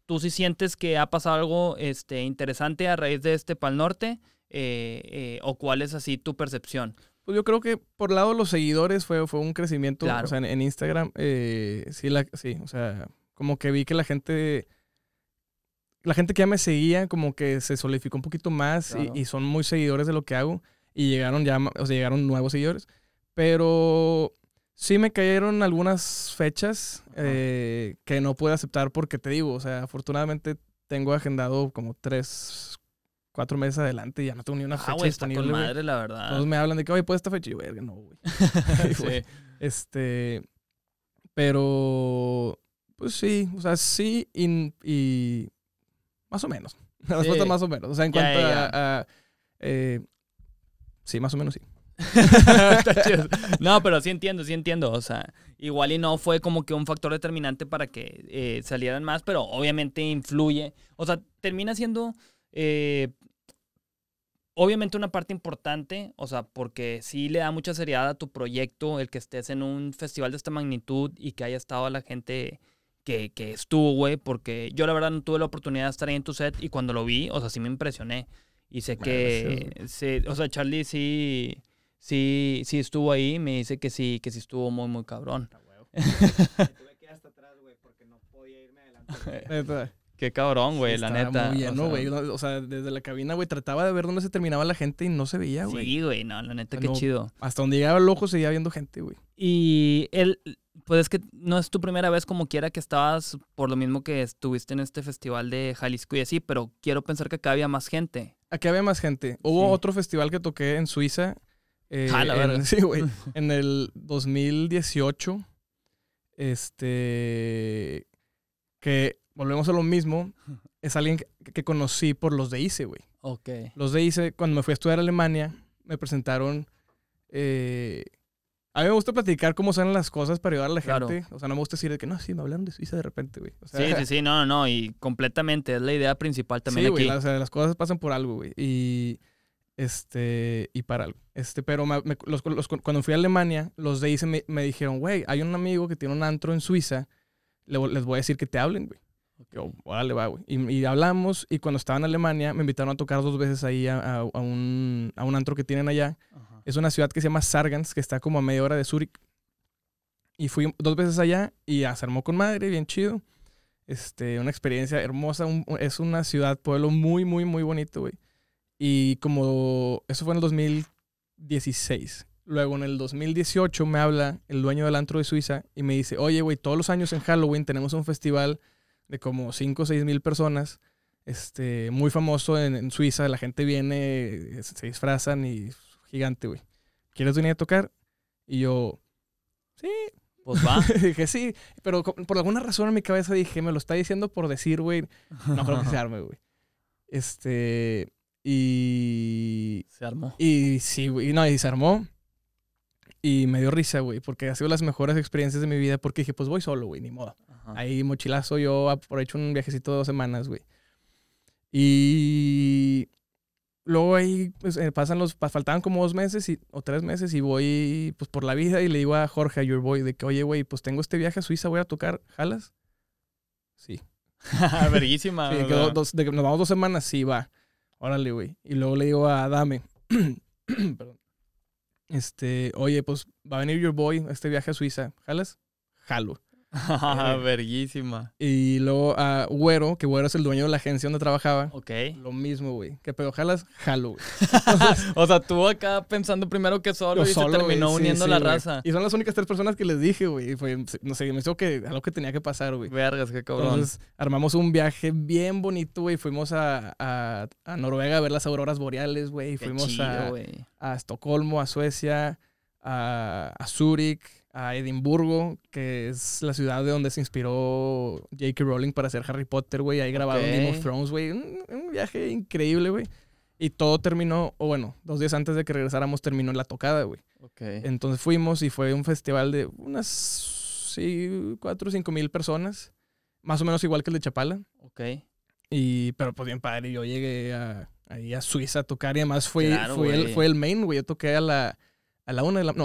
Speaker 3: ¿tú sí sientes que ha pasado algo este, interesante a raíz de este Pal Norte? Eh, eh, ¿O cuál es así tu percepción?
Speaker 2: Pues yo creo que por lado de los seguidores fue, fue un crecimiento.
Speaker 3: Claro.
Speaker 2: O sea, en, en Instagram, eh, sí, la, sí, o sea, como que vi que la gente, la gente que ya me seguía, como que se solidificó un poquito más
Speaker 3: Claro.
Speaker 2: y, y son muy seguidores de lo que hago. Y llegaron ya, o sea, llegaron nuevos seguidores. Pero sí me cayeron algunas fechas eh, que no pude aceptar porque te digo, o sea, afortunadamente tengo agendado como tres, cuatro meses adelante y ya no tengo ni una
Speaker 3: Ah,
Speaker 2: fecha
Speaker 3: güey, está
Speaker 2: disponible.
Speaker 3: con
Speaker 2: güey.
Speaker 3: madre, la verdad.
Speaker 2: Todos me hablan de que, oye, ¿puedes esta fecha? Y yo, verga, no, güey.
Speaker 3: Sí.
Speaker 2: Este, pero, pues sí, o sea, sí y, y más o menos. La respuesta
Speaker 3: Sí.
Speaker 2: más o menos. O sea, en
Speaker 3: Ya,
Speaker 2: cuanto
Speaker 3: ya,
Speaker 2: a,
Speaker 3: ya.
Speaker 2: a, eh, sí, más o menos sí.
Speaker 3: Está chido. No, pero sí entiendo, sí entiendo. O sea, igual y no fue como que un factor determinante para que eh, salieran más, pero obviamente influye. O sea, termina siendo eh, obviamente una parte importante, o sea, porque sí le da mucha seriedad a tu proyecto el que estés en un festival de esta magnitud y que haya estado la gente que, que estuvo, güey, porque yo la verdad no tuve la oportunidad de estar ahí en tu set y cuando lo vi, o sea, sí me impresioné. Y sé que, sí, o sea, Charlie sí, sí, sí estuvo ahí, me dice que sí, que sí estuvo muy, muy cabrón.
Speaker 4: Tuve que ir hasta atrás, güey, porque no podía irme adelante.
Speaker 2: Neta.
Speaker 3: Qué cabrón, güey,
Speaker 2: Sí,
Speaker 3: la
Speaker 2: estaba
Speaker 3: neta.
Speaker 2: muy lleno,
Speaker 3: o sea,
Speaker 2: güey. O, o sea, desde la cabina, güey, trataba de ver dónde se terminaba la gente y no se veía, güey.
Speaker 3: Sí, güey, no, la neta,
Speaker 2: O sea,
Speaker 3: qué
Speaker 2: no-
Speaker 3: chido.
Speaker 2: Hasta donde llegaba el ojo seguía viendo gente, güey.
Speaker 3: Y él, pues es que no es tu primera vez como quiera que estabas, por lo mismo que estuviste en este festival de Jalisco y así, pero quiero pensar que acá había más gente.
Speaker 2: Aquí había más gente. Hubo
Speaker 3: Sí.
Speaker 2: otro festival que toqué en Suiza. eh,
Speaker 3: Ah, la
Speaker 2: en-
Speaker 3: verga.
Speaker 2: sí, güey. En el dos mil dieciocho. Este. Que volvemos a lo mismo. Es alguien que, que conocí por los de I C E, güey.
Speaker 3: Ok.
Speaker 2: Los de I C E, cuando me fui a estudiar a Alemania, me presentaron. eh, a mí me gusta platicar cómo salen las cosas para ayudar a la
Speaker 3: Claro.
Speaker 2: gente. O sea, no me gusta decir de que no, sí, me hablaron de Suiza de repente, güey. O sea,
Speaker 3: Sí, sí, sí, no, no, no, y completamente, es la idea principal también
Speaker 2: sí, güey,
Speaker 3: aquí.
Speaker 2: la- o sea, las cosas pasan por algo, güey. Y este y para algo. Este, pero me- me- los- los- cuando fui a Alemania, los de I C E me, me dijeron, güey, hay un amigo que tiene un antro en Suiza, le vo- les voy a decir que te hablen, güey. Yo, órale, va, güey. Y, y hablamos, y cuando estaba en Alemania, me invitaron a tocar dos veces ahí a, a- a un, a un antro que tienen allá.
Speaker 3: Ajá.
Speaker 2: Es una ciudad que se llama Sargans, que está como a media hora de Zúrich. Y fui dos veces allá y ya se armó con madre, bien chido. Este, una experiencia hermosa. un- es una ciudad, pueblo muy, muy, muy bonito, güey. Y como eso fue en el dos mil dieciséis. Luego en el dos mil dieciocho me habla el dueño del antro de Suiza y me dice, oye, güey, todos los años en Halloween tenemos un festival de como cinco o seis mil personas. Este, muy famoso en, en Suiza. La gente viene, se disfrazan y gigante, güey. ¿Quieres venir a tocar? Y yo, sí.
Speaker 3: Pues va.
Speaker 2: Dije, sí. Pero co- por alguna razón en mi cabeza dije, me lo está diciendo por decir, güey. No creo que se arme, güey. Este, y...
Speaker 3: Se armó.
Speaker 2: Y sí, güey. No, y se armó. Y me dio risa, güey, porque ha sido las mejores experiencias de mi vida. Porque dije, pues voy solo, güey, ni modo.
Speaker 3: Ajá.
Speaker 2: Ahí mochilazo, yo aprovecho un viajecito de dos semanas, güey. Y luego ahí pues, eh, pasan los, pa- faltaban como dos meses y, o tres meses y voy pues por la vida y le digo a Jorge, a Your Boy, de que, oye, güey, pues tengo este viaje a Suiza, voy a tocar, ¿jalas? Sí.
Speaker 3: Verguísima.
Speaker 2: Sí, de
Speaker 3: o
Speaker 2: que
Speaker 3: sea.
Speaker 2: do- dos- de que nos vamos dos semanas, sí, va. Órale, güey. Y luego le digo a Dame, perdón. Este, oye, pues va a venir Your Boy a este viaje a Suiza, ¿jalas? Jalo.
Speaker 3: Verguísima.
Speaker 2: Y luego a Güero, que Güero es el dueño de la agencia donde trabajaba.
Speaker 3: Ok.
Speaker 2: Lo mismo, güey. ¿Qué pedo? ¿Jalas? Jalo, güey.
Speaker 3: O sea, tú acá pensando primero que solo
Speaker 2: Yo
Speaker 3: y
Speaker 2: solo,
Speaker 3: se terminó
Speaker 2: güey. Sí,
Speaker 3: uniendo
Speaker 2: sí,
Speaker 3: la
Speaker 2: güey.
Speaker 3: raza.
Speaker 2: Y son las únicas tres personas que les dije, güey. Y fue, no sé, me hizo que algo que tenía que pasar, güey.
Speaker 3: Vergas, qué cabrón.
Speaker 2: Entonces armamos un viaje bien bonito, güey. Fuimos a, a, a Noruega a ver las auroras boreales, güey.
Speaker 3: Qué
Speaker 2: Fuimos
Speaker 3: chido,
Speaker 2: a,
Speaker 3: güey.
Speaker 2: a Estocolmo, a Suecia, a, a Zúrich, a Edimburgo, que es la ciudad de donde se inspiró J K. Rowling para hacer Harry Potter, güey. Ahí grabaron
Speaker 3: Ok.
Speaker 2: Game of Thrones, güey. Un, un viaje increíble, güey. Y todo terminó, o bueno, dos días antes de que regresáramos terminó la tocada, güey.
Speaker 3: Ok.
Speaker 2: Entonces fuimos y fue un festival de unas sí, cuatro o cinco mil personas. Más o menos igual que el de Chapala.
Speaker 3: Ok.
Speaker 2: Y, pero pues bien padre. Yo llegué a, ahí a Suiza a tocar y además fue,
Speaker 3: Claro,
Speaker 2: fue, el,
Speaker 3: güey.
Speaker 2: fue el main, güey. Yo toqué a la, a la una de la... No,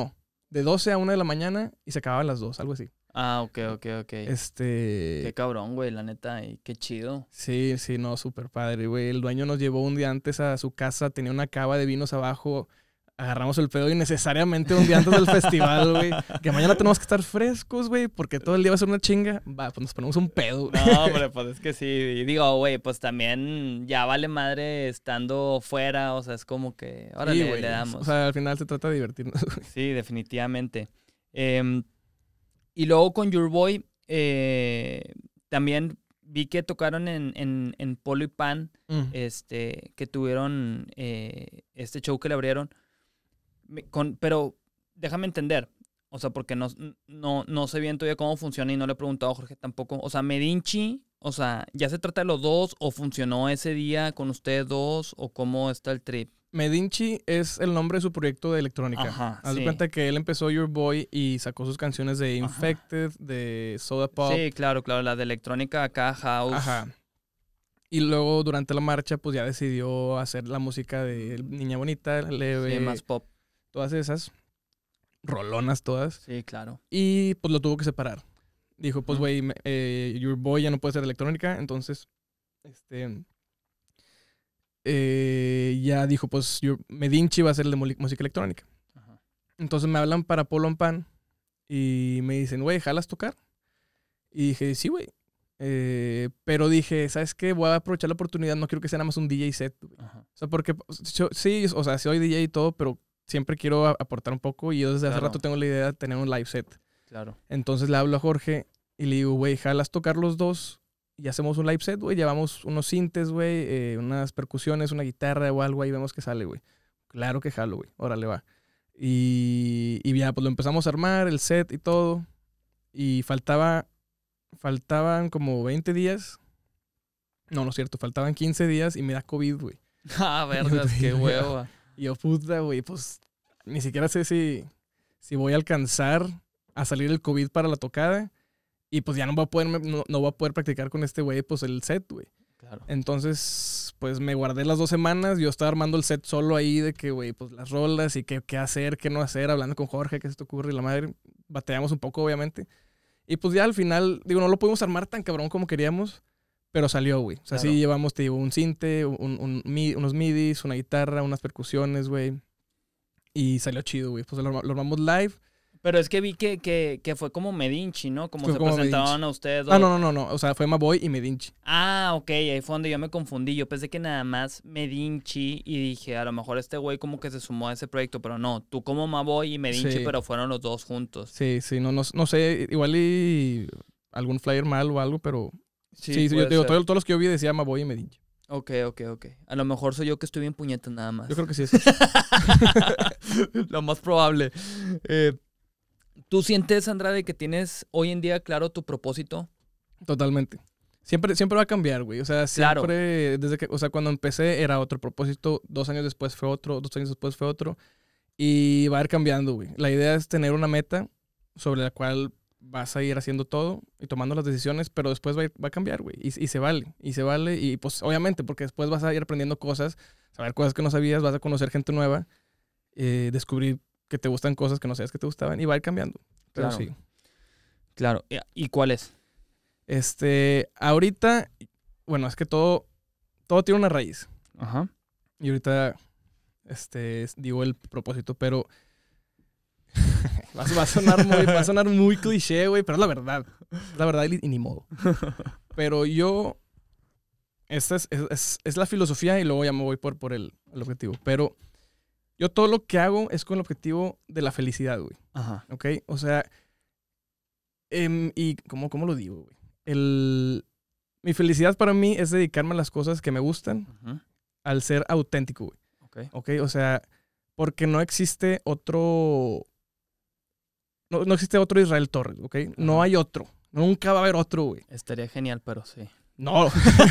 Speaker 2: de doce a una de la mañana y se acababan las dos, algo así.
Speaker 3: Ah, ok, ok, ok.
Speaker 2: Este...
Speaker 3: Qué cabrón, güey, la neta, y qué chido.
Speaker 2: Sí, sí, no, súper padre, güey. El dueño nos llevó un día antes a su casa, tenía una cava de vinos abajo, agarramos el pedo innecesariamente un día antes del festival, güey. Que mañana tenemos que estar frescos, güey, porque todo el día va a ser una chinga. Va, pues nos ponemos un pedo, güey.
Speaker 3: No, hombre, pues es que sí. Y digo, güey, pues también ya vale madre estando fuera, o sea, es como que, órale,
Speaker 2: Sí, güey.
Speaker 3: le damos.
Speaker 2: O sea, al final se trata de divertirnos, güey.
Speaker 3: Sí, definitivamente. Eh, y luego con Your Boy, eh, también vi que tocaron en, en, en Polo y Pan,
Speaker 2: Mm.
Speaker 3: este, que tuvieron eh, este show que le abrieron. Me- Con, pero déjame entender, o sea, porque no, no, no sé bien todavía cómo funciona y no le he preguntado a Jorge tampoco. O sea, Medinchi, o sea, ¿ya se trata de los dos o funcionó ese día con ustedes dos o cómo está el trip?
Speaker 2: Medinchi es el nombre de su proyecto de electrónica.
Speaker 3: Ajá,
Speaker 2: Haz de
Speaker 3: sí.
Speaker 2: cuenta que él empezó Your Boy y sacó sus canciones de
Speaker 3: Ajá.
Speaker 2: Infected, de Soda Pop.
Speaker 3: Sí, claro, claro, la de electrónica acá, house.
Speaker 2: Ajá. Y luego durante la marcha, pues ya decidió hacer la música de Niña Bonita, Leve,
Speaker 3: Sí, más pop.
Speaker 2: todas esas. Rolonas todas.
Speaker 3: Sí, claro.
Speaker 2: Y pues lo tuvo que separar. Dijo, pues
Speaker 3: Ujú.
Speaker 2: güey, me- eh, Your Boy ya no puede ser electrónica. Entonces, este... eh, ya dijo, pues Your- Medinchi va a ser el de moli- música electrónica.
Speaker 3: Ajá.
Speaker 2: Entonces me hablan para Polo and Pan y me dicen, güey, ¿jalas tocar? Y dije, sí, güey. Eh, pero dije, ¿sabes qué? Voy a aprovechar la oportunidad. No quiero que sea nada más un D J set, güey.
Speaker 3: Ajá.
Speaker 2: O sea, porque yo- sí, o sea, soy D J y todo, pero siempre quiero a- aportar un poco. Y yo desde hace
Speaker 3: Claro.
Speaker 2: rato tengo la idea de tener un live set.
Speaker 3: Claro.
Speaker 2: Entonces le hablo a Jorge y le digo, güey, jalas tocar los dos y hacemos un live set, güey. Llevamos unos sintes, güey, eh, unas percusiones, una guitarra o algo ahí, vemos que sale, güey. Claro que jalo, güey. Órale, va. Y, y ya, pues lo empezamos a armar, el set y todo. Y faltaba, faltaban como veinte días. No, no es cierto, faltaban quince días y me da COVID, güey.
Speaker 3: Ah, vergas, qué hueva.
Speaker 2: Y yo, puta, güey, pues ni siquiera sé si, si voy a alcanzar a salir el COVID para la tocada. Y pues ya no voy a poder, no, no voy a poder practicar con este güey, pues el set, güey.
Speaker 3: Claro.
Speaker 2: Entonces, pues me guardé las dos semanas. Yo estaba armando el set solo ahí de que, güey, pues las rolas y qué, qué hacer, qué no hacer, hablando con Jorge, qué se te ocurre y la madre. Bateamos un poco, obviamente. Y pues ya al final, digo, no lo pudimos armar tan cabrón como queríamos, pero salió, güey. O sea,
Speaker 3: Claro.
Speaker 2: sí llevamos, te digo, un sinte, un, un, mi- unos midis, una guitarra, unas percusiones, güey. Y salió chido, güey. Pues lo, arma- lo armamos live.
Speaker 3: Pero es que vi que, que, que fue como Medinchi, ¿no? Como
Speaker 2: Fue
Speaker 3: se
Speaker 2: como
Speaker 3: presentaban
Speaker 2: Medinchi.
Speaker 3: a ustedes.
Speaker 2: Ah,
Speaker 3: dos.
Speaker 2: no, no, no, no. O sea, fue Maboy y Medinchi.
Speaker 3: Ah, ok, ahí fue donde yo me confundí. Yo pensé que nada más Medinchi y dije, a lo mejor este güey como que se sumó a ese proyecto, pero no, tú como Maboy y Medinchi,
Speaker 2: Sí.
Speaker 3: pero fueron los dos juntos.
Speaker 2: Sí, sí, no, no, no sé, igual y algún flyer mal o algo, pero sí, sí, yo
Speaker 3: puede
Speaker 2: te digo,
Speaker 3: ser.
Speaker 2: todos, todos los que yo vi decía Maboy y Medinchi.
Speaker 3: Ok, ok, ok. A lo mejor soy yo que estoy bien puñetas nada más.
Speaker 2: Yo creo que sí es eso.
Speaker 3: Lo más probable. Eh, ¿Tú sientes, Andrade, que tienes hoy en día claro tu propósito?
Speaker 2: Totalmente. Siempre, siempre va a cambiar, güey. O sea,
Speaker 3: Claro.
Speaker 2: siempre, desde que, o sea, cuando empecé era otro propósito, dos años después fue otro, dos años después fue otro. Y va a ir cambiando, güey. La idea es tener una meta sobre la cual vas a ir haciendo todo y tomando las decisiones, pero después va a, ir- va a cambiar, güey. Y, y se vale, y se vale. Y pues obviamente, porque después vas a ir aprendiendo cosas, saber cosas que no sabías, vas a conocer gente nueva, eh, descubrir que te gustan cosas que no sabías que te gustaban y va a ir cambiando. Pero
Speaker 3: Claro.
Speaker 2: sí.
Speaker 3: Claro. ¿Y cuál es?
Speaker 2: Este, ahorita, bueno, es que todo, todo tiene una raíz.
Speaker 3: Ajá.
Speaker 2: Y ahorita, este, es- digo el propósito, pero va, a- va a sonar muy, va a sonar muy cliché, güey, pero es la verdad. Es la verdad y, y ni modo. Pero yo, esta es, es, es- es la filosofía y luego ya me voy por, por el, el objetivo. Pero yo todo lo que hago es con el objetivo de la felicidad, güey.
Speaker 3: Ajá.
Speaker 2: ¿Ok? O sea, em, y ¿cómo, cómo lo digo, güey? El, mi felicidad para mí es dedicarme a las cosas que me gustan
Speaker 3: Ujú.
Speaker 2: al ser auténtico, güey.
Speaker 3: Ok.
Speaker 2: ¿Ok? O sea, porque no existe otro... No, no existe otro Israel Torres, ¿ok? No
Speaker 3: Ajá.
Speaker 2: hay otro. Nunca va a haber otro, güey.
Speaker 3: Estaría genial, pero sí.
Speaker 2: No.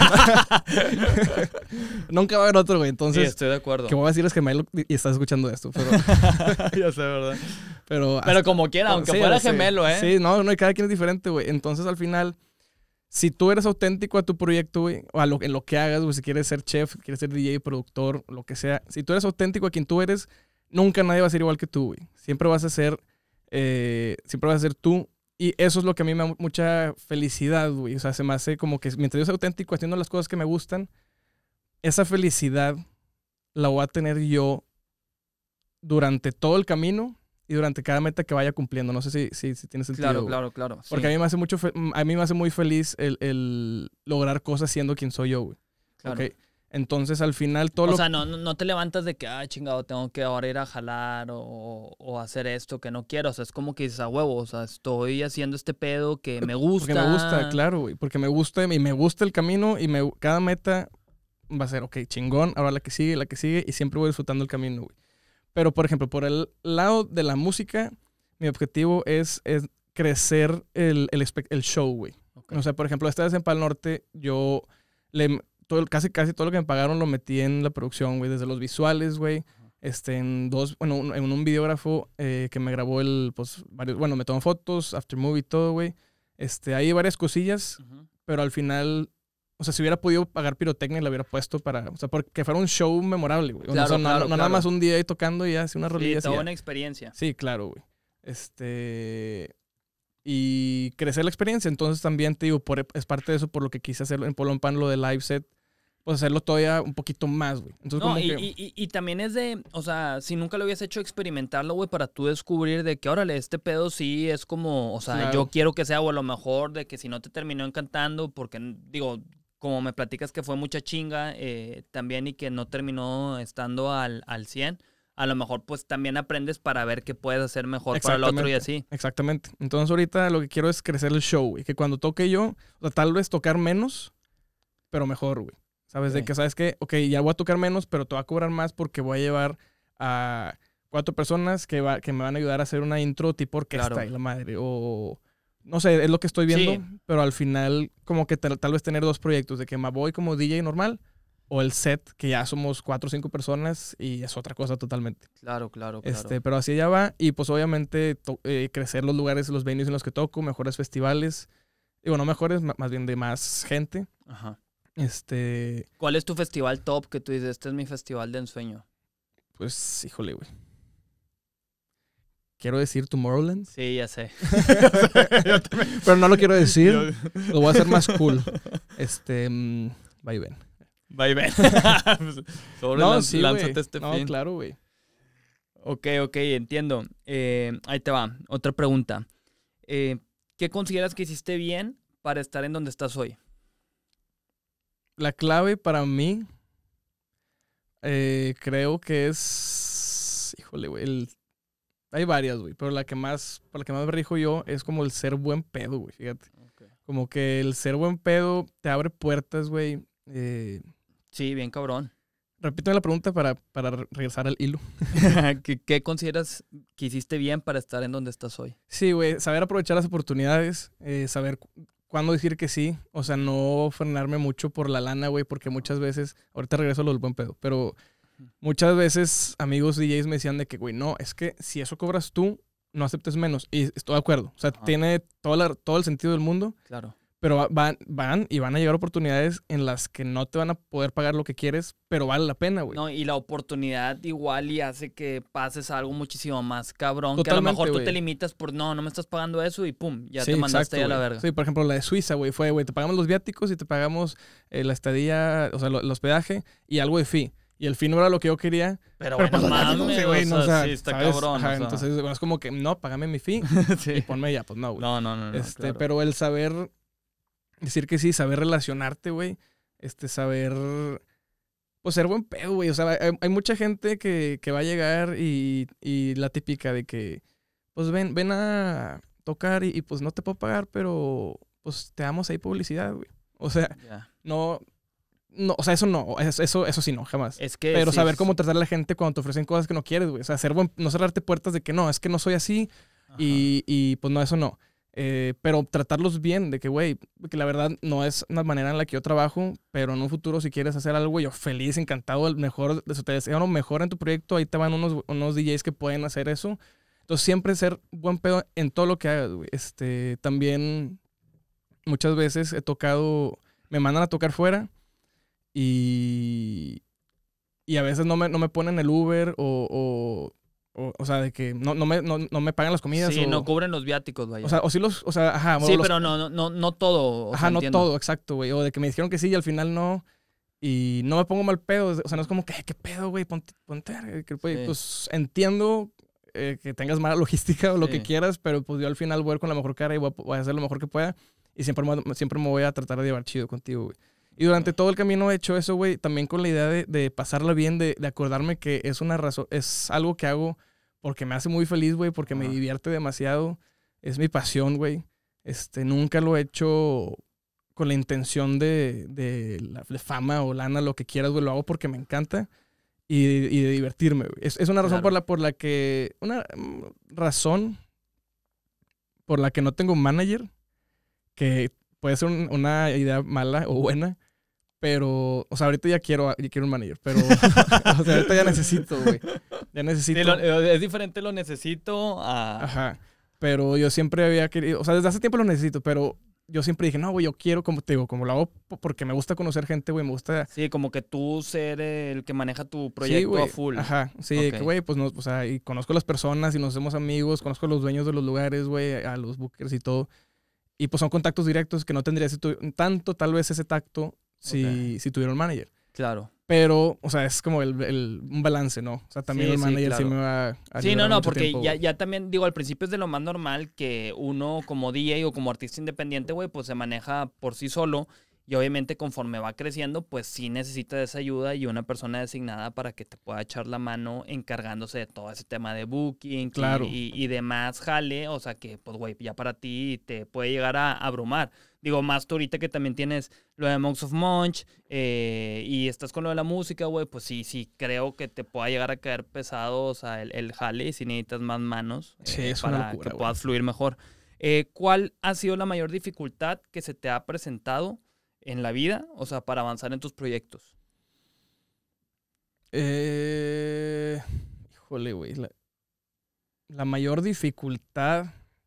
Speaker 2: Nunca va a haber otro, güey.
Speaker 3: Sí,
Speaker 2: Entonces,
Speaker 3: estoy de acuerdo.
Speaker 2: que voy a decir es que Milo y estás escuchando esto, pero...
Speaker 3: Ya sé, ¿verdad?
Speaker 2: pero
Speaker 3: Pero como quiera, aunque
Speaker 2: Sí,
Speaker 3: fuera
Speaker 2: sí.
Speaker 3: gemelo, ¿eh?
Speaker 2: Sí, no, no, y cada quien es diferente, güey. Entonces, al final, si tú eres auténtico a tu proyecto, güey, o a lo, en lo que hagas, güey, si quieres ser chef, quieres ser D J, productor, lo que sea, si tú eres auténtico a quien tú eres, nunca nadie va a ser igual que tú, güey. Siempre vas a ser eh, siempre vas a ser tú. Y eso es lo que a mí me da mucha felicidad, güey. O sea, se me hace como que mientras yo soy auténtico haciendo las cosas que me gustan, esa felicidad la voy a tener yo durante todo el camino y durante cada meta que vaya cumpliendo. No sé si, si, si tiene sentido.
Speaker 3: Claro,
Speaker 2: güey.
Speaker 3: claro, claro.
Speaker 2: Porque
Speaker 3: sí,
Speaker 2: a mí me hace mucho fe- a mí me hace muy feliz el, el lograr cosas siendo quien soy yo, güey.
Speaker 3: claro.
Speaker 2: ¿Ok? Entonces, al final, todo
Speaker 3: O
Speaker 2: lo
Speaker 3: sea, no, no no te levantas de que, ay, chingado, tengo que ahora ir a jalar o, o hacer esto que no quiero. O sea, es como que dices, a huevo, o sea, estoy haciendo este pedo que me gusta.
Speaker 2: Porque me gusta, claro, güey. Porque me gusta y me gusta el camino y me, cada meta va a ser, ok, chingón, ahora la que sigue, la que sigue y siempre voy disfrutando el camino, güey. Pero, por ejemplo, por el lado de la música, mi objetivo es, es crecer el, el, espe- el show, güey.
Speaker 3: Ok.
Speaker 2: O sea, por ejemplo, esta vez en Pal Norte, yo le, todo, el- casi, casi todo lo que me pagaron lo metí en la producción, güey. Desde los visuales, güey. Este, en dos, bueno, un- en un videógrafo eh, que me grabó el, pues, varios, bueno, me tomó fotos, aftermovie, todo, güey. Este, hay varias cosillas,
Speaker 3: Ujú.
Speaker 2: pero al final, o sea, si hubiera podido pagar pirotecnia, la hubiera puesto para, o sea, porque fuera un show memorable, güey. O
Speaker 3: Claro,
Speaker 2: sea, no,
Speaker 3: claro,
Speaker 2: no, no nada
Speaker 3: claro.
Speaker 2: más un día ahí tocando y ya, así una
Speaker 3: Sí,
Speaker 2: rolilla así.
Speaker 3: toda
Speaker 2: ya.
Speaker 3: una experiencia.
Speaker 2: Sí, claro, güey. Este. Y crecer la experiencia. Entonces también te digo, por, es parte de eso por lo que quise hacer en Polo Pan, lo de live set. Pues hacerlo todavía un poquito más, güey. Entonces,
Speaker 3: No,
Speaker 2: como
Speaker 3: y,
Speaker 2: que.
Speaker 3: y- y- y también es de, o sea, si nunca lo habías hecho, experimentarlo, güey, para tú descubrir de que, órale, este pedo sí es como, o sea,
Speaker 2: Claro.
Speaker 3: yo quiero que sea, o a lo mejor de que si no te terminó encantando, porque, digo, como me platicas que fue mucha chinga eh, también y que no terminó estando al, al cien, a lo mejor pues también aprendes para ver qué puedes hacer mejor para el otro y así.
Speaker 2: Exactamente. Entonces ahorita lo que quiero es crecer el show, güey. Que cuando toque yo, o sea, tal vez tocar menos, pero mejor, güey. ¿Sabes? De
Speaker 3: Ok.
Speaker 2: que, ¿sabes qué? Ok, ya voy a tocar menos, pero te voy a cobrar más porque voy a llevar a cuatro personas que, va, que me van a ayudar a hacer una intro tipo orquesta
Speaker 3: Claro.
Speaker 2: y la madre. O no sé, es lo que estoy viendo,
Speaker 3: Sí.
Speaker 2: pero al final como que tal, tal vez tener dos proyectos, de que me voy como D J normal o el set, que ya somos cuatro o cinco personas y es otra cosa totalmente.
Speaker 3: Claro, claro, claro.
Speaker 2: Este, pero así ya va. Y pues obviamente to- eh, crecer los lugares, los venues en los que toco, mejores festivales. Digo, no mejores, ma- más bien de más gente.
Speaker 3: Ajá.
Speaker 2: Este,
Speaker 3: ¿Cuál es tu festival top que tú dices, este es mi festival de ensueño?
Speaker 2: pues, híjole, güey. Quiero decir Tomorrowland,
Speaker 3: Sí, ya sé.
Speaker 2: pero no lo quiero decir. Lo voy a hacer más cool. Este, mm, va y ven.
Speaker 3: Va y ven. Sobre
Speaker 2: No,
Speaker 3: lan-
Speaker 2: sí,
Speaker 3: lánzate
Speaker 2: güey.
Speaker 3: este
Speaker 2: No,
Speaker 3: fin.
Speaker 2: claro, güey.
Speaker 3: Ok, ok, entiendo. Eh, ahí te va. Otra pregunta. Eh, ¿Qué consideras que hiciste bien para estar en donde estás hoy?
Speaker 2: La clave para mí, eh, creo que es, híjole, güey, el- hay varias, güey, pero la que más, por la que más me rijo yo es como el ser buen pedo, güey, fíjate. Como que el ser buen pedo te abre puertas, güey. Eh,
Speaker 3: Sí, bien cabrón.
Speaker 2: repíteme la pregunta para, para re- regresar al hilo.
Speaker 3: ¿Qué, qué consideras que hiciste bien para estar en donde estás hoy?
Speaker 2: Sí, güey, saber aprovechar las oportunidades, eh, saber cu- cuándo decir que sí, o sea, no frenarme mucho por la lana, güey, porque muchas veces, ahorita regreso a lo del buen pedo, pero muchas veces amigos D Js me decían de que, güey, no, es que si eso cobras tú, no aceptes menos. Y estoy de acuerdo, o sea,
Speaker 3: Ajá.
Speaker 2: tiene toda la- todo el sentido del mundo,
Speaker 3: Claro.
Speaker 2: pero va- van, van y van a llegar oportunidades en las que no te van a poder pagar lo que quieres, pero vale la pena, güey.
Speaker 3: No, y la oportunidad igual y hace que pases a algo muchísimo más cabrón. que a lo
Speaker 2: Totalmente,
Speaker 3: mejor tú
Speaker 2: güey.
Speaker 3: te limitas por, no, no me estás pagando eso y pum, ya
Speaker 2: Sí,
Speaker 3: te mandaste
Speaker 2: exacto,
Speaker 3: a la
Speaker 2: güey.
Speaker 3: verga.
Speaker 2: Sí, por ejemplo, la de Suiza, güey, fue, güey, te pagamos los viáticos y te pagamos eh, la estadía, o sea, lo- el hospedaje y algo de fee. Y el fee no era lo que yo quería.
Speaker 3: Pero,
Speaker 2: Pero
Speaker 3: bueno,
Speaker 2: pues, la neta,
Speaker 3: mames,
Speaker 2: sí, güey,
Speaker 3: o
Speaker 2: no, o
Speaker 3: sea,
Speaker 2: sea,
Speaker 3: sí está
Speaker 2: ¿sabes?
Speaker 3: cabrón.
Speaker 2: Ajá,
Speaker 3: o sea.
Speaker 2: entonces, bueno, es como que, no, págame mi fee
Speaker 3: Sí.
Speaker 2: y ponme ya, pues no, güey.
Speaker 3: No, no, no, no,
Speaker 2: este,
Speaker 3: claro.
Speaker 2: Pero el saber decir que sí, saber relacionarte, güey, este, saber, pues ser buen pedo, güey. O sea, hay, hay mucha gente que, que va a llegar y, y la típica de que, pues ven, ven a tocar y, y, pues no te puedo pagar, pero pues te damos ahí publicidad, güey. O sea,
Speaker 3: Ya.
Speaker 2: no, no, o sea, eso no, eso, eso, eso sí no, jamás.
Speaker 3: Es que
Speaker 2: Pero
Speaker 3: sí,
Speaker 2: saber
Speaker 3: sí.
Speaker 2: cómo tratar a la gente cuando te ofrecen cosas que no quieres, güey. O sea, ser buen, no cerrarte puertas de que no, es que no soy así
Speaker 3: Ajá.
Speaker 2: y, y pues no, eso no. Eh, pero tratarlos bien, de que, güey, que la verdad no es una manera en la que yo trabajo, pero en un futuro si quieres hacer algo, yo feliz, encantado, el mejor, eso te deseo lo mejor en tu proyecto, ahí te van unos, unos D Js que pueden hacer eso. Entonces siempre ser buen pedo en todo lo que hagas, güey. Este, también muchas veces he tocado, me mandan a tocar fuera y, y a veces no me, no me ponen el Uber o, o O, o sea, de que no, no, me, no, no me pagan las comidas.
Speaker 3: Sí,
Speaker 2: o,
Speaker 3: no cubren los viáticos, vaya.
Speaker 2: O sea, o sí los... O sea, ajá.
Speaker 3: sí,
Speaker 2: los,
Speaker 3: pero no, no, no, no todo. O
Speaker 2: ajá,
Speaker 3: sea,
Speaker 2: no
Speaker 3: entiendo.
Speaker 2: todo, exacto, güey. O de que me dijeron que sí y al final no. Y no me pongo mal pedo. O sea, no es como que, ¿qué pedo, güey? Ponte, ponte, que, güey,
Speaker 3: Sí.
Speaker 2: pues entiendo eh, que tengas mala logística o lo
Speaker 3: Sí.
Speaker 2: que quieras, pero pues yo al final voy a ir con la mejor cara y voy a, voy a hacer lo mejor que pueda. Y siempre, me- siempre me voy a tratar de llevar chido contigo, güey. Y durante todo el camino he hecho eso, güey, también con la idea de, de pasarla bien, de, de acordarme que es una razón, es algo que hago porque me hace muy feliz, güey, porque me
Speaker 3: Ajá.
Speaker 2: divierte demasiado. Es mi pasión, güey. Este, nunca lo he hecho con la intención de, de, la, de fama o lana, lo que quieras, güey. Lo hago porque me encanta y, y de divertirme, güey. Es, es una razón
Speaker 3: Claro.
Speaker 2: por la, por la que... Una mm, razón por la que no tengo manager, que puede ser un- una idea mala o buena, pero... O sea, ahorita ya quiero, ya quiero un manager, pero... o sea, ahorita ya necesito, güey. Ya necesito...
Speaker 3: Sí, lo- es diferente lo necesito a...
Speaker 2: Ajá. Pero yo siempre había querido, o sea, desde hace tiempo lo necesito, pero yo siempre dije, no, güey, yo quiero, como te digo, como lo hago po- porque me gusta conocer gente, güey, me gusta...
Speaker 3: Sí, como que tú ser el que maneja tu
Speaker 2: Sí,
Speaker 3: proyecto
Speaker 2: güey.
Speaker 3: a full.
Speaker 2: Ajá, sí, de
Speaker 3: Ok.
Speaker 2: que, güey, pues, no, o sea, y conozco a las personas y nos hacemos amigos, conozco a los dueños de los lugares, güey, a los bookers y todo. Y pues son contactos directos que no tendría si tu- tanto, tal vez, ese tacto si, si tuviera un manager.
Speaker 3: Claro.
Speaker 2: Pero, o sea, es como el, el- un balance, ¿no? O sea, también
Speaker 3: Sí,
Speaker 2: el
Speaker 3: sí,
Speaker 2: manager sí,
Speaker 3: claro.
Speaker 2: me va a
Speaker 3: Sí, no,
Speaker 2: ayudar
Speaker 3: no,
Speaker 2: mucho
Speaker 3: porque
Speaker 2: tiempo,
Speaker 3: ya,
Speaker 2: güey.
Speaker 3: ya también, digo, al principio es de lo más normal que uno como D J o como artista independiente, güey, pues se maneja por sí solo y obviamente conforme va creciendo, pues sí necesita de esa ayuda y una persona designada para que te pueda echar la mano encargándose de todo ese tema de booking y-
Speaker 2: Claro.
Speaker 3: y, y demás jale, o sea que, pues, güey, ya para ti te puede llegar a abrumar. Digo, más tú ahorita que también tienes lo de Monks of Munch eh, y estás con lo de la música, güey, pues sí, sí, creo que te pueda llegar a caer pesado, o sea, el, el jale y si necesitas más manos eh,
Speaker 2: Sí, es una
Speaker 3: para
Speaker 2: locura,
Speaker 3: que
Speaker 2: güey.
Speaker 3: puedas fluir mejor. Eh, ¿Cuál ha sido la mayor dificultad que se te ha presentado en la vida, o sea, para avanzar en tus proyectos?
Speaker 2: Eh, híjole, güey. La, la mayor dificultad,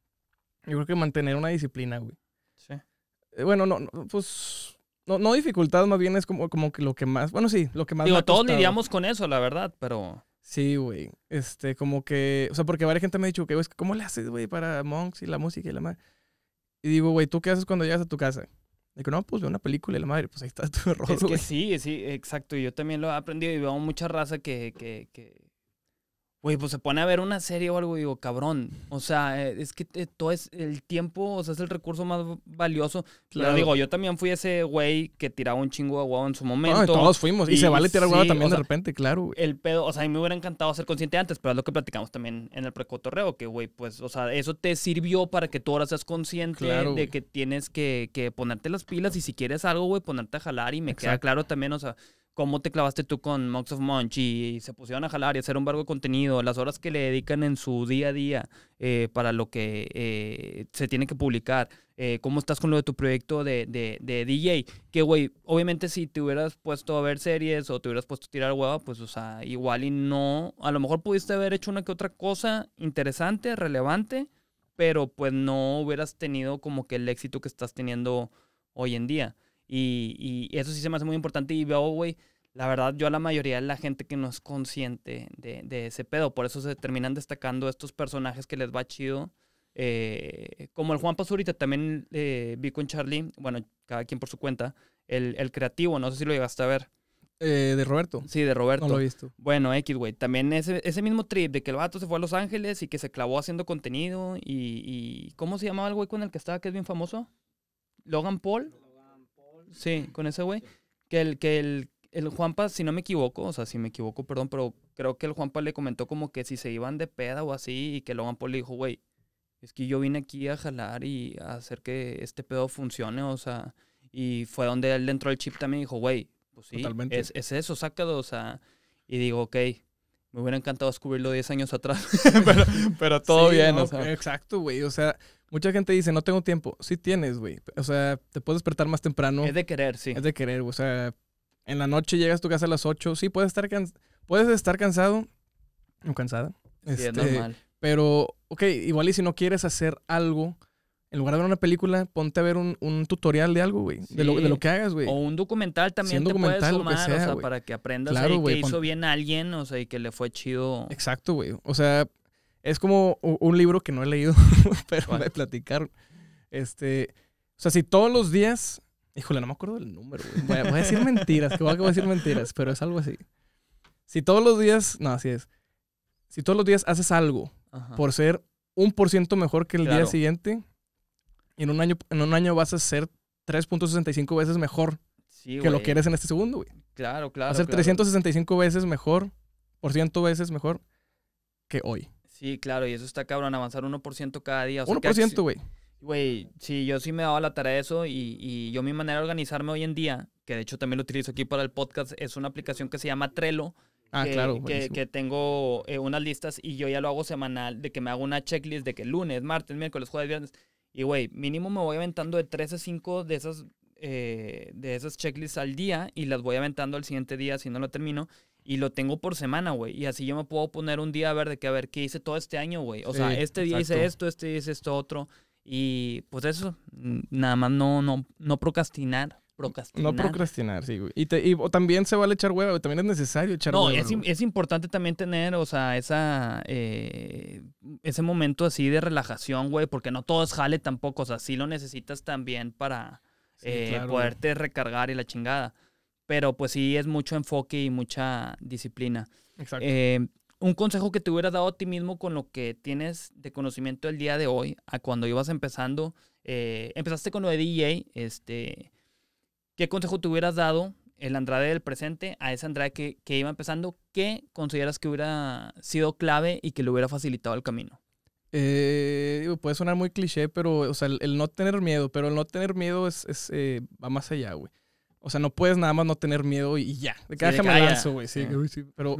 Speaker 2: yo creo que mantener una disciplina, güey.
Speaker 3: Sí.
Speaker 2: Eh, bueno, no, no, pues, no, no dificultad, más bien es como, como que lo que más, bueno, sí, lo que más me
Speaker 3: Digo,
Speaker 2: ha
Speaker 3: todos
Speaker 2: costado.
Speaker 3: lidiamos con eso, la verdad, pero...
Speaker 2: Sí, güey. Este, como que, o sea, porque varias gente me ha dicho que, güey, ¿cómo le haces, güey, para Monks y la música y la madre? Y digo, güey, ¿tú qué haces cuando llegas a tu casa? Digo, no, pues veo una película y la madre, pues ahí está tu error,
Speaker 3: Es que
Speaker 2: güey.
Speaker 3: sí, sí, exacto. Y yo también lo he aprendido y veo mucha raza que, que, que, güey, pues se pone a ver una serie o algo y digo, cabrón. O sea, eh, es que te- todo es el tiempo, o sea, es el recurso más valioso. Pero
Speaker 2: Claro.
Speaker 3: digo, yo también fui ese güey que tiraba un chingo de huevo en su momento.
Speaker 2: No, todos fuimos. Y,
Speaker 3: Y
Speaker 2: se vale tirar hueva
Speaker 3: sí,
Speaker 2: también
Speaker 3: o sea,
Speaker 2: de repente, claro, güey.
Speaker 3: El pedo, o sea, a mí me hubiera encantado ser consciente antes, pero es lo que platicamos también en el precotorreo, que, güey, pues, o sea, eso te sirvió para que tú ahora seas consciente
Speaker 2: Claro,
Speaker 3: de
Speaker 2: güey.
Speaker 3: que tienes que, que ponerte las pilas y si quieres algo, güey, ponerte a jalar y me queda
Speaker 2: Exacto.
Speaker 3: claro también, o sea, cómo te clavaste tú con Monks of Munch y se pusieron a jalar y hacer un vergo de contenido, las horas que le dedican en su día a día eh, para lo que eh, se tiene que publicar, eh, cómo estás con lo de tu proyecto de, de, de D J, que, güey, obviamente si te hubieras puesto a ver series o te hubieras puesto a tirar hueva, pues, o sea, igual y no, a lo mejor pudiste haber hecho una que otra cosa interesante, relevante, pero pues no hubieras tenido como que el éxito que estás teniendo hoy en día. Y, y eso sí se me hace muy importante y veo, güey, la verdad, yo a la mayoría de la gente que no es consciente de, de ese pedo, por eso se terminan destacando estos personajes que les va chido. Eh, como el Juan Pazurita, también eh, vi con Charlie, bueno, cada quien por su cuenta, el, el creativo, no sé si lo llegaste a ver.
Speaker 2: Eh, de Roberto.
Speaker 3: Sí, de Roberto.
Speaker 2: No lo he visto.
Speaker 3: Bueno, X, güey. También ese, ese mismo trip de que el vato se fue a Los Ángeles y que se clavó haciendo contenido y... y ¿cómo se llamaba el güey con el que estaba, que es bien famoso? Logan Paul. Sí, con ese güey. Que el, que el, el Juanpa, si no me equivoco, o sea, si me equivoco, perdón, pero creo que el Juanpa le comentó como que si se iban de peda o así y que Logan Paul le dijo, güey, es que yo vine aquí a jalar y a hacer que este pedo funcione, o sea, y fue donde él entró el chip también y dijo, güey, pues sí,
Speaker 2: Totalmente.
Speaker 3: es, es eso, sácalo, o sea, y digo, ok, me hubiera encantado descubrirlo diez años atrás, pero, pero todo
Speaker 2: Sí,
Speaker 3: bien,
Speaker 2: no,
Speaker 3: o sea.
Speaker 2: Exacto, güey. O sea, mucha gente dice, no tengo tiempo. Sí tienes, güey. O sea, te puedes despertar más temprano.
Speaker 3: Es de querer, sí.
Speaker 2: Es de querer, güey. O sea, en la noche llegas a tu casa a las ocho. Sí, puedes estar, cans- puedes estar cansado o cansada.
Speaker 3: Sí, es
Speaker 2: Este,
Speaker 3: normal.
Speaker 2: Pero, ok, igual y si no quieres hacer algo En lugar de ver una película, ponte a ver un, un tutorial de algo, güey.
Speaker 3: Sí.
Speaker 2: De, lo, de lo que hagas, güey.
Speaker 3: O un documental también
Speaker 2: Sí, un
Speaker 3: te
Speaker 2: documental,
Speaker 3: puedes
Speaker 2: lo que
Speaker 3: sumar,
Speaker 2: sea,
Speaker 3: o sea,
Speaker 2: güey.
Speaker 3: para que aprendas
Speaker 2: Claro,
Speaker 3: ahí
Speaker 2: güey,
Speaker 3: que hizo
Speaker 2: pon-
Speaker 3: bien a alguien, o sea, y que le fue chido.
Speaker 2: Exacto, güey. O sea, es como u- un libro que no he leído, pero
Speaker 3: ¿Cuál?
Speaker 2: me platicaron. Este, o sea, si todos los días... Híjole, no me acuerdo del número, güey. Voy a, voy a decir mentiras, que voy a voy a decir mentiras, pero es algo así. Si todos los días... No, así es. Si todos los días haces algo
Speaker 3: Ajá.
Speaker 2: por ser un por ciento mejor que el
Speaker 3: Claro.
Speaker 2: día siguiente, en un año, en un año vas a ser tres punto sesenta y cinco veces mejor
Speaker 3: Sí,
Speaker 2: que lo
Speaker 3: güey.
Speaker 2: que eres en este segundo, güey.
Speaker 3: Claro, claro.
Speaker 2: Va a ser
Speaker 3: claro.
Speaker 2: trescientos sesenta y cinco veces mejor, por ciento veces mejor que hoy.
Speaker 3: Sí, claro, y eso está cabrón, avanzar uno por ciento cada día. O sea,
Speaker 2: uno
Speaker 3: que
Speaker 2: por ciento, güey.
Speaker 3: Güey, sí, yo sí me daba la tarea de eso y, y yo mi manera de organizarme hoy en día, que de hecho también lo utilizo aquí para el podcast, es una aplicación que se llama Trello.
Speaker 2: Ah,
Speaker 3: que,
Speaker 2: claro.
Speaker 3: que,
Speaker 2: buenísimo.
Speaker 3: que tengo eh, unas listas y yo ya lo hago semanal, de que me hago una checklist de que lunes, martes, miércoles, jueves, viernes. Y güey, mínimo me voy aventando de tres a cinco de esas, eh, de esas checklists al día y las voy aventando al siguiente día si no lo termino. Y lo tengo por semana, güey. Y así yo me puedo poner un día a ver de que a ver qué hice todo este año, güey. O
Speaker 2: Sí,
Speaker 3: sea, este día hice
Speaker 2: exacto.
Speaker 3: esto, este día hice esto otro. Y pues eso, n- nada más no, no, no procrastinar. Procrastinar.
Speaker 2: No procrastinar, sí, güey. Y, te- y o también se vale echar hueva, güey. También es necesario echar
Speaker 3: No,
Speaker 2: hueva.
Speaker 3: es, im-
Speaker 2: güey.
Speaker 3: es importante también tener, o sea, esa, eh, ese momento así de relajación, güey, porque no todo es jale tampoco, o sea, sí lo necesitas también para
Speaker 2: Sí,
Speaker 3: eh,
Speaker 2: claro, güey.
Speaker 3: poderte recargar y la chingada. Pero pues sí es mucho enfoque y mucha disciplina.
Speaker 2: Exacto.
Speaker 3: Eh, un consejo que te hubieras dado a ti mismo con lo que tienes de conocimiento el día de hoy, a cuando ibas empezando, eh, empezaste con lo de D J, este, ¿qué consejo te hubieras dado el Andrade del presente a ese Andrade que, que iba empezando? ¿Qué consideras que hubiera sido clave y que le hubiera facilitado el camino?
Speaker 2: Eh, digo, puede sonar muy cliché, pero, o sea, el, el no tener miedo, pero el no tener miedo es, es, eh, va más allá, güey. O sea, no puedes nada más no tener miedo y ya. De que
Speaker 3: Sí, de
Speaker 2: déjame
Speaker 3: que, ah, ya.
Speaker 2: lanzo, güey. Sí,
Speaker 3: Sí.
Speaker 2: que, uy, sí. Pero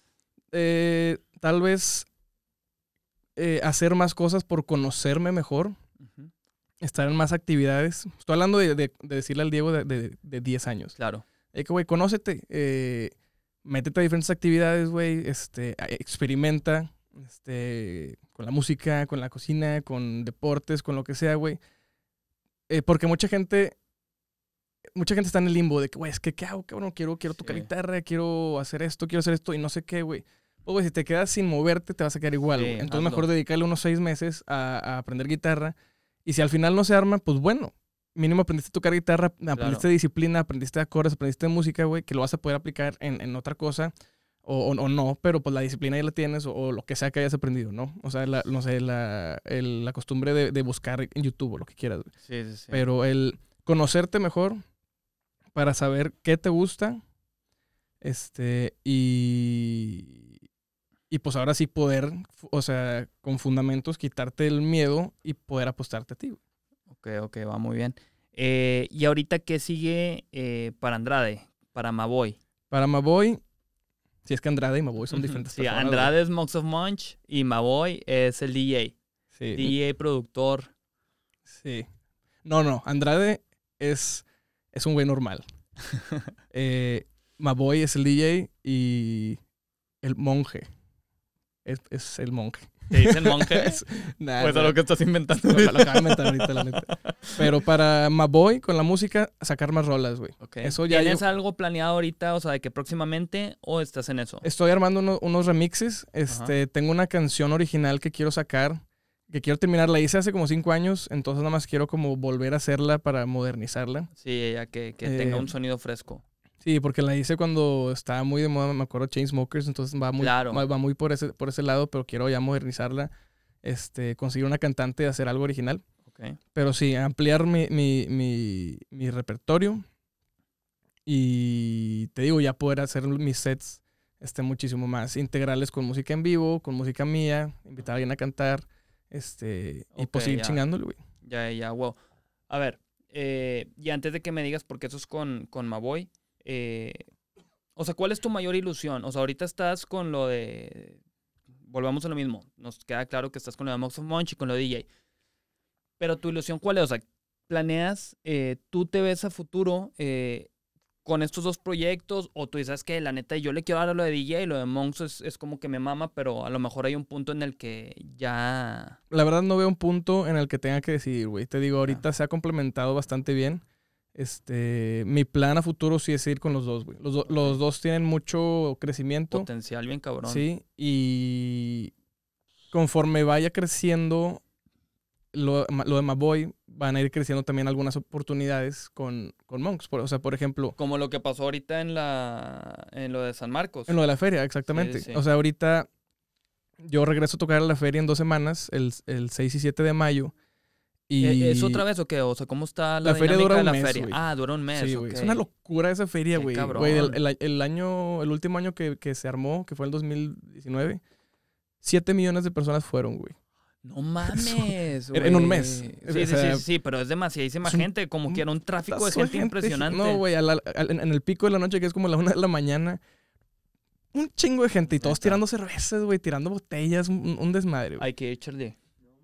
Speaker 2: eh, tal vez eh, hacer más cosas por conocerme mejor,
Speaker 3: Ujú,
Speaker 2: estar en más actividades. Estoy hablando de, de- de decirle al Diego de, de, de diez años.
Speaker 3: claro.
Speaker 2: Eh, que, güey, conócete. Eh, métete a diferentes actividades, güey. Este, a- experimenta este, con la música, con la cocina, con deportes, con lo que sea, güey. Eh, porque mucha gente... Mucha gente está en el limbo de que, güey, es que, ¿qué hago, cabrón? Quiero, quiero tocar
Speaker 3: Sí.
Speaker 2: guitarra, quiero hacer esto, quiero hacer esto y no sé qué, güey. Pues, güey, si te quedas sin moverte, te vas a quedar igual,
Speaker 3: Sí,
Speaker 2: güey. Entonces,
Speaker 3: hazlo.
Speaker 2: mejor dedicarle unos seis meses a, a aprender guitarra. Y si al final no se arma, pues bueno. Mínimo aprendiste a tocar guitarra, aprendiste disciplina, aprendiste acordes, aprendiste música, güey, que lo vas a poder aplicar en, en otra cosa. O, o, o no, pero pues la disciplina ya la tienes, o, o lo que sea que hayas aprendido, ¿no? O sea, la, no sé, la, el- la costumbre de, de buscar en YouTube o lo que quieras, güey.
Speaker 3: Sí, sí, sí.
Speaker 2: Pero el conocerte mejor para saber qué te gusta, este, y, y pues ahora sí poder, o sea, con fundamentos, quitarte el miedo y poder apostarte a ti, güey.
Speaker 3: Ok, ok, va muy bien. Eh, y ahorita, ¿qué sigue eh, para Andrade? Para Mavoy.
Speaker 2: Para Mavoy, si es que Andrade y Mavoy son
Speaker 3: Ujú,
Speaker 2: diferentes
Speaker 3: sí,
Speaker 2: personas.
Speaker 3: Andrade es Mox of Munch y Mavoy es el D J.
Speaker 2: güey. Sí,
Speaker 3: D J, productor.
Speaker 2: sí. No, no, Andrade es, es un güey normal. eh, Mavoy es el D J y el monje es, es el monje.
Speaker 3: ¿Te dicen monje?
Speaker 2: Es- nah,
Speaker 3: Pues
Speaker 2: nah.
Speaker 3: a lo que estás inventando.
Speaker 2: Lo, lo acabo de inventar ahorita, la neta. Pero para Mavoy, con la música, sacar más rolas, güey.
Speaker 3: Ok.
Speaker 2: Eso ya
Speaker 3: ¿Tienes
Speaker 2: yo-
Speaker 3: algo planeado ahorita, o sea, de que próximamente, o estás en eso?
Speaker 2: Estoy armando uno- unos remixes. Este, tengo una canción original que quiero sacar, que quiero terminar. La hice hace como cinco años, entonces nada más quiero como volver a hacerla para modernizarla.
Speaker 3: Sí, ya que, que
Speaker 2: Eh,
Speaker 3: tenga un sonido fresco.
Speaker 2: Sí, porque la hice cuando estaba muy de moda, me acuerdo, Chainsmokers, entonces va muy,
Speaker 3: Claro.
Speaker 2: va, va muy por ese, por ese lado, pero quiero ya modernizarla, este, conseguir una cantante y hacer algo original.
Speaker 3: Ok.
Speaker 2: Pero sí, ampliar mi, mi, mi, mi repertorio y te digo, ya poder hacer mis sets este, muchísimo más integrales con música en vivo, con música mía, invitar a alguien a cantar, este, y
Speaker 3: Ok,
Speaker 2: pues seguir
Speaker 3: ya.
Speaker 2: chingándole, güey.
Speaker 3: Ya, ya, wow. A ver, eh, y antes de que me digas, porque eso es con, con Mavoy, eh, o sea, ¿cuál es tu mayor ilusión? O sea, ahorita estás con lo de... Volvamos a lo mismo. Nos queda claro que estás con lo de Mox of Munch y con lo de D J. Pero tu ilusión, ¿cuál es? O sea, ¿planeas, eh, tú te ves a futuro eh, con estos dos proyectos? O tú dices que la neta yo le quiero dar a lo de D J y lo de Monks es, es como que me mama, pero a lo mejor hay un punto en el que ya...
Speaker 2: La verdad no veo un punto en el que tenga que decidir, güey. Te digo, ahorita
Speaker 3: Ah.
Speaker 2: se ha complementado bastante bien. Este, mi plan a futuro sí es ir con los dos, güey. Los, do- los dos tienen mucho crecimiento.
Speaker 3: Potencial bien cabrón.
Speaker 2: Sí, y conforme vaya creciendo lo, lo de Maboy, van a ir creciendo también algunas oportunidades con, con Monks. Por- o sea, por ejemplo,
Speaker 3: Como lo que pasó ahorita en la en lo de San Marcos.
Speaker 2: en lo de la feria, exactamente.
Speaker 3: Sí, sí.
Speaker 2: O sea, ahorita yo regreso a tocar a la feria en dos semanas, el, el seis y siete de mayo. Y
Speaker 3: ¿E- ¿Es otra vez o qué? O sea, ¿cómo está la,
Speaker 2: La feria
Speaker 3: dinámica
Speaker 2: dura
Speaker 3: de
Speaker 2: un
Speaker 3: la
Speaker 2: mes,
Speaker 3: feria?
Speaker 2: güey.
Speaker 3: Ah, dura un mes.
Speaker 2: Sí, güey.
Speaker 3: ok.
Speaker 2: Es una locura esa feria,
Speaker 3: Qué
Speaker 2: güey.
Speaker 3: cabrón.
Speaker 2: Güey, el, el- el año, el último año que, que se armó, que fue el dos mil diecinueve, siete millones de personas fueron, güey.
Speaker 3: No mames,
Speaker 2: En- en un
Speaker 3: güey.
Speaker 2: mes.
Speaker 3: Sí,
Speaker 2: O
Speaker 3: sí,
Speaker 2: sea,
Speaker 3: sí, sí, pero es demasiadísima
Speaker 2: es un-
Speaker 3: gente. Como que era un tráfico de
Speaker 2: Putazo
Speaker 3: gente impresionante.
Speaker 2: No, güey, a la- al- en, en el pico de la noche, que es como la una de la mañana, un chingo de gente y todos
Speaker 3: Neta.
Speaker 2: tirando cervezas, güey, tirando botellas, un, un desmadre, güey.
Speaker 3: Hay que ir, Charlie.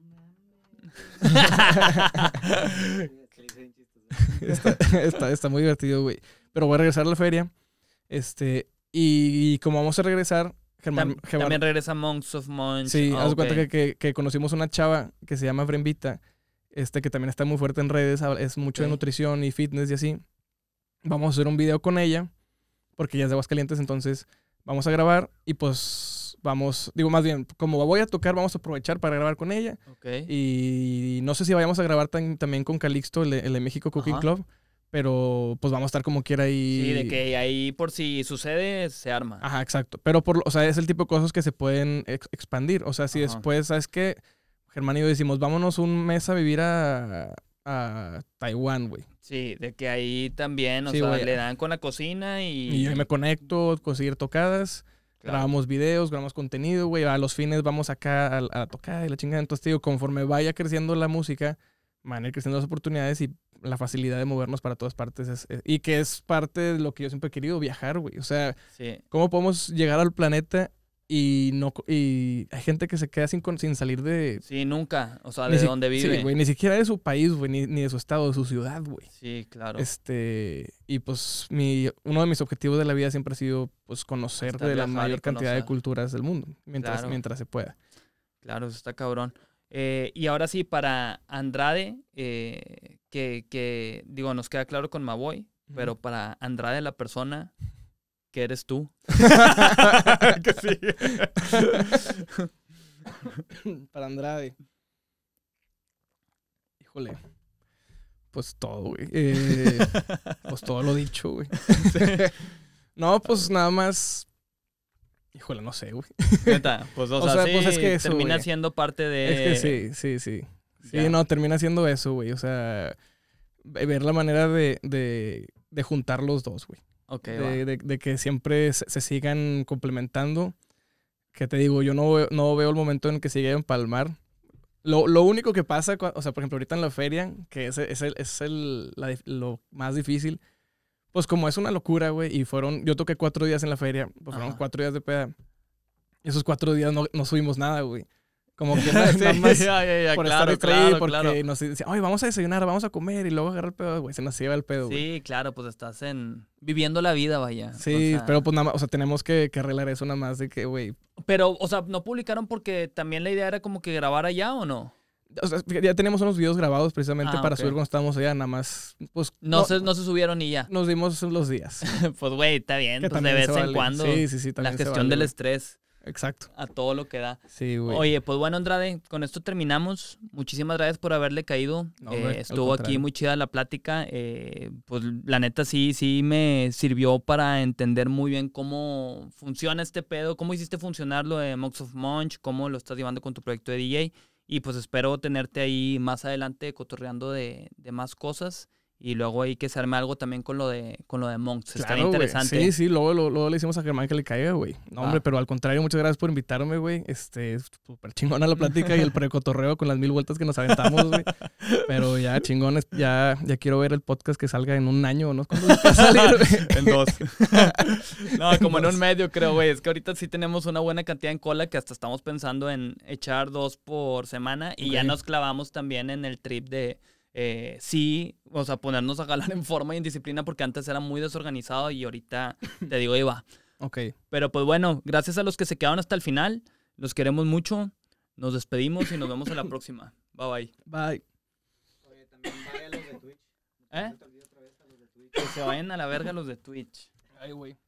Speaker 4: Que le hice bien chistoso.
Speaker 2: Está, está, está muy divertido, güey. Pero voy a regresar a la feria. Este, y, como vamos a regresar, Germán,
Speaker 3: Tam-
Speaker 2: Germán-
Speaker 3: También regresa Monks of Munch.
Speaker 2: sí,
Speaker 3: Ah,
Speaker 2: haz de
Speaker 3: ok.
Speaker 2: cuenta que, que, que conocimos una chava que se llama Brembita, este, que también está muy fuerte en redes, habla- es mucho de
Speaker 3: Ok.
Speaker 2: nutrición y fitness y así. Vamos a hacer un video con ella, porque ella es de Aguascalientes, entonces vamos a grabar y pues vamos, digo más bien, como voy a tocar, vamos a aprovechar para grabar con ella.
Speaker 3: Ok.
Speaker 2: Y no sé si vayamos a grabar tan- también con Calixto, el de, el de México Cooking
Speaker 3: Ajá.
Speaker 2: Club, pero pues vamos a estar como quiera ahí.
Speaker 3: Sí, de que ahí por si sucede, se arma.
Speaker 2: Ajá, exacto. Pero, por, lo- o sea, es el tipo de cosas que se pueden ex- expandir. O sea, si
Speaker 3: Ajá.
Speaker 2: después, ¿sabes qué? Germán y yo decimos, vámonos un mes a vivir a, a Taiwán, güey.
Speaker 3: Sí, de que ahí también, o
Speaker 2: Sí,
Speaker 3: sea,
Speaker 2: güey.
Speaker 3: le dan con la cocina y...
Speaker 2: Y yo ahí me conecto, conseguir tocadas,
Speaker 3: Claro.
Speaker 2: grabamos videos, grabamos contenido, güey. A los fines vamos acá a, a tocar y la chingada. Entonces, te digo, conforme vaya creciendo la música, van a ir creciendo las oportunidades y la facilidad de movernos para todas partes. Es- es- y que es parte de lo que yo siempre he querido, viajar, güey. O sea,
Speaker 3: Sí.
Speaker 2: ¿cómo podemos llegar al planeta y no co- y hay gente que se queda sin, con- sin salir de...
Speaker 3: Sí, nunca. O sea,
Speaker 2: ni
Speaker 3: de
Speaker 2: si-
Speaker 3: dónde vive.
Speaker 2: Sí, güey, ni siquiera de su país, güey, ni, ni de su estado, de su ciudad, güey.
Speaker 3: Sí, claro.
Speaker 2: Este, y pues mi, uno de mis objetivos de la vida siempre ha sido pues conocer
Speaker 3: Estar
Speaker 2: de la
Speaker 3: viajar y
Speaker 2: mayor cantidad de
Speaker 3: conocer.
Speaker 2: culturas del mundo, mientras,
Speaker 3: Claro.
Speaker 2: mientras se pueda.
Speaker 3: Claro, eso está cabrón. Eh, y ahora sí, para Andrade, eh, que, que, digo, nos queda claro con Maboy, pero para Andrade, la persona que eres tú.
Speaker 2: Que sí. Para Andrade. Híjole. Pues todo, güey. Eh, pues todo lo dicho, güey. No, pues nada más. Híjole, no sé, güey.
Speaker 3: Neta, pues, o,
Speaker 2: O
Speaker 3: sea,
Speaker 2: sea,
Speaker 3: sí,
Speaker 2: pues es que eso,
Speaker 3: termina
Speaker 2: güey.
Speaker 3: siendo parte de...
Speaker 2: Es que sí, sí, sí. Sí,
Speaker 3: Ya.
Speaker 2: no, termina siendo eso, güey. O sea, ve- ver la manera de, de, de juntar los dos, güey.
Speaker 3: Ok,
Speaker 2: de,
Speaker 3: va.
Speaker 2: de- de que siempre se, se sigan complementando. Que te digo, yo no veo, no veo el momento en que se lleguen a empalmar. Lo, lo único que pasa, cua- o sea, por ejemplo, ahorita en la feria, que es, es, el, es el, la dif- lo más difícil, pues como es una locura, güey, y fueron, yo toqué cuatro días en la feria, pues fueron
Speaker 3: Ajá.
Speaker 2: cuatro días de peda. Y esos cuatro días no, no subimos nada, güey. Como que nada, nada
Speaker 3: Sí,
Speaker 2: más
Speaker 3: ya, ya, ya,
Speaker 2: por
Speaker 3: claro,
Speaker 2: estar ahí,
Speaker 3: claro,
Speaker 2: porque
Speaker 3: claro.
Speaker 2: nos decían, oye, vamos a desayunar, vamos a comer, y luego agarrar el pedo, güey, se nos lleva el pedo, güey.
Speaker 3: Sí, claro, pues estás en... viviendo la vida, vaya.
Speaker 2: Sí,
Speaker 3: O sea,
Speaker 2: pero pues nada más, o sea, tenemos que, que arreglar eso nada más de que, güey.
Speaker 3: Pero, o sea, ¿no publicaron porque también la idea era como que grabar allá o no?
Speaker 2: O sea, ya tenemos unos videos grabados precisamente
Speaker 3: Ah,
Speaker 2: para
Speaker 3: ok.
Speaker 2: subir cuando estábamos allá, nada más, pues.
Speaker 3: No, se, no se subieron y ya.
Speaker 2: Nos dimos los días.
Speaker 3: Pues, güey, está bien,
Speaker 2: Que
Speaker 3: pues de
Speaker 2: también
Speaker 3: vez
Speaker 2: se
Speaker 3: en
Speaker 2: vale.
Speaker 3: cuando.
Speaker 2: Sí, sí, sí,
Speaker 3: La
Speaker 2: también se
Speaker 3: gestión
Speaker 2: vale,
Speaker 3: del
Speaker 2: güey.
Speaker 3: estrés
Speaker 2: Exacto.
Speaker 3: a todo lo que da.
Speaker 2: Sí, güey.
Speaker 3: Oye, pues bueno, Andrade, con esto terminamos. Muchísimas gracias por haberle caído.
Speaker 2: No,
Speaker 3: Eh,
Speaker 2: hombre, al
Speaker 3: estuvo aquí
Speaker 2: contrario.
Speaker 3: muy chida la plática. Eh, pues la neta sí, sí me sirvió para entender muy bien cómo funciona este pedo, cómo hiciste funcionar lo de Monks of Munch, cómo lo estás llevando con tu proyecto de D J. Y pues espero tenerte ahí más adelante cotorreando de, de más cosas. Y luego ahí que se arme algo también con lo de, con lo de Monks. Estaría
Speaker 2: Claro, güey.
Speaker 3: interesante.
Speaker 2: Sí, sí, luego, luego, luego le hicimos a Germán que le caiga, güey. No,
Speaker 3: Va.
Speaker 2: hombre, pero al contrario, muchas gracias por invitarme, güey. Este, es súper chingona la plática y el precotorreo con las mil vueltas que nos aventamos, güey. Pero ya, chingones, ya, ya quiero ver el podcast que salga en un año, ¿no? ¿Cuándo va a salir, güey?
Speaker 3: En dos. No, como en
Speaker 2: dos.
Speaker 3: un medio, creo, güey. Es que ahorita sí tenemos una buena cantidad en cola que hasta estamos pensando en echar dos por semana. Y ya
Speaker 2: Ok.
Speaker 3: nos clavamos también en el trip de eh, sí, o sea, ponernos a jalar en forma y en disciplina porque antes era muy desorganizado y ahorita, te digo, ahí va.
Speaker 2: Ok.
Speaker 3: Pero pues bueno, gracias a los que se quedaron hasta el final. Los queremos mucho. Nos despedimos y nos vemos a la próxima. Bye, bye.
Speaker 2: Bye.
Speaker 4: Oye, también vaya a los de Twitch.
Speaker 3: ¿Eh?
Speaker 4: No te olvides otra vez a los de Twitch.
Speaker 3: Que se vayan a la verga los de Twitch.
Speaker 2: Ay, güey.